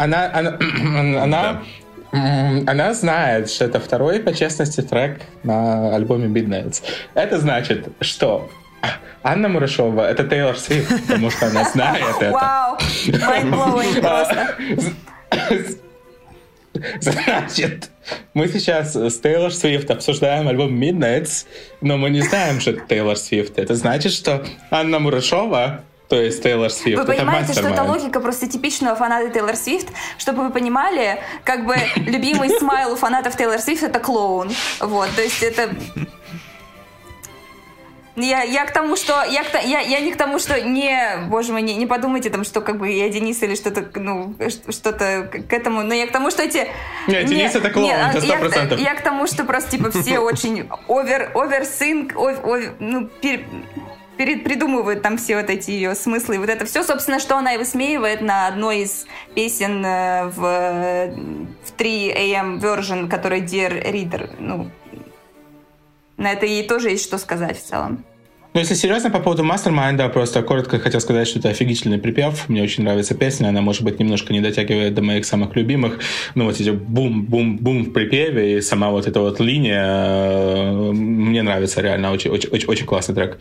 Она знает, что это второй по честности трек на альбоме Midnights. Это значит, что Анна Мурашова — это Тейлор Свифт, потому что она знает это. Вау! Mind-blowing просто. Значит, мы сейчас с Тейлор Свифт обсуждаем альбом Midnights, но мы не знаем, что это Тейлор Свифт. Это значит, что Анна Мурашова, то есть Тейлор Свифт, вы это понимаете, что это мастер-майнд. логика просто типичного фаната Тейлор Свифт, чтобы вы понимали, как бы любимый смайл у фанатов Тейлор Свифт — это клоун. Вот, то есть это... Я к тому, что... Я не к тому, что боже мой, не подумайте там, что как бы я Денис или что-то, ну, что-то к этому, но я к тому, что эти... Нет, Денис — это клоун, это 100%. Я к тому, что просто, типа, все очень оверсинк, придумывают там все вот эти ее смыслы, и вот это все, собственно, что она и высмеивает на одной из песен в 3 AM version, которая Dear Reader, ну... На это ей тоже есть что сказать в целом. Ну, если серьезно, по поводу Mastermind, просто коротко хотел сказать, что это офигительный припев. Мне очень нравится песня. Она, может быть, немножко не дотягивает до моих самых любимых. Ну, вот эти бум-бум-бум в припеве и сама вот эта вот линия. Мне нравится реально. Очень классный трек.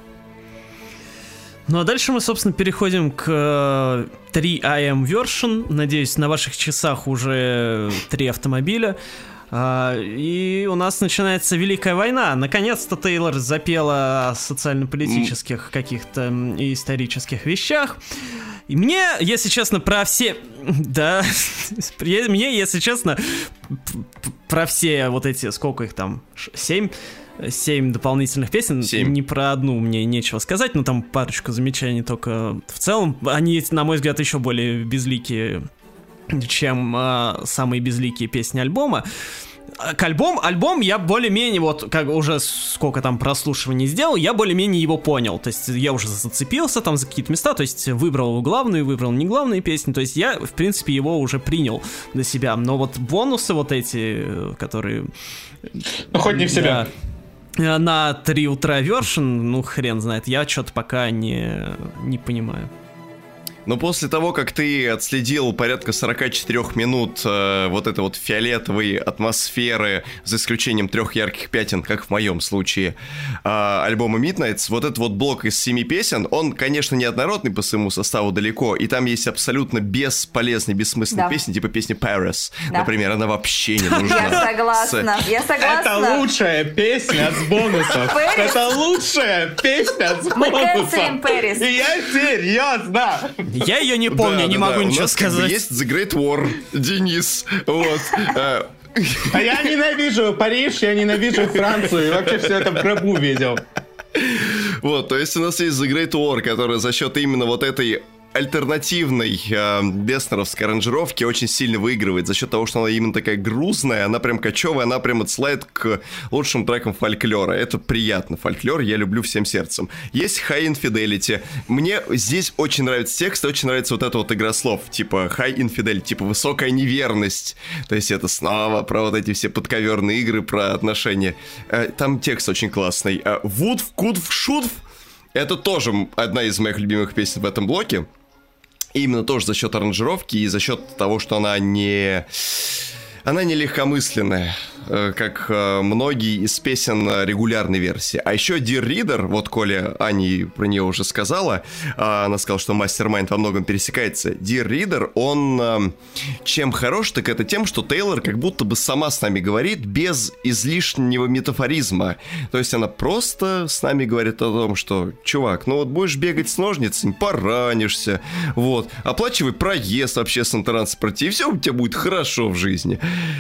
Ну, а дальше мы, собственно, переходим к 3 AM version. Надеюсь, на ваших часах уже 3 автомобиля. И у нас начинается Великая война. Наконец-то Тейлор запела о социально-политических каких-то и исторических вещах. И мне, если честно, про все... Да, мне, если честно, про все вот эти... Сколько их там? 7 дополнительных песен. 7. Не про одну мне нечего сказать, но там парочку замечаний только. В целом, они, на мой взгляд, еще более безликие, чем самые безликие песни альбома. Альбом я более-менее, вот как уже сколько там прослушиваний сделал, я более-менее его понял. То есть я уже зацепился там за какие-то места, то есть выбрал главную, выбрал не главные песни. То есть я, в принципе, его уже принял для себя. Но вот бонусы вот эти, которые... Ну, хоть не в себя. Да, на 3 утра вершин, ну, хрен знает, я что-то пока не понимаю. Но после того, как ты отследил порядка 44 минут вот этой вот фиолетовой атмосферы, за исключением 3 ярких пятен, как в моем случае, альбома Midnights, вот этот вот блок из 7 песен, он, конечно, неоднородный по своему составу далеко, и там есть абсолютно бесполезные, бессмысленные песни, типа песни Paris, например, она вообще не нужна. Я согласна. Это лучшая песня с бонусов. Это лучшая песня с бонусов. Мы canceling Paris. Я серьезно. Я ее не помню, не могу ничего сказать. Есть The Great War, Денис, вот. А я ненавижу Париж, я ненавижу Францию, и вообще все это в гробу видел. Вот, то есть у нас есть The Great War, которая за счет именно вот этой альтернативной деснеровской аранжировки очень сильно выигрывает за счет того, что она именно такая грустная, она прям кочевая, она прям отсылает к лучшим трекам фольклора. Это приятно. Фольклор я люблю всем сердцем. Есть High Infidelity. Мне здесь очень нравится текст, очень нравится вот эта вот игра слов, типа High Infidelity, типа высокая неверность. То есть это снова про вот эти все подковерные игры, про отношения. Там текст очень классный. Вудв, Кудв, Шудв. Это тоже одна из моих любимых песен в этом блоке. И именно тоже за счет аранжировки и за счет того, что она не легкомысленная, как многие из песен регулярной версии. А еще Dear Reader, вот Коля Ани про нее уже сказала, она сказала, что Mastermind во многом пересекается. Dear Reader, он чем хорош, так это тем, что Тейлор как будто бы сама с нами говорит без излишнего метафоризма. То есть она просто с нами говорит о том, что, чувак, ну вот будешь бегать с ножницами, поранишься, вот, оплачивай проезд в общественном транспорте, и все у тебя будет хорошо в жизни.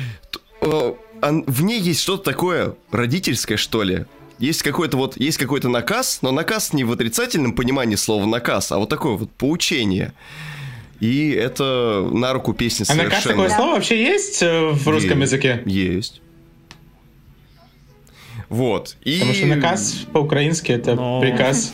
В ней есть что-то такое родительское, что ли. Есть какой-то наказ, но наказ не в отрицательном понимании слова наказ, а вот такое вот поучение. И это на руку песни совершенно. А наказ такое слово вообще есть в русском языке? Есть. Вот. Потому что наказ по-украински это приказ.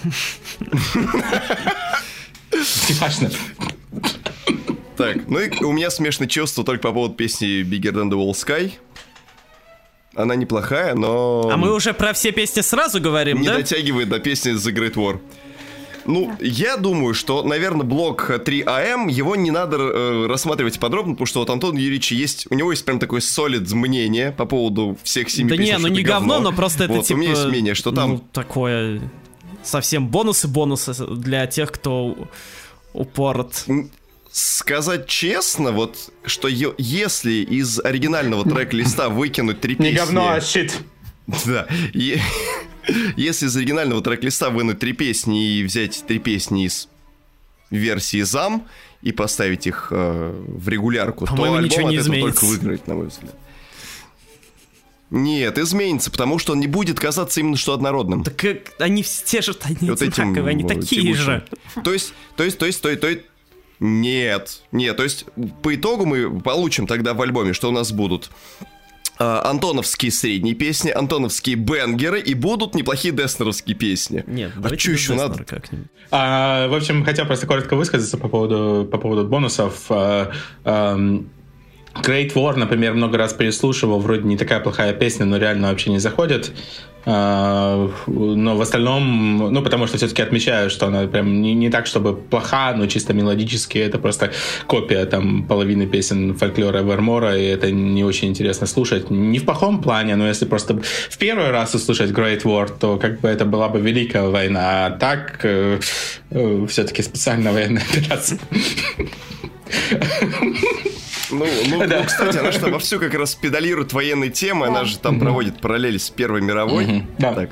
Неважно. Так, ну и у меня смешанное чувство только по поводу песни Bigger Than The Whole Sky. Она неплохая, но... А мы уже про все песни сразу говорим, да? Не дотягивает до песни The Great War. Ну, я думаю, что, наверное, блок 3AM, его не надо рассматривать подробно, потому что вот Антон Юрьевич у него есть прям такое солид мнение по поводу всех 7 песен. Да не, ну не говно, но просто это вот, типа... у меня есть мнение, что там... Ну, такое... Совсем бонусы для тех, кто упорот. Сказать честно, вот, что если из оригинального трек-листа выкинуть 3 песни... Не говно, а щит. Да. Если из оригинального трек-листа вынуть 3 песни и взять 3 песни из версии зам и поставить их в регулярку, то альбом от этого только выиграет, на мой взгляд. Нет, изменится, потому что он не будет казаться именно что однородным. Так они все же вот одинаковые, они такие же. То есть... Нет, то есть по итогу мы получим тогда в альбоме, что у нас будут антоновские средние песни, антоновские бенгеры и будут неплохие деснеровские песни. Нет, а что еще надо? В общем, хотел просто коротко высказаться по поводу бонусов. Great War, например, много раз переслушивал, вроде не такая плохая песня, но реально вообще не заходит. Но в остальном, потому что все-таки отмечаю, что она прям не так, чтобы плоха, но чисто мелодически это просто копия там половины песен фольклора Эвермора, и это не очень интересно слушать. Не в плохом плане, но если просто в первый раз услышать Great War, то как бы это была бы Великая война, а так все-таки специальная военная операция. Ну, кстати, она же там вовсю как раз педалирует военные темы, она же там проводит параллели с Первой мировой. Да.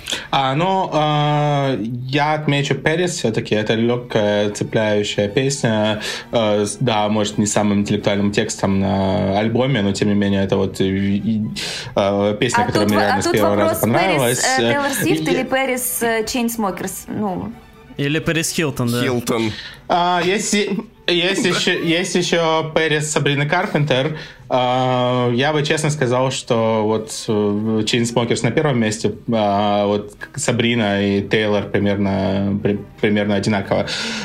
Я отмечу Пэрис, все-таки это легкая, цепляющая песня. Да, может, не самым интеллектуальным текстом на альбоме, но тем не менее, это вот песня, которая мне реально с первого раза понравилась. Тейлор Свифт или Пэрис Chainsmokers? Или Пэрис Хилтон, да. Хилтон. Есть еще Пэрис Сабрина Карпентер. Я бы честно сказал, что вот Chainsmokers на первом месте, а вот Сабрина и Тейлор примерно одинаково.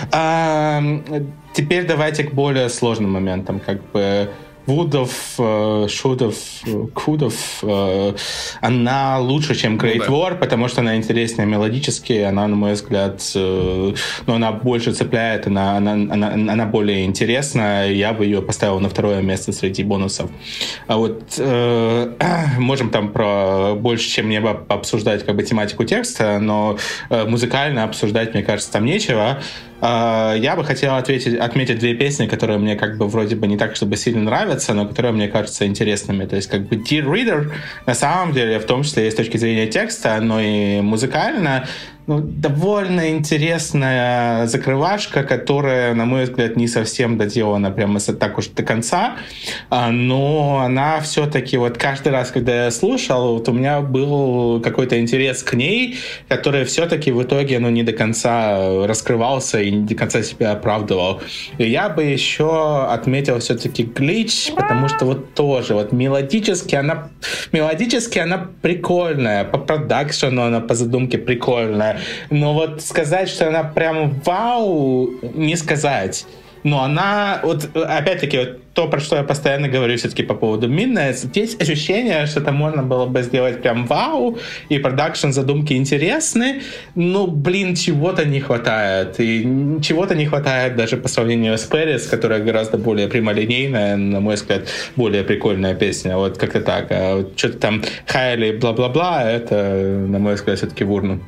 Теперь давайте к более сложным моментам, как бы Вудов, Шудов, Кудов, она лучше, чем Great War, потому что она интереснее мелодически, она, на мой взгляд, она больше цепляет, она более интересна, я бы ее поставил на второе место среди бонусов. А вот можем там про больше, чем небо обсуждать как бы тематику текста, но музыкально обсуждать, мне кажется, там нечего. Я бы хотел отметить 2 песни, которые мне как бы вроде бы не так, чтобы сильно нравятся, но которые мне кажутся интересными. То есть как бы Dear Reader на самом деле в том числе и с точки зрения текста, но и музыкально довольно интересная закрывашка, которая, на мой взгляд, не совсем доделана прямо так уж до конца, но она все-таки вот каждый раз, когда я слушал, вот у меня был какой-то интерес к ней, который все-таки в итоге не до конца раскрывался и не до конца себя оправдывал. И я бы еще отметил все-таки Glitch, потому что вот тоже вот мелодически она прикольная, по продакшену она по задумке прикольная, но вот сказать, что она прям вау, не сказать. Но она, вот опять-таки, вот то, про что я постоянно говорю все-таки по поводу Midnight, есть ощущение, что это можно было бы сделать прям вау, и продакшн задумки интересны, но, чего-то не хватает. И чего-то не хватает даже по сравнению с Paris, которая гораздо более прямолинейная, на мой взгляд, более прикольная песня. Вот как-то так. А вот что-то там Хайли, бла-бла-бла, это, на мой взгляд, все-таки в урну.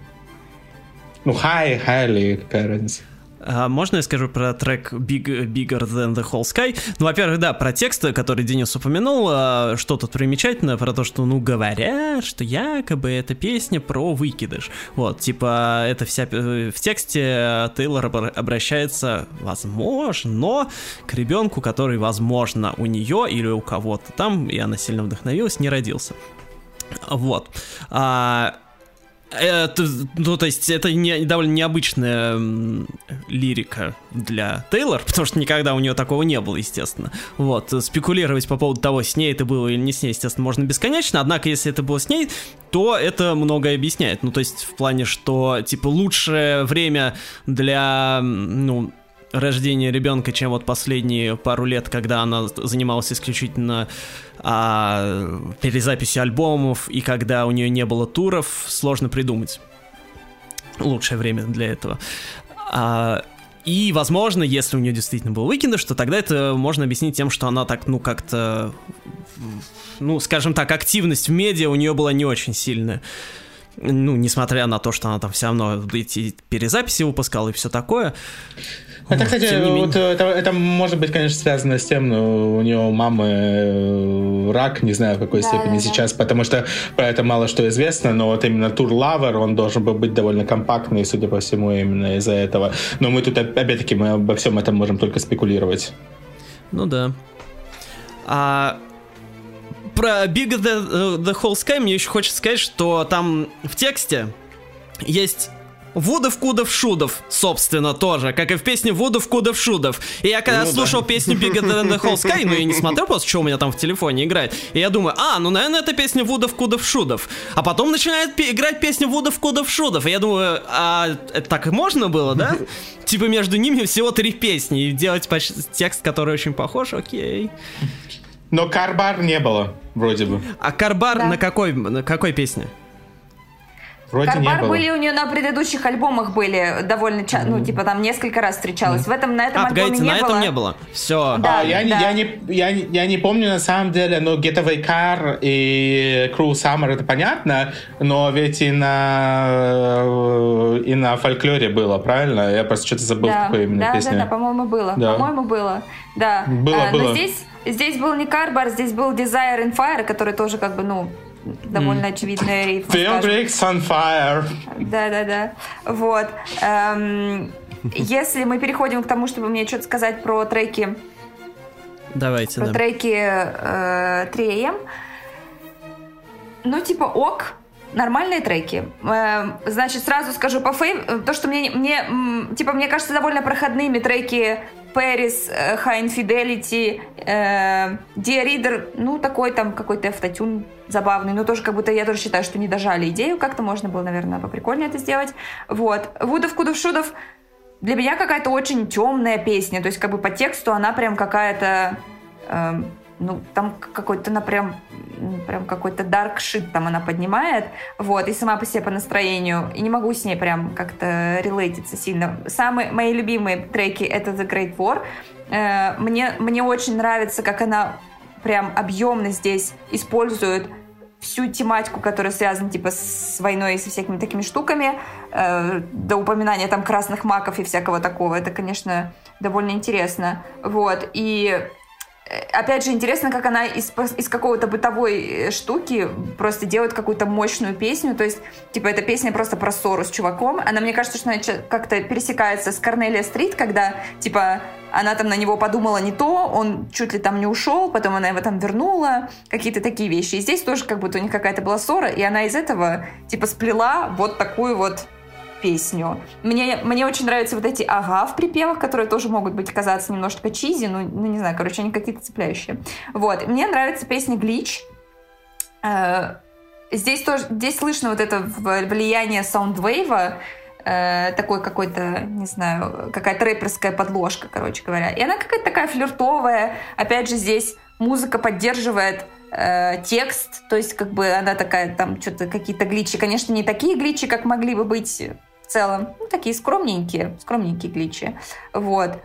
Хайли, какая разница. Можно я скажу про трек Bigger Than The Whole Sky? Во-первых, да, про текст, который Денис упомянул, что тут примечательно, про то, что, говорят, что якобы эта песня про выкидыш. Вот, типа, это в тексте Тейлор обращается, возможно, к ребенку, который, возможно, у нее или у кого-то там, и она сильно вдохновилась, не родился. Вот. То есть это довольно необычная лирика для Тейлор, потому что никогда у нее такого не было, естественно. Вот, спекулировать по поводу того, с ней это было или не с ней, естественно, можно бесконечно, однако если это было с ней, то это многое объясняет. То есть в плане, что, типа, лучшее время для, рождения ребенка, чем вот последние пару лет, когда она занималась исключительно перезаписью альбомов, и когда у нее не было туров, сложно придумать лучшее время для этого. И, возможно, если у нее действительно был выкидыш, то тогда это можно объяснить тем, что она так, как-то, скажем так, активность в медиа у нее была не очень сильная. Несмотря на то, что она там все равно эти перезаписи выпускала и все такое. Это, кстати, это может быть, конечно, связано с тем, у нее у мамы рак, не знаю в какой степени сейчас, потому что про это мало что известно, но вот именно тур Lover, он должен был быть довольно компактный, судя по всему, именно из-за этого. Но мы тут, опять-таки, мы обо всем этом можем только спекулировать. Да. Про Bigger the Whole Sky мне еще хочется сказать, что там в тексте есть Вудов, Кудов, Шудов, собственно, тоже, как и в песне Вудов, Кудов, Шудов. И я когда слушал песню Bigger Than The Whole Sky, я не смотрел просто, что у меня там в телефоне играет, и я думаю, наверное, это песня Вудов, Кудов, Шудов. А потом начинает играть песня Вудов, Кудов, Шудов, и я думаю, это так и можно было, да? Типа между ними всего 3 песни, и делать текст, который очень похож, окей. Но Карбар не было, вроде бы. А Карбар на какой песне? Вроде Карбар были у нее на предыдущих альбомах были довольно часто, там несколько раз встречалась. На этом альбоме не было. На этом не было. Все. Да, я не помню на самом деле, но Getaway Car и Cruel Summer это понятно, но ведь и на фольклоре было, правильно? Я просто что-то забыл, какой именно песня. Да, по-моему, было. Да. По-моему, было. Да. Было. Но здесь был не Карбар, здесь был Desire in Fire, который тоже довольно очевидная рифма. Fielbricks on fire. Да. Вот. Если мы переходим к тому, чтобы мне что-то сказать про треки... Давайте, про треки 3AM. Ок. Нормальные треки. Значит, сразу скажу по то, что мне кажется, довольно проходными треки Paris, High Infidelity, Dear Reader, такой там какой-то автотюн забавный, но тоже как будто я тоже считаю, что не дожали идею, как-то можно было, наверное, поприкольнее это сделать. Вот. Вудов, Кудов, Шудов для меня какая-то очень темная песня, то есть по тексту она прям какая-то... там какой-то, она прям какой-то dark shit там она поднимает, вот, и сама по себе по настроению, и не могу с ней прям как-то релейтиться сильно. Самые мои любимые треки — это The Great War. Мне очень нравится, как она прям объемно здесь использует всю тематику, которая связана с войной и со всякими такими штуками, до упоминания там красных маков и всякого такого. Это, конечно, довольно интересно. Вот, и опять же, интересно, как она из какого-то бытовой штуки просто делает какую-то мощную песню. То есть, типа, эта песня просто про ссору с чуваком. Мне кажется, что она как-то пересекается с Корнелия Стрит, когда, типа, она там на него подумала не то, он чуть ли там не ушел, потом она его там вернула, какие-то такие вещи. И здесь тоже как будто у них какая-то была ссора, и она из этого, типа, сплела вот такую вот песню. Мне очень нравятся вот эти «ага» в припевах, которые тоже могут быть казаться немножко чизи, ну не знаю, короче, они какие-то цепляющие. Вот. Мне нравится песня «Glitch». Здесь слышно вот это влияние саундвейва, такой какой-то, не знаю, какая-то рэперская подложка, короче говоря. И она какая-то такая флиртовая. Опять же, здесь музыка поддерживает текст, то есть как бы она такая, там что-то какие-то гличи. Конечно, не такие гличи, как могли бы быть в целом. Ну, такие скромненькие гличи. Вот.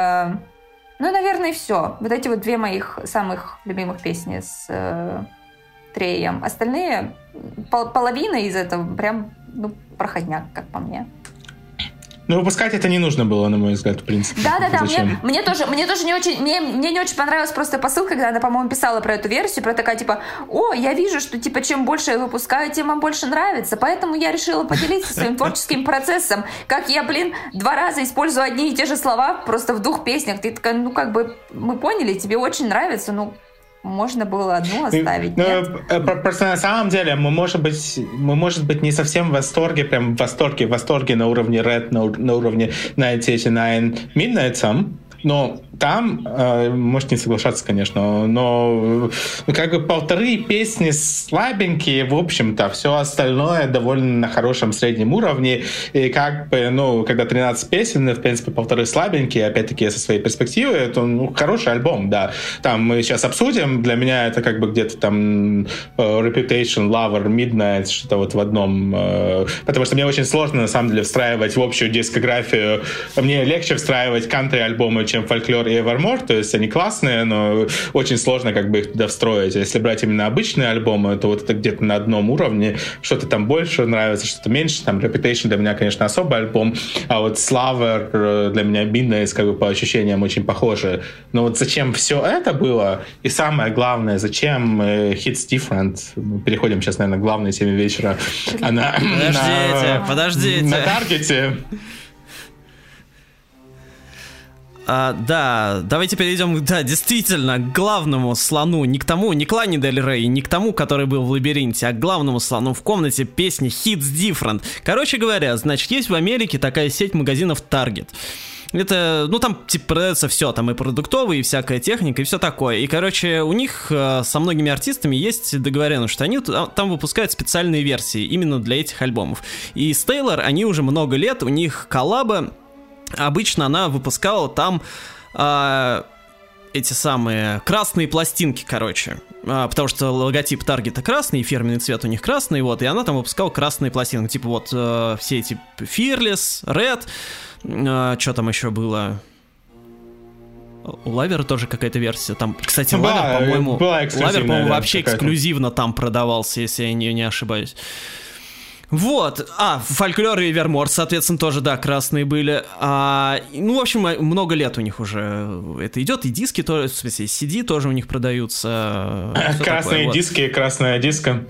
Ну, наверное, и все. Вот эти вот две моих самых любимых песни с Треем. Остальные, половина из этого прям, проходняк, как по мне. Ну, выпускать это не нужно было, на мой взгляд, в принципе. Да-да-да, мне тоже не очень, мне не очень понравилась просто посыл, когда она, по-моему, писала про эту версию, про такая, типа, я вижу, что, типа, чем больше я выпускаю, тем вам больше нравится, поэтому я решила поделиться своим творческим процессом, как я, 2 раза использую одни и те же слова просто в 2 песнях. Ты такая, как бы, мы поняли, тебе очень нравится, можно было одну оставить, нет? Просто на самом деле мы, может быть, не совсем в восторге, прям в восторге на уровне Red, на уровне 1989 Midnight, но там, можете не соглашаться, конечно, но как бы 1,5 песни слабенькие, в общем-то, все остальное довольно на хорошем среднем уровне, и как бы, когда 13 песен, в принципе, 1,5 слабенькие, опять-таки, со своей перспективы, это, хороший альбом, да. Там мы сейчас обсудим, для меня это как бы где-то там Reputation, Lover, Midnight, что-то вот в одном, потому что мне очень сложно, на самом деле, встраивать в общую дискографию, мне легче встраивать кантри-альбомы, чем фольклор и Evermore, то есть они классные, но очень сложно как бы их туда встроить. Если брать именно обычные альбомы, то вот это где-то на одном уровне, что-то там больше нравится, что-то меньше, там Reputation для меня, конечно, особый альбом, а вот Slaver для меня Midnight, как бы по ощущениям очень похожи. Но вот зачем все это было, и самое главное, зачем Hits Different, мы переходим сейчас, наверное, к главной теме вечера, Подождите. На Таргете. Да, давайте перейдем, действительно, к главному слону, не к Лане Дель Рей, не к тому, который был в лабиринте, а к главному слону в комнате, песни Hits Different. Короче говоря, значит, есть в Америке такая сеть магазинов Target. Это, там, типа, продается все, там и продуктовые, и всякая техника, и все такое. И, короче, у них со многими артистами есть договоренность, что они там выпускают специальные версии именно для этих альбомов. И с Тейлор они уже много лет, у них коллаба. Обычно она выпускала там эти самые красные пластинки, короче. Потому что логотип Таргета красный, и фирменный цвет у них красный, вот. И она там выпускала красные пластинки. Типа вот все эти Fearless, Red, что там еще было? У Лавера тоже какая-то версия. Там, кстати, Лавер, по-моему, вообще эксклюзивно там продавался, если я не ошибаюсь. Вот, Фольклор и Evermore, соответственно, тоже, да, красные были. В общем, много лет у них уже это идет, и диски тоже, в смысле, CD тоже у них продаются. Красные диски, красная диска.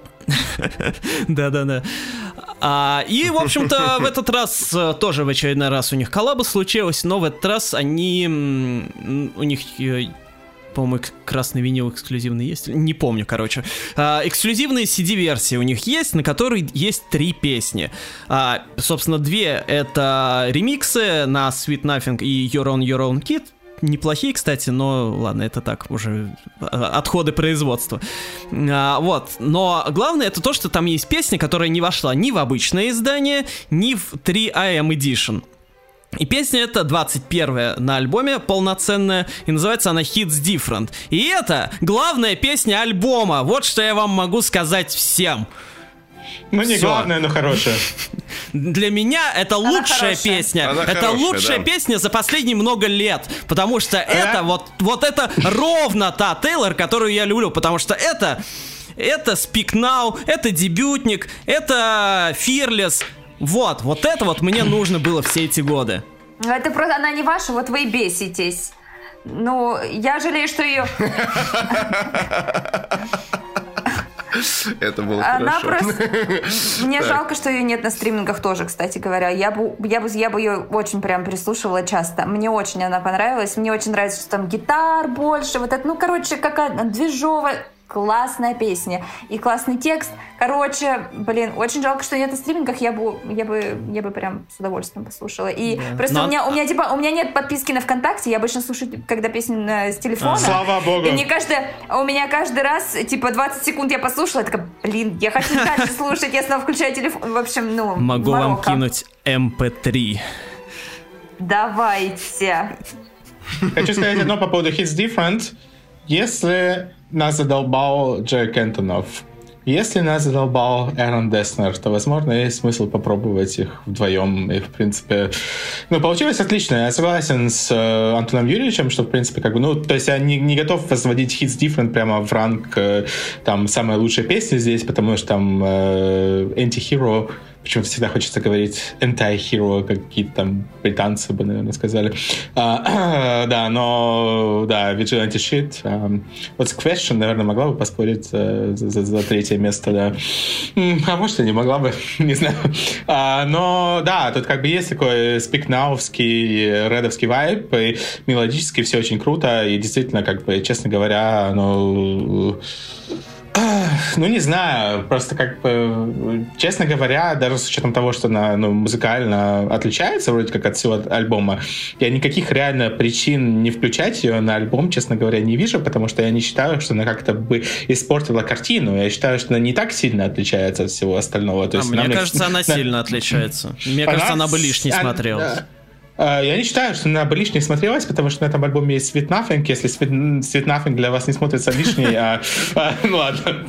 Да. И, в общем-то, в этот раз тоже в очередной раз у них коллаба случилась, но в этот раз у них... По-моему, красный винил эксклюзивный есть. Не помню, короче. Эксклюзивные CD-версии у них есть, на которой есть 3 песни. Собственно, 2 это ремиксы на Sweet Nothing и Your Own Kid. Неплохие, кстати, но ладно, это так, уже отходы производства. Вот. Но главное это то, что там есть песня, которая не вошла ни в обычное издание, ни в 3AM Edition. И песня эта 21-я на альбоме, полноценная, и называется она Hits Different. И это главная песня альбома, вот что я вам могу сказать всем. Не главная, но хорошая. Для меня это лучшая песня. Это лучшая песня за последние много лет. Потому что это вот это ровно та Тейлор, которую я люблю. Потому что это Speak Now, это дебютник, это Fearless. Вот это вот мне нужно было все эти годы. Это просто она не ваша, вот вы и беситесь. Ну, я жалею, что ее... Это было она хорошо. Просто... Мне жалко, что ее нет на стримингах тоже, кстати говоря. Я бы ее очень прям прислушивала часто. Мне очень она понравилась. Мне очень нравится, что там гитар больше. Вот это, ну, короче, какая-то движовая... Классная песня и классный текст. Короче, блин, очень жалко, что нет на стримингах. Я бы прям с удовольствием послушала. И просто у меня нет подписки на ВКонтакте. Я обычно слушаю, когда песни с телефона. Слава богу. И у меня каждый раз, типа, 20 секунд я послушала, я такая, блин, я хочу дальше слушать. Я снова включаю телефон. В общем, ну, могу вам кинуть MP3. Давайте. Хочу сказать одно по поводу Hits Different. Если нас задолбал Джерри Кентонов, если нас задолбал Эрон Деснер, то, возможно, есть смысл попробовать их вдвоем. И, в принципе, ну, получилось отлично. Я согласен с Антоном Юрьевичем, что, в принципе, как бы, ну, то есть я не готов возводить Hits Different прямо в ранг там самой лучшей песни здесь, потому что там Anti-Hero, почему-то всегда хочется говорить anti-hero, как какие-то там британцы бы, наверное, сказали. Да, но, да, Vigilante Shit. Вот с Question, наверное, могла бы поспорить за третье место, да. А может, и не могла бы, не знаю. Но, да, тут как бы есть такой Speak Now-вский, редовский вайб, и мелодически все очень круто, и действительно, как бы, честно говоря, ну, не знаю, просто как бы, честно говоря, даже с учетом того, что она музыкально отличается вроде как от всего альбома, я никаких реально причин не включать ее на альбом, честно говоря, не вижу, потому что я не считаю, что она как-то бы испортила картину. Я считаю, что она не так сильно отличается от всего остального. То есть мне кажется, она сильно отличается. Мне кажется, она бы лишней смотрелась. Я не считаю, что она бы лишней смотрелась, потому что на этом альбоме есть Sweet Nothing. Если Sweet Nothing для вас не смотрится лишней, ну ладно.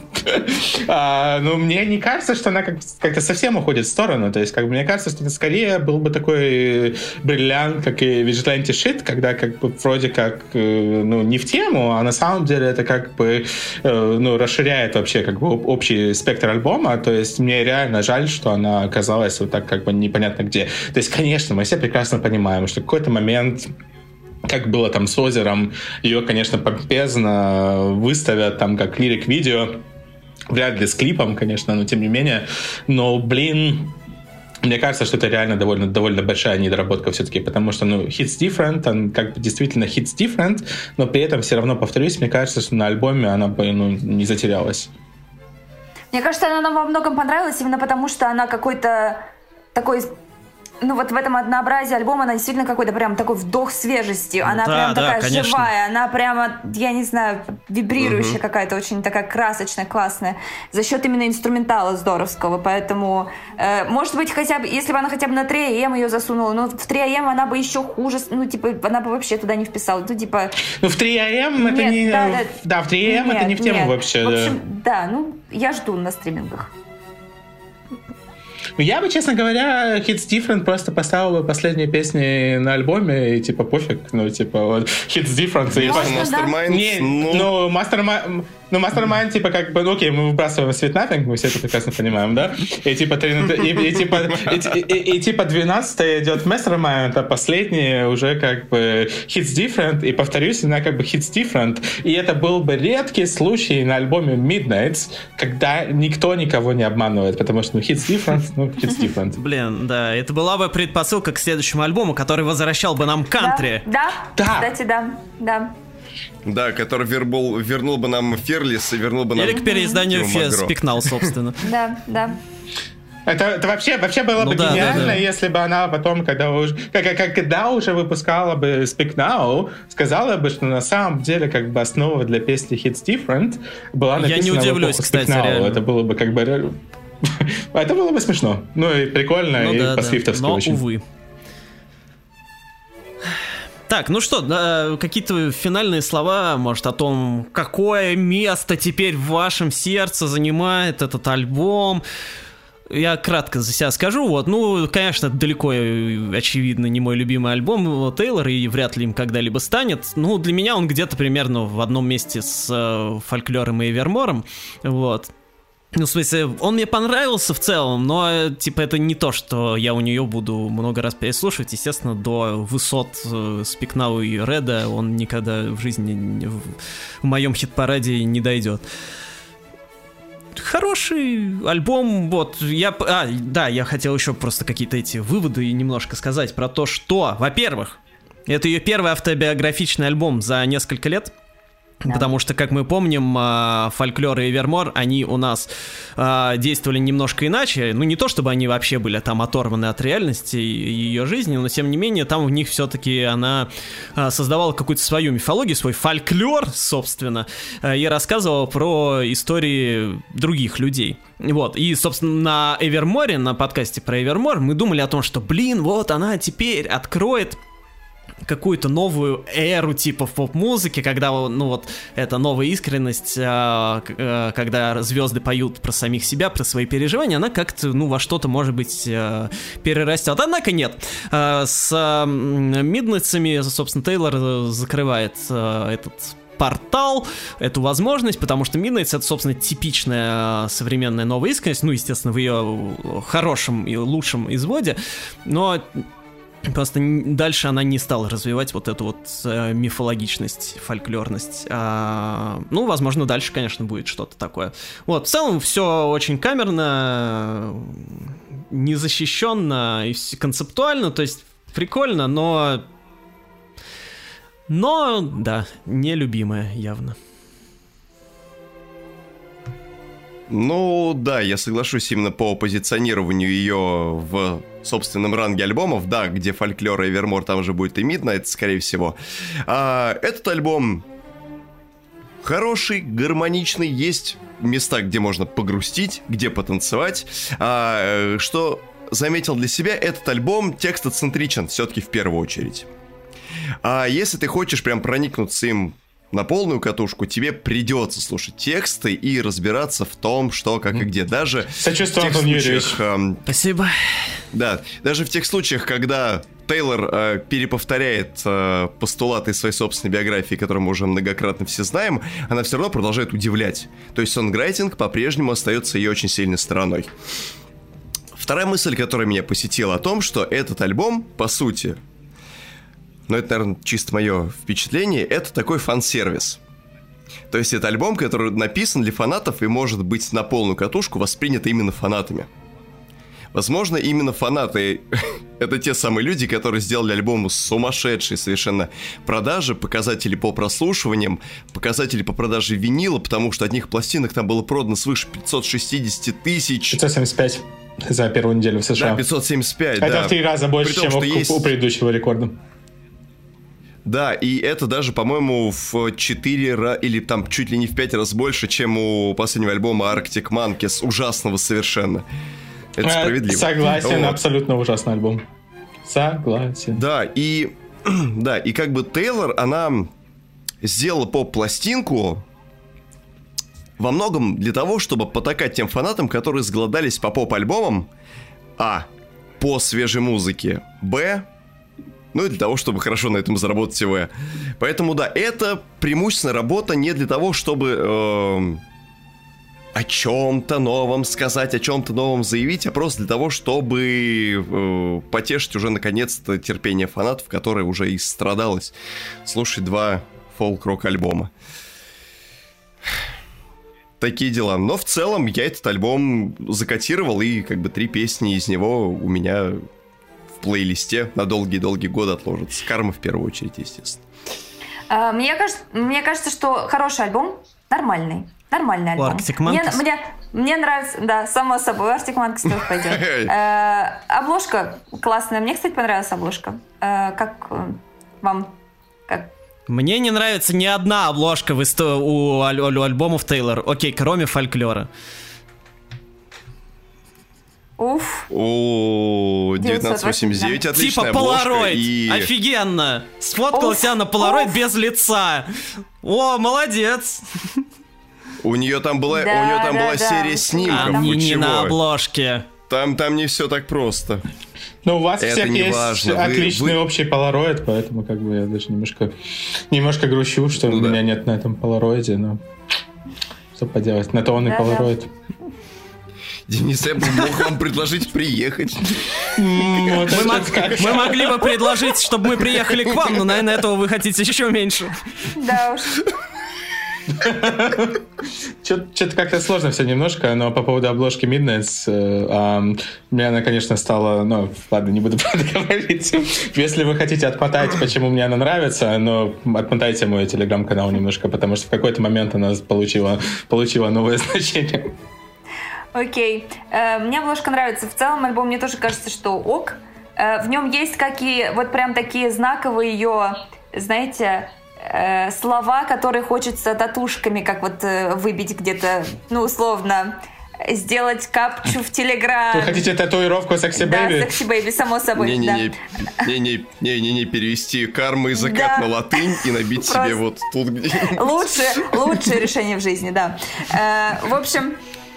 Ну, мне не кажется, что она как-то совсем уходит в сторону. То есть, как бы, мне кажется, что это скорее был бы такой бриллиант, как и Vigilante Shit, когда как бы вроде как, ну, не в тему, а на самом деле это как бы, ну, расширяет вообще как бы общий спектр альбома. То есть, мне реально жаль, что она оказалась вот так как бы непонятно где. То есть, конечно, мы все прекрасно понимаем, что в какой-то момент, как было там с Озером, ее, конечно, помпезно выставят там как лирик-видео, вряд ли с клипом, конечно, но тем не менее. Но, блин, мне кажется, что это реально довольно большая недоработка все-таки, потому что, ну, Hits Different, он как бы действительно Hits Different, но при этом все равно, повторюсь, мне кажется, что на альбоме она бы, ну, не затерялась. Мне кажется, она нам во многом понравилась именно потому, что она какой-то такой... Ну вот в этом однообразии альбома она действительно какой-то прям такой вдох свежести. Она прям такая живая, она прямо, я не знаю, вибрирующая какая-то, очень такая красочная, классная. За счет именно инструментала здоровского. Поэтому, может быть, хотя бы, если бы она хотя бы на 3AM ее засунула, но в 3AM она бы еще хуже, ну типа, она бы вообще туда не вписала. Ну типа... Ну в 3AM это не... Да, в 3AM это не в тему вообще. В общем, да, ну я жду на стримингах. Я бы, честно говоря, Hits Different просто поставил бы последние песни на альбоме и типа пофиг, ну типа вот Hits Different. Mastermind, Mastermind, типа, как бы, окей, мы выбрасываем Sweet Nothing, мы все это прекрасно понимаем, да? И типа 12-я идет Mastermind, а последняя уже как бы Hits Different, и повторюсь, она как бы Hits Different. И это был бы редкий случай на альбоме Midnights, когда никто никого не обманывает, потому что, ну, Hits Different, ну, Hits Different. Блин, да, это была бы предпосылка к следующему альбому, который возвращал бы нам кантри. Да, кстати, да. Да, который вернул бы нам Fearless и вернул бы нам... Или к переизданию Speak Now, собственно. Да. Это вообще было бы гениально, если бы она потом, когда уже выпускала бы Speak Now, сказала бы, что на самом деле как бы основа для песни Hits Different была написана... Я не удивлюсь, кстати, реально. Это было бы как бы... Это было бы смешно. Ну и прикольно, и по-свифтовски очень. Но, увы. Так, ну что, какие-то финальные слова, может, о том, какое место теперь в вашем сердце занимает этот альбом. Я кратко за себя скажу, вот, ну, конечно, далеко, очевидно, не мой любимый альбом Тейлора, и вряд ли им когда-либо станет. Ну, для меня он где-то примерно в одном месте с Фольклором и Эвермором, вот. Ну, в смысле, он мне понравился в целом, но, типа, это не то, что я у нее буду много раз переслушивать. Естественно, до высот Speak Now и Реда он никогда в жизни в моем хит-параде не дойдет. Хороший альбом, вот, я хотел еще просто какие-то эти выводы немножко сказать про то, что, во-первых, это ее первый автобиографичный альбом за несколько лет. Да. Потому что, как мы помним, Folklore и Evermore, они у нас действовали немножко иначе. Ну, не то, чтобы они вообще были там оторваны от реальности и ее жизни, но, тем не менее, там в них все-таки она создавала какую-то свою мифологию, свой фольклор, собственно, и рассказывала про истории других людей. Вот, и, собственно, на Evermore, на подкасте про Evermore, мы думали о том, что, вот она теперь откроет какую-то новую эру типа в поп-музыке, когда, ну вот, это новая искренность, когда звезды поют про самих себя, про свои переживания, она как-то, ну, во что-то, может быть, перерастет. Однако нет. С Миднайтсами, собственно, Тейлор закрывает этот портал, эту возможность, потому что Midnights — это, собственно, типичная современная новая искренность, ну, естественно, в ее хорошем и лучшем изводе, но просто дальше она не стала развивать вот эту вот мифологичность, фольклорность. Ну, возможно, дальше, конечно, будет что-то такое. Вот, в целом все очень камерно, незащищенно и концептуально, то есть прикольно, но, да, нелюбимая явно. Ну, да, я соглашусь именно по позиционированию ее в собственном ранге альбомов, да, где Folklore и Evermore, там же будет и Midnight, скорее всего. Этот альбом хороший, гармоничный, есть места, где можно погрустить, где потанцевать. Что заметил для себя, этот альбом текстоцентричен все-таки в первую очередь. Если ты хочешь прям проникнуться им на полную катушку, тебе придется слушать тексты и разбираться в том, что, как и где. Даже в тех случаях... Спасибо. Да, даже в тех случаях, когда Тейлор переповторяет постулаты своей собственной биографии, которые мы уже многократно все знаем, она все равно продолжает удивлять. То есть сонграйтинг по-прежнему остается ее очень сильной стороной. Вторая мысль, которая меня посетила, о том, что этот альбом, по сути... Но это, наверное, чисто мое впечатление, это такой фан-сервис. То есть это альбом, который написан для фанатов и может быть на полную катушку воспринят именно фанатами. Возможно, именно фанаты — это те самые люди, которые сделали альбому сумасшедшие совершенно продажи, показатели по прослушиваниям, показатели по продаже винила, потому что одних пластинок там было продано свыше 560 тысяч. 575 за первую неделю в США. Да, 575, да. Это в 3 раза больше, чем у предыдущего рекорда. Да, и это даже, по-моему, в 4 или там чуть ли не в 5 раз больше, чем у последнего альбома Arctic Monkeys, ужасного совершенно. Это справедливо. Согласен, вот. Абсолютно ужасный альбом. Согласен. Да, и как бы Тейлор, она сделала поп-пластинку во многом для того, чтобы потакать тем фанатам, которые сголодались по поп-альбомам, по свежей музыке, ну и для того, чтобы хорошо на этом заработать ТВ. Поэтому, да, это преимущественно работа не для того, чтобы о чем-то новом сказать, о чем-то новом заявить, а просто для того, чтобы потешить уже наконец-то терпение фанатов, которое уже истрадалось слушать 2 фолк-рок альбома. Такие дела. Но в целом я этот альбом закатировал, и как бы 3 песни из него у меня... в плейлисте на долгие-долгие годы отложится. Карма в первую очередь, естественно. Мне кажется, что хороший альбом, нормальный альбом. Arctic Monkeys. Мне нравится, да, само собой, Arctic Monkeys тоже пойдет. Обложка классная. Мне, кстати, понравилась обложка. Как вам? Мне не нравится ни одна обложка у альбомов Тейлор. Окей, кроме Фольклора. Уф. 1989, отличная типа обложка. Polaroid, офигенно. Сфоткал себя на Polaroid без лица. О, молодец. У нее там была серия снимков. Не на обложке. Там не все так просто. Но у вас всех есть отличный общий Polaroid, поэтому как бы я даже немножко грущу, что у меня нет на этом Polaroid, но... Что поделать, на то он и полароид. Денис, я бы мог вам предложить приехать. Мы могли бы предложить, чтобы мы приехали к вам, но, наверное, этого вы хотите еще меньше. Да уж. Что-то как-то сложно все немножко, но по поводу обложки Midnights, мне она, конечно, стала... Ну, ладно, не буду правда говорить. Если вы хотите отмотать, почему мне она нравится, но отмотайте мой телеграм-канал немножко, потому что в какой-то момент она получила новое значение. Окей. Мне обложка нравится. В целом альбом мне тоже кажется, что ок. В нем есть вот прям такие знаковые ее, знаете, слова, которые хочется татушками как вот выбить где-то, ну, условно, сделать капчу в Телеграм. Вы хотите татуировку Sexy Baby? Да, Sexy Baby, само собой, Не, перевести карма и закат на латынь и набить себе вот тут где. Лучшее решение в жизни, да. В общем...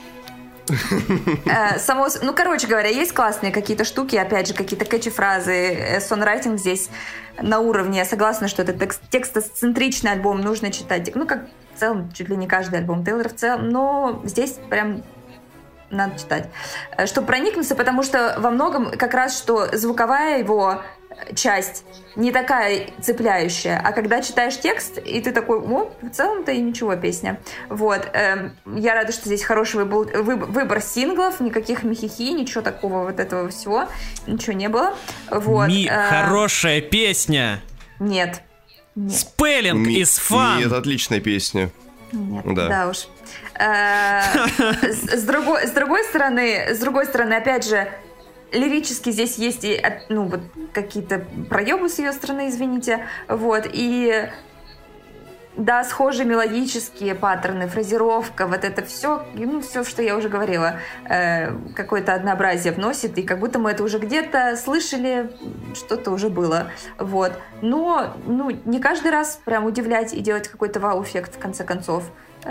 Ну, короче говоря, есть классные какие-то штуки, опять же, какие-то кэчи-фразы, сонрайтинг здесь на уровне. Я согласна, что это текстоцентричный альбом, нужно читать. Ну, как в целом, чуть ли не каждый альбом Тейлора в целом, но здесь прям надо читать. Чтобы проникнуться, потому что во многом как раз, что звуковая его часть не такая цепляющая, а когда читаешь текст, и ты такой, в целом-то и ничего, песня. Вот. Я рада, что здесь хороший выбор синглов, никаких михихи, ничего такого вот этого всего, ничего не было. Вот. Хорошая песня! Нет. Спеллинг is fun! Нет, отличная песня. Нет, да уж. С другой стороны, опять же, лирически здесь есть и, ну, вот какие-то проебы с ее стороны, извините, вот, и да, схожие мелодические паттерны, фразировка, вот это все, ну, все, что я уже говорила, какое-то однообразие вносит, и как будто мы это уже где-то слышали, что-то уже было, вот, но, ну, не каждый раз прям удивлять и делать какой-то вау-эффект в конце концов,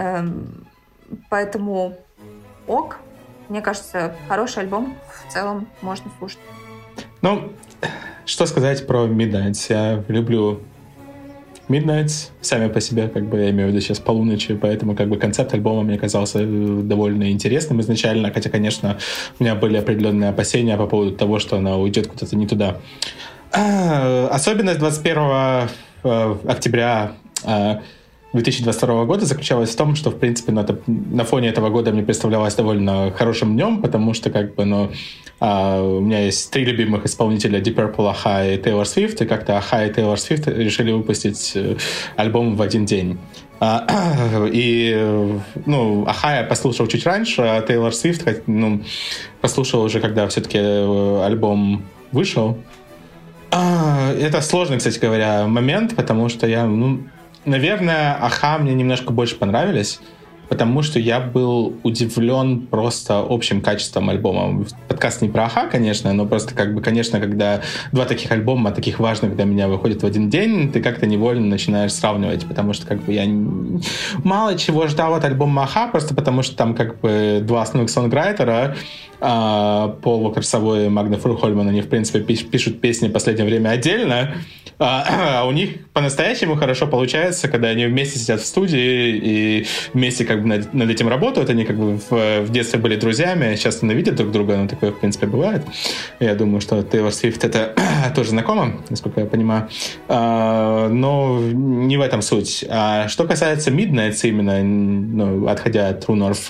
поэтому ок. Мне кажется, хороший альбом в целом можно слушать. Ну, что сказать про Midnights? Я люблю Midnights сами по себе, как бы я имею в виду сейчас полуночи, поэтому как бы концепт альбома мне казался довольно интересным изначально, хотя, конечно, у меня были определенные опасения по поводу того, что она уйдет куда-то не туда. Особенность 21 октября 2022 года заключалась в том, что, в принципе, на фоне этого года мне представлялось довольно хорошим днем, потому что, как бы, у меня есть 3 любимых исполнителя: Deep Purple, Aha и Taylor Swift, и как-то Aha и Taylor Swift решили выпустить альбом в один день. И, ну, Aha я послушал чуть раньше, а Taylor Swift, ну, послушал уже, когда все-таки альбом вышел. Это сложный, кстати говоря, момент, потому что я, наверное, Aha мне немножко больше понравились, потому что я был удивлен просто общим качеством альбома. Подкаст не про Aha, конечно, но просто, как бы, конечно, когда 2 таких альбома, таких важных для меня, выходят в один день, ты как-то невольно начинаешь сравнивать, потому что, как бы, я мало чего ждал от альбома Aha, просто потому что там, как бы, 2 основных сонграйтера, Пол Уокер-Савой и Магна Фурхольман, они, в принципе, пишут песни в последнее время отдельно, а у них по-настоящему хорошо получается, когда они вместе сидят в студии и вместе, как бы, над этим работают. Они, как бы, в детстве были друзьями, сейчас ненавидят друг друга, но такое, в принципе, бывает. Я думаю, что Тейлор Свифт это тоже знакомо, насколько я понимаю. Но не в этом суть. Что касается Midnights именно, отходя от True North,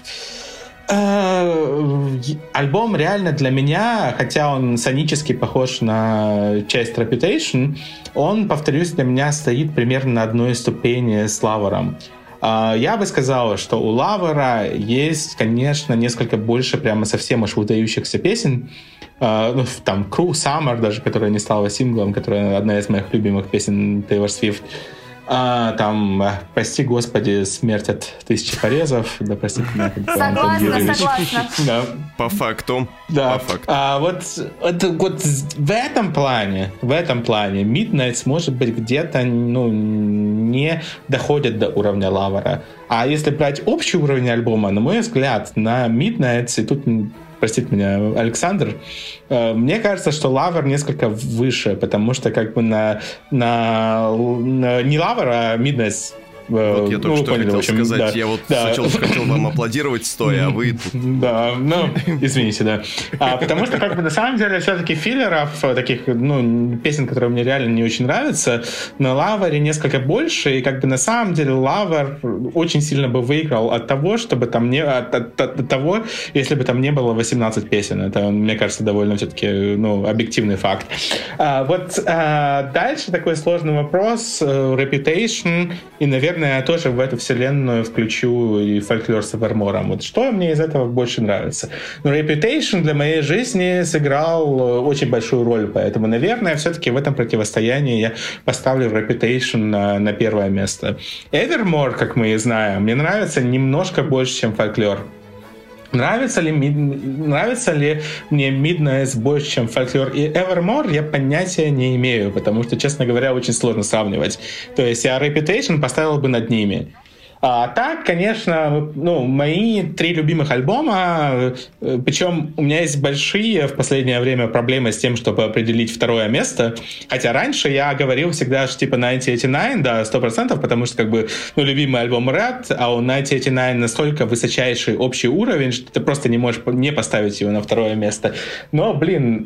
альбом реально для меня, хотя он сонически похож на часть Reputation, он, повторюсь, для меня стоит примерно на одной ступени с Лавером. Я бы сказал, что у Лавера есть, конечно, несколько больше прямо совсем уж выдающихся песен. Там Cruel Summer даже, которая не стала синглом, которая одна из моих любимых песен Taylor Swift. Там, прости господи, смерть от 1000 порезов. Да, простите меня. Согласна. Да. По факту. Да. По факту. Вот в этом плане Midnights, может быть, где-то не доходит до уровня Лавера. А если брать общий уровень альбома, на мой взгляд, на Midnights, и тут, простите меня, Александр, мне кажется, что Лавер несколько выше, потому что, как бы, не Лавер, а Midnights Вот я только что хотел сказать, да, я вот сначала хотел вам аплодировать стоя, а вы тут... Да, ну, извините, да. Потому что, как бы, на самом деле, все-таки филлеров, таких, ну, песен, которые мне реально не очень нравятся, на Лавере несколько больше, и, как бы, на самом деле, Лавер очень сильно бы выиграл от того, чтобы там не... От того, если бы там не было 18 песен. Это, мне кажется, довольно все-таки, ну, объективный факт. Вот дальше такой сложный вопрос. Reputation, и, наверное, я тоже в эту вселенную включу и фольклор с Эвермором. Вот что мне из этого больше нравится? Ну, Reputation для моей жизни сыграл очень большую роль, поэтому, наверное, все-таки в этом противостоянии я поставлю Reputation на первое место. Evermore, как мы и знаем, мне нравится немножко больше, чем фольклор. Нравится ли мне Midnights больше, чем фольклор и Evermore, я понятия не имею, потому что, честно говоря, очень сложно сравнивать. То есть я Reputation поставил бы над ними. А так, конечно, ну, мои 3 любимых альбома, причем у меня есть большие в последнее время проблемы с тем, чтобы определить второе место, хотя раньше я говорил всегда, что типа 1989, да, 100%, потому что, как бы, ну, любимый альбом Red, а у 1989 настолько высочайший общий уровень, что ты просто не можешь не поставить его на второе место. Но, блин,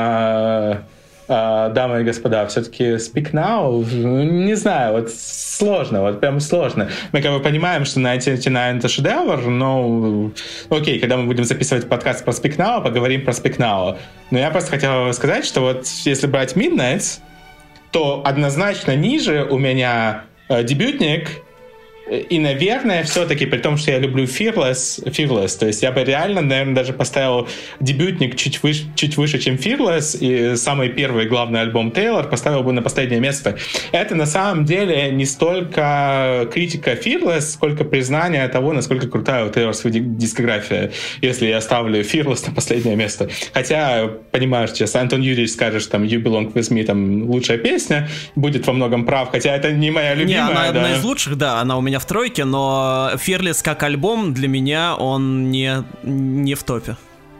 дамы и господа, все-таки Speak Now, не знаю, вот сложно, вот прям сложно. Мы как бы понимаем, что 1989 это шедевр, но окей, когда мы будем записывать подкаст про Speak Now, поговорим про Speak Now. Но я просто хотел сказать, что вот если брать Midnights, то однозначно ниже у меня дебютник. И, наверное, все-таки, при том, что я люблю Fearless, то есть я бы реально, наверное, даже поставил дебютник чуть выше, чем Fearless, и самый первый главный альбом Тейлор поставил бы на последнее место. Это, на самом деле, не столько критика Fearless, сколько признание того, насколько крутая у Тейлор дискография, если я ставлю Fearless на последнее место. Хотя, понимаешь, сейчас Антон Юрьевич скажет, что там You Belong With Me, там, лучшая песня, будет во многом прав, хотя это не моя любимая. Не, она одна из лучших, да, она у меня в тройке, но Fearless как альбом для меня он не в топе.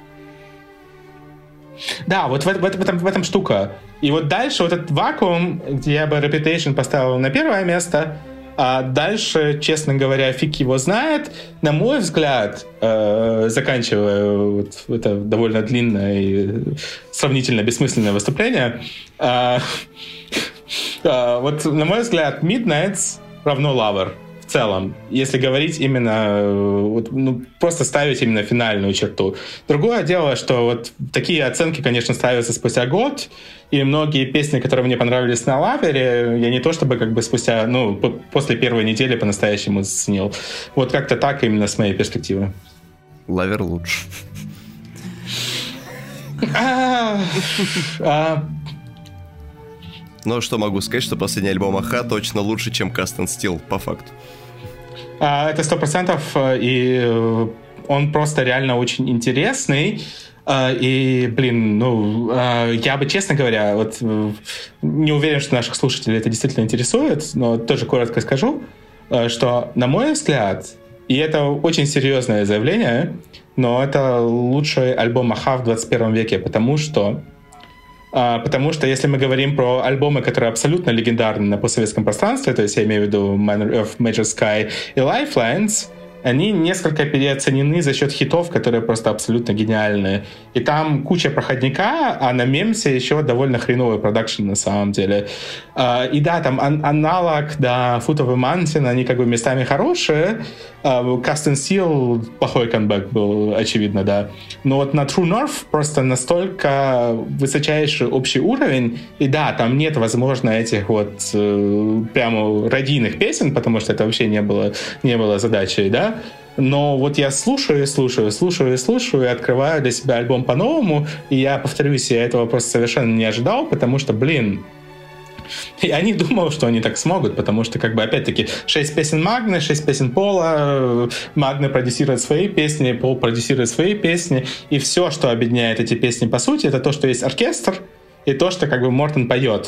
Да, вот в этом штука. И вот дальше вот этот вакуум, где я бы Reputation поставил на первое место, а дальше, честно говоря, фиг его знает. На мой взгляд, заканчивая вот это довольно длинное и сравнительно бессмысленное выступление, вот на мой взгляд, Midnights равно Lover. В целом, если говорить именно, вот, ну, просто ставить именно финальную черту. Другое дело, что вот такие оценки, конечно, ставятся спустя год, и многие песни, которые мне понравились на Лавере, я не то чтобы как бы спустя, ну, после первой недели по-настоящему заценил. Вот как-то так именно с моей перспективы. Лавер лучше. Ну, что могу сказать, что последний альбом Аха точно лучше, чем Cast and Steel, по факту. Это 100%, и он просто реально очень интересный. И, блин, ну, я бы, честно говоря, вот не уверен, что наших слушателей это действительно интересует, но тоже коротко скажу, что, на мой взгляд, и это очень серьезное заявление, но это лучший альбом Аха в 21 веке, потому что если мы говорим про альбомы, которые абсолютно легендарны на постсоветском пространстве, то есть я имею в виду Man of Major Sky и Lifelines, они несколько переоценены за счет хитов, которые просто абсолютно гениальные. И там куча проходника, а на Мемсе еще довольно хреновый продакшн на самом деле. И да, там аналог, да, Foot of a Mountain, они как бы местами хорошие. Cast and Steel плохой камбэк был, очевидно, да. Но вот на True North просто настолько высочайший общий уровень, и да, там нет, возможно, этих вот прямо радийных песен, потому что это вообще не было задачей, да. Но вот я слушаю, и открываю для себя альбом по-новому, и я повторюсь, я этого просто совершенно не ожидал, потому что, блин, я не думал, что они так смогут, потому что, как бы, опять-таки, 6 песен Магны, 6 песен Пола, Магна продюсирует свои песни, Пол продюсирует свои песни, и все, что объединяет эти песни, по сути, это то, что есть оркестр, и то, что, как бы, Мортон поет.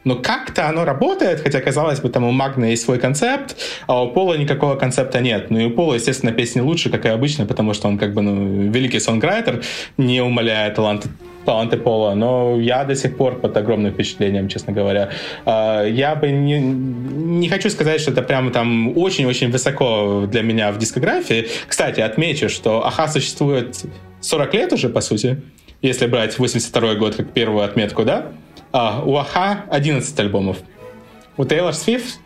но как-то оно работает, хотя, казалось бы, там у Магна есть свой концепт, а у Пола никакого концепта нет. Ну и у Пола, естественно, песни лучше, как и обычно, потому что он как бы, великий сонграйтер, не умаляя таланты Пола, но я до сих пор под огромным впечатлением, честно говоря. Я бы не хочу сказать, что это прямо там очень-очень высоко для меня в дискографии. Кстати, отмечу, что Аха существует 40 лет уже, по сути, если брать 82-й год как первую отметку, да? У Аха 11 альбомов. У Тейлор Свифт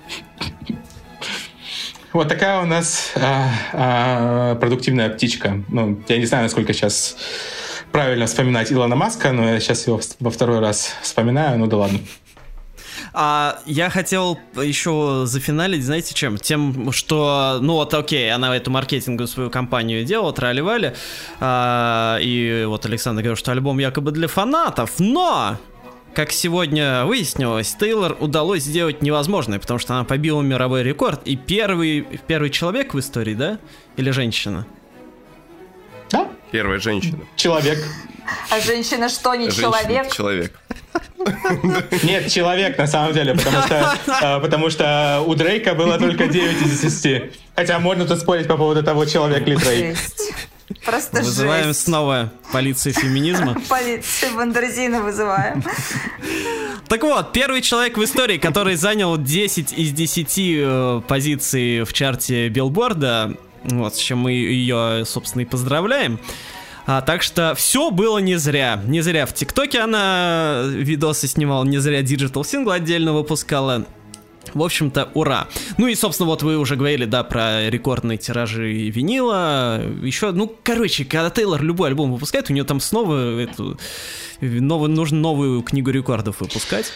вот такая у нас продуктивная птичка. Ну, я не знаю, насколько сейчас правильно вспоминать Илона Маска, но я сейчас его во второй раз вспоминаю, ну да ладно. Я хотел еще зафиналить, знаете, чем? Тем, что, ну вот окей, она эту маркетинговую свою кампанию делала, трали-вали, и вот Александр говорил, что альбом якобы для фанатов, но, как сегодня выяснилось, Тейлор удалось сделать невозможное, потому что она побила мировой рекорд, и первый человек в истории, да? Или женщина? Да. Первая женщина. Человек. А женщина что, не человек? Человек. Нет, человек на самом деле, потому что у Дрейка было только 9 из 10. Хотя можно тут спорить по поводу того, человек ли Дрейк. Просто вызываем жесть. Снова полицию феминизма. Полицию Бандерзина вызываем. Так вот, первый человек в истории, который занял 10 из 10 позиций в чарте Билборда, вот, с чем мы ее, собственно, и поздравляем. Так что все было не зря. Не зря в ТикТоке она видосы снимала, не зря диджитал сингл отдельно выпускала. В общем-то, ура. Ну и, собственно, вот вы уже говорили, да, про рекордные тиражи винила. Еще, ну, короче, когда Тейлор любой альбом выпускает, у нее там снова нужно новую книгу рекордов выпускать.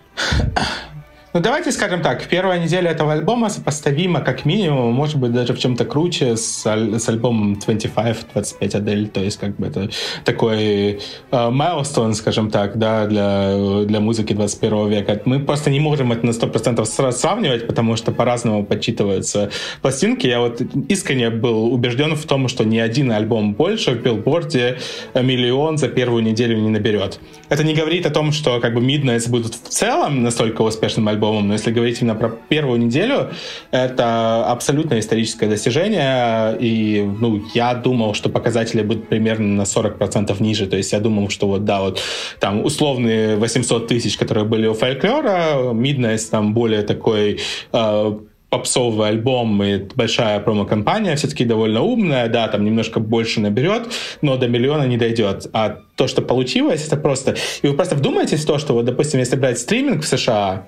Ну, давайте скажем так, первая неделя этого альбома сопоставима, как минимум, может быть, даже в чем-то круче с альбомом 25 Адель, то есть, как бы, это такой майлстоун, скажем так, да, для музыки 21 века. Мы просто не можем это на 100% сравнивать, потому что по-разному подсчитываются пластинки. Я вот искренне был убежден в том, что ни один альбом больше в Билборде миллион за первую неделю не наберет. Это не говорит о том, что, как бы, Midnights будут в целом настолько успешным альбомом, но если говорить именно про первую неделю, это абсолютно историческое достижение, и, ну, я думал, что показатели будут примерно на 40% ниже, то есть я думал, что вот, да, вот там условные 800 тысяч, которые были у Фольклора, Midnights там более такой попсовый альбом и большая промо-компания, все-таки довольно умная, да, там немножко больше наберет, но до миллиона не дойдет. А то, что получилось, это просто... И вы просто вдумайтесь в то, что, вот, допустим, если брать стриминг в США,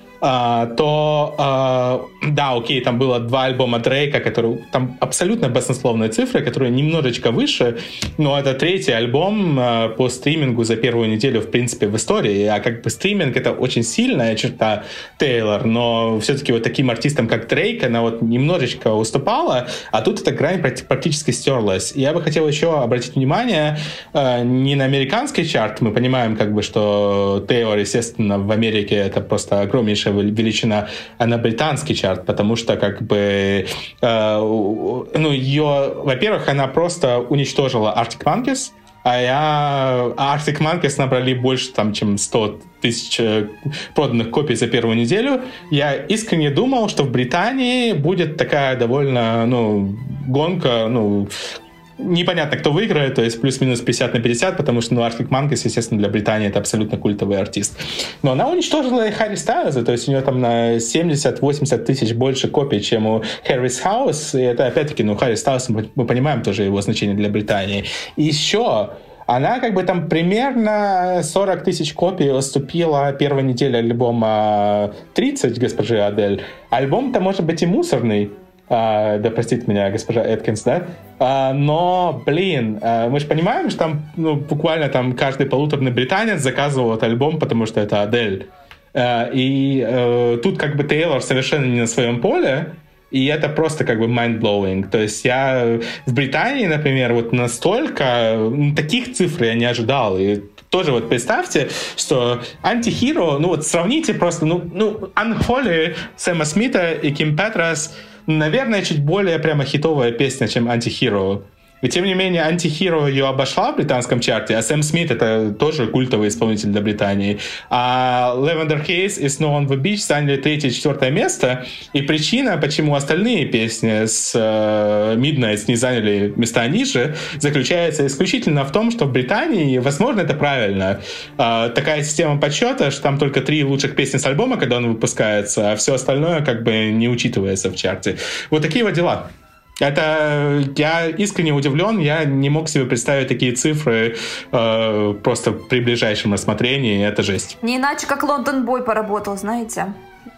то, да, окей, там было 2 альбома Дрейка, которые там абсолютно баснословные цифры, которые немножечко выше, но это 3-й альбом по стримингу за первую неделю, в принципе, в истории. А как бы стриминг — это очень сильная черта Тейлор, но все-таки вот таким артистам, как Дрейк, она вот немножечко уступала, а тут эта грань практически стерлась. И я бы хотел еще обратить внимание не на американский чарт, мы понимаем, как бы, что Тейлор, естественно, в Америке это просто огромнейшая величина, а на британский чарт, потому что, как бы, ну, ее, во-первых, она просто уничтожила Arctic Monkeys, а Arctic Monkeys набрали больше, там, чем 100 тысяч проданных копий за первую неделю. Я искренне думал, что в Британии будет такая довольно, ну, гонка, ну, непонятно, кто выиграет, то есть плюс-минус 50/50, потому что, ну, Arctic Monkeys, естественно, для Британии это абсолютно культовый артист. Но она уничтожила и Харри Стайлза, то есть у нее там на 70-80 тысяч больше копий, чем у Harry's House, и это, опять-таки, ну, Харри Стайлз, мы понимаем тоже его значение для Британии. И еще она, как бы, там примерно 40 тысяч копий уступила первой неделе альбома 30 госпожи Адель. Альбом-то может быть и мусорный, да простит меня госпожа Эткинс, да? Но, блин, мы же понимаем, что там, ну, буквально там каждый полуторный британец заказывал этот альбом, потому что это Адель. И тут как бы Тейлор совершенно не на своем поле, и это просто как бы mind-blowing. То есть я в Британии, например, вот настолько таких цифр я не ожидал. И тоже вот представьте, что Anti-Hero, ну вот сравните просто, ну Unholy Сэма Смита и Ким Петрос, наверное, чуть более прямо хитовая песня, чем Anti-Hero. И тем не менее, Anti-Hero ее обошла в британском чарте, а Сэм Смит — это тоже культовый исполнитель для Британии. А Lavender Haze и Snow on the Beach заняли 3 и 4 место. И причина, почему остальные песни с Midnights не заняли места ниже, заключается исключительно в том, что в Британии, возможно, это правильно, такая система подсчета, что там только 3 лучших песни с альбома, когда он выпускается, а все остальное как бы не учитывается в чарте. Вот такие вот дела. Это я искренне удивлен, я не мог себе представить такие цифры просто при ближайшем рассмотрении, это жесть. Не иначе, как Лондон Бой поработал, знаете.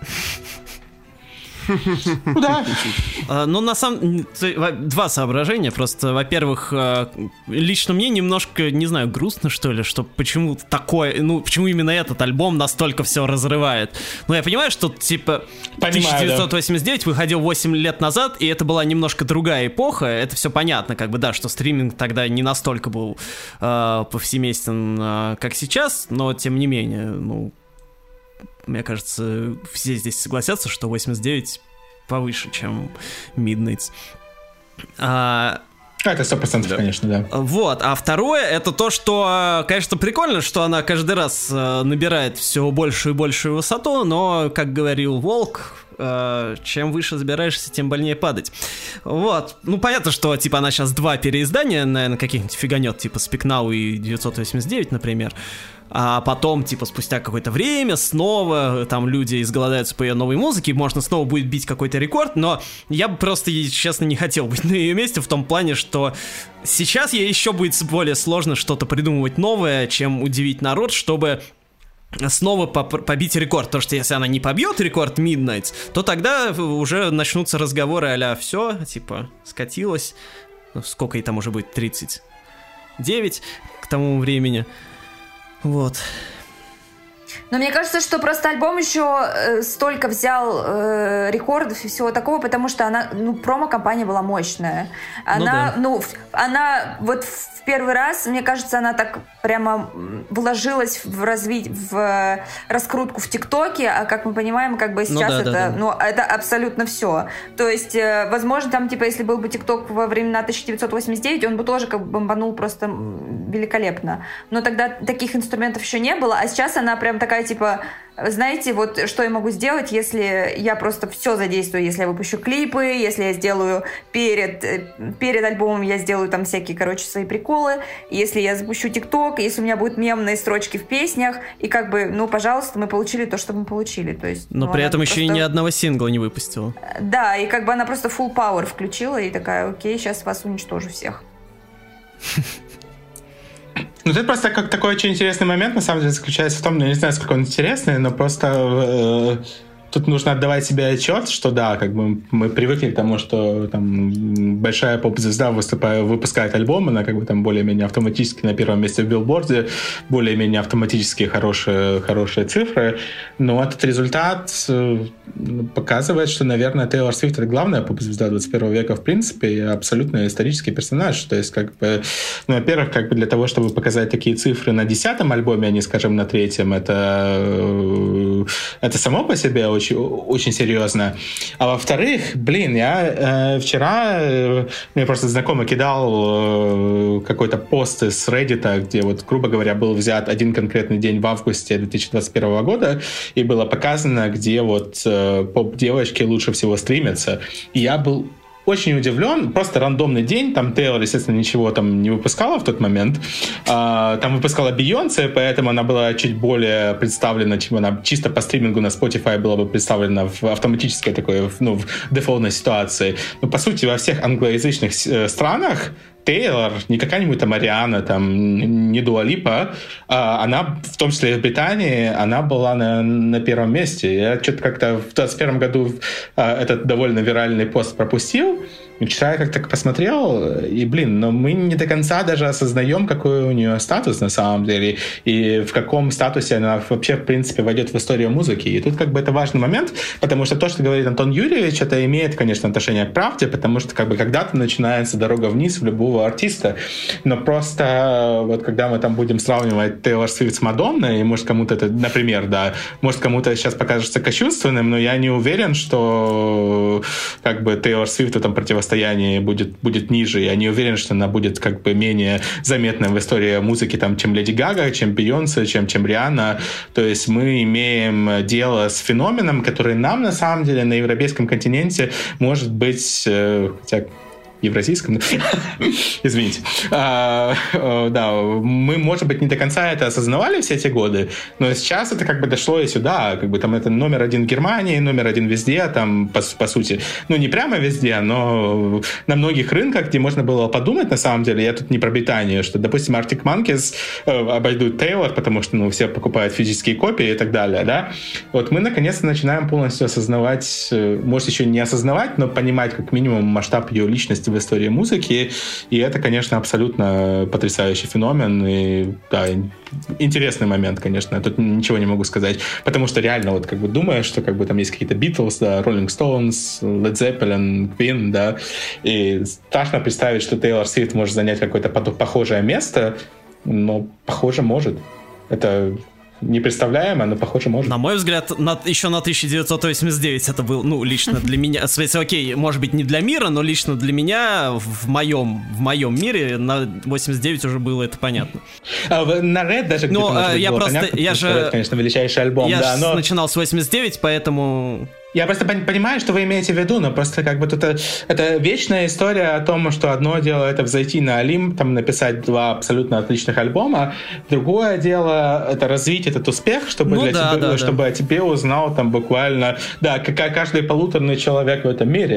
Да. Ну, на самом деле, 2 соображения. Просто, во-первых, лично мне немножко, не знаю, грустно, что ли, что почему такое, ну, почему именно этот альбом настолько все разрывает. Ну, я понимаю, что, типа, 1989 выходил 8 лет назад, и это была немножко другая эпоха, это все понятно, как бы, да, что стриминг тогда не настолько был повсеместен, как сейчас, но, тем не менее, ну, мне кажется, все здесь согласятся, что 89 повыше, чем Midnights. Это 100%, да. Конечно, да. Вот, а второе, это то, что, конечно, прикольно, что она каждый раз набирает все большую и большую высоту, но, как говорил Волк, чем выше забираешься, тем больнее падать. Вот. Ну, понятно, что, типа, она сейчас 2 переиздания, наверное, каких-нибудь фиганет, типа Speak Now и 989, например. А потом, типа, спустя какое-то время снова там люди изголодаются по ее новой музыке, можно снова будет бить какой-то рекорд, но я бы просто, честно, не хотел быть на ее месте в том плане, что сейчас ей еще будет более сложно что-то придумывать новое, чем удивить народ, чтобы снова побить рекорд. Потому что если она не побьет рекорд Midnights, то тогда уже начнутся разговоры а-ля все, типа, скатилась. Ну, сколько ей там уже будет? 39 к тому времени. Вот. Но мне кажется, что просто альбом еще столько взял рекордов и всего такого, потому что она, ну, промо-компания была мощная. Она, она вот в первый раз, мне кажется, она так прямо вложилась в раскрутку в ТикТоке, а как мы понимаем, как бы сейчас это абсолютно все. То есть, возможно, там, типа, если был бы ТикТок во времена 1989, он бы тоже как бы бомбанул просто великолепно. Но тогда таких инструментов еще не было, а сейчас она прям такая, типа, знаете, вот что я могу сделать, если я просто все задействую, если я выпущу клипы, если я сделаю перед альбомом, я сделаю там всякие, короче, свои приколы, если я запущу ТикТок, если у меня будут мемные строчки в песнях, и как бы, ну, пожалуйста, мы получили то, что мы получили. То есть, но при этом еще просто... и ни одного сингла не выпустила. Да, и как бы она просто full power включила, и такая, окей, сейчас вас уничтожу всех. Ну, это просто как такой очень интересный момент, на самом деле, заключается в том, ну, я не знаю, сколько он интересный, но просто тут нужно отдавать себе отчет, что да, как бы мы привыкли к тому, что там большая поп-звезда выпускает альбом, она как бы там более-менее автоматически на первом месте в билборде, более-менее автоматически хорошие цифры, но этот результат показывает, что, наверное, Тейлор Свифт — это главная поп-звезда 21 века в принципе, и абсолютно исторический персонаж. То есть, как бы, ну, во-первых, как бы для того, чтобы показать такие цифры на 10-м альбоме, а не, скажем, на 3-м, это само по себе очень, очень серьезно. А во-вторых, блин, я вчера мне просто знакомый кидал какой-то пост из Reddit, где вот, грубо говоря, был взят один конкретный день в августе 2021 года, и было показано, где вот поп-девочки лучше всего стримятся. И я был очень удивлен, просто рандомный день, там Тейлор, естественно, ничего там не выпускала в тот момент, там выпускала Бейонсе, поэтому она была чуть более представлена, чем она чисто по стримингу на Spotify была бы представлена в автоматической такой, ну, в дефолтной ситуации. Но, по сути, во всех англоязычных странах Тейлор, не какая-нибудь там Ариана, там, не Дуа Липа, она, в том числе и в Британии, она была на первом месте. Я что-то как-то в 2021 году этот довольно виральный пост пропустил. И вчера я как-то посмотрел, и, блин, но мы не до конца даже осознаем, какой у нее статус на самом деле, и в каком статусе она вообще, в принципе, войдет в историю музыки. И тут как бы это важный момент, потому что то, что говорит Антон Юрьевич, это имеет, конечно, отношение к правде, потому что как бы когда-то начинается дорога вниз в любого артиста, но просто вот когда мы там будем сравнивать Тейлор Свифт с Мадонной, и может кому-то это, например, да, может кому-то сейчас покажется кощунственным, но я не уверен, что как бы Тейлор Свифту там противостоит состоянии будет ниже. Я не уверен, что она будет как бы менее заметной в истории музыки, там, чем Леди Гага, чем Бейонсе, чем Риhanna. То есть мы имеем дело с феноменом, который нам, на самом деле, на европейском континенте может быть... хотя евразийском, извините. Да, мы, может быть, не до конца это осознавали все эти годы, но сейчас это как бы дошло и сюда, как бы там это номер один в Германии, номер один везде, там, по сути, ну, не прямо везде, но на многих рынках, где можно было подумать, на самом деле, я тут не про Британию, что, допустим, Arctic Monkeys обойдут Тейлор, потому что, ну, все покупают физические копии и так далее, да. Вот мы, наконец-то, начинаем полностью осознавать, может, еще не осознавать, но понимать, как минимум, масштаб ее личности в истории музыки, и это, конечно, абсолютно потрясающий феномен, и, да, интересный момент, конечно, я тут ничего не могу сказать, потому что реально, вот, как бы, думаешь, что, как бы, там есть какие-то Beatles, да, Rolling Stones, Led Zeppelin, Queen, да, и страшно представить, что Тейлор Свифт может занять какое-то похожее место, но, похоже, может. Это непредставляемо, но, похоже, может. На мой взгляд, еще на 1989 это был, ну, лично для меня, окей, может быть, не для мира, но лично для меня, в моем мире, на 89 уже было это понятно. На Red даже где-то, может быть, было понятно, это, конечно, величайший альбом. Я начинал с 89, поэтому... Я просто понимаю, что вы имеете в виду, но просто как бы тут это вечная история о том, что одно дело это взойти на Олимп, там написать 2 абсолютно отличных альбома, другое дело это развить этот успех, чтобы, чтобы о тебе узнал там буквально, да, каждый полуторный человек в этом мире.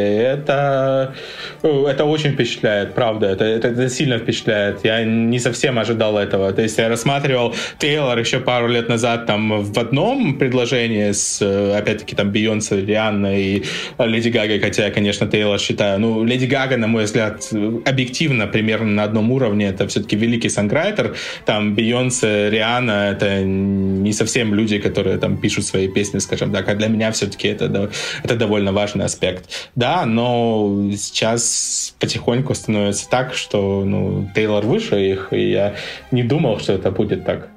Это очень впечатляет, правда, это сильно впечатляет. Я не совсем ожидал этого. То есть я рассматривал Тейлор еще пару лет назад там в одном предложении с, опять-таки, там Бейонсе, Рианна и Леди Гага, хотя я, конечно, Тейлор считаю. Ну, Леди Гага, на мой взгляд, объективно примерно на одном уровне. Это все-таки великий сонграйтер. Там Бейонсе, Рианна — это не совсем люди, которые там пишут свои песни, скажем так. А для меня все-таки это довольно важный аспект. Да, но сейчас потихоньку становится так, что, ну, Тейлор выше их, и я не думал, что это будет так.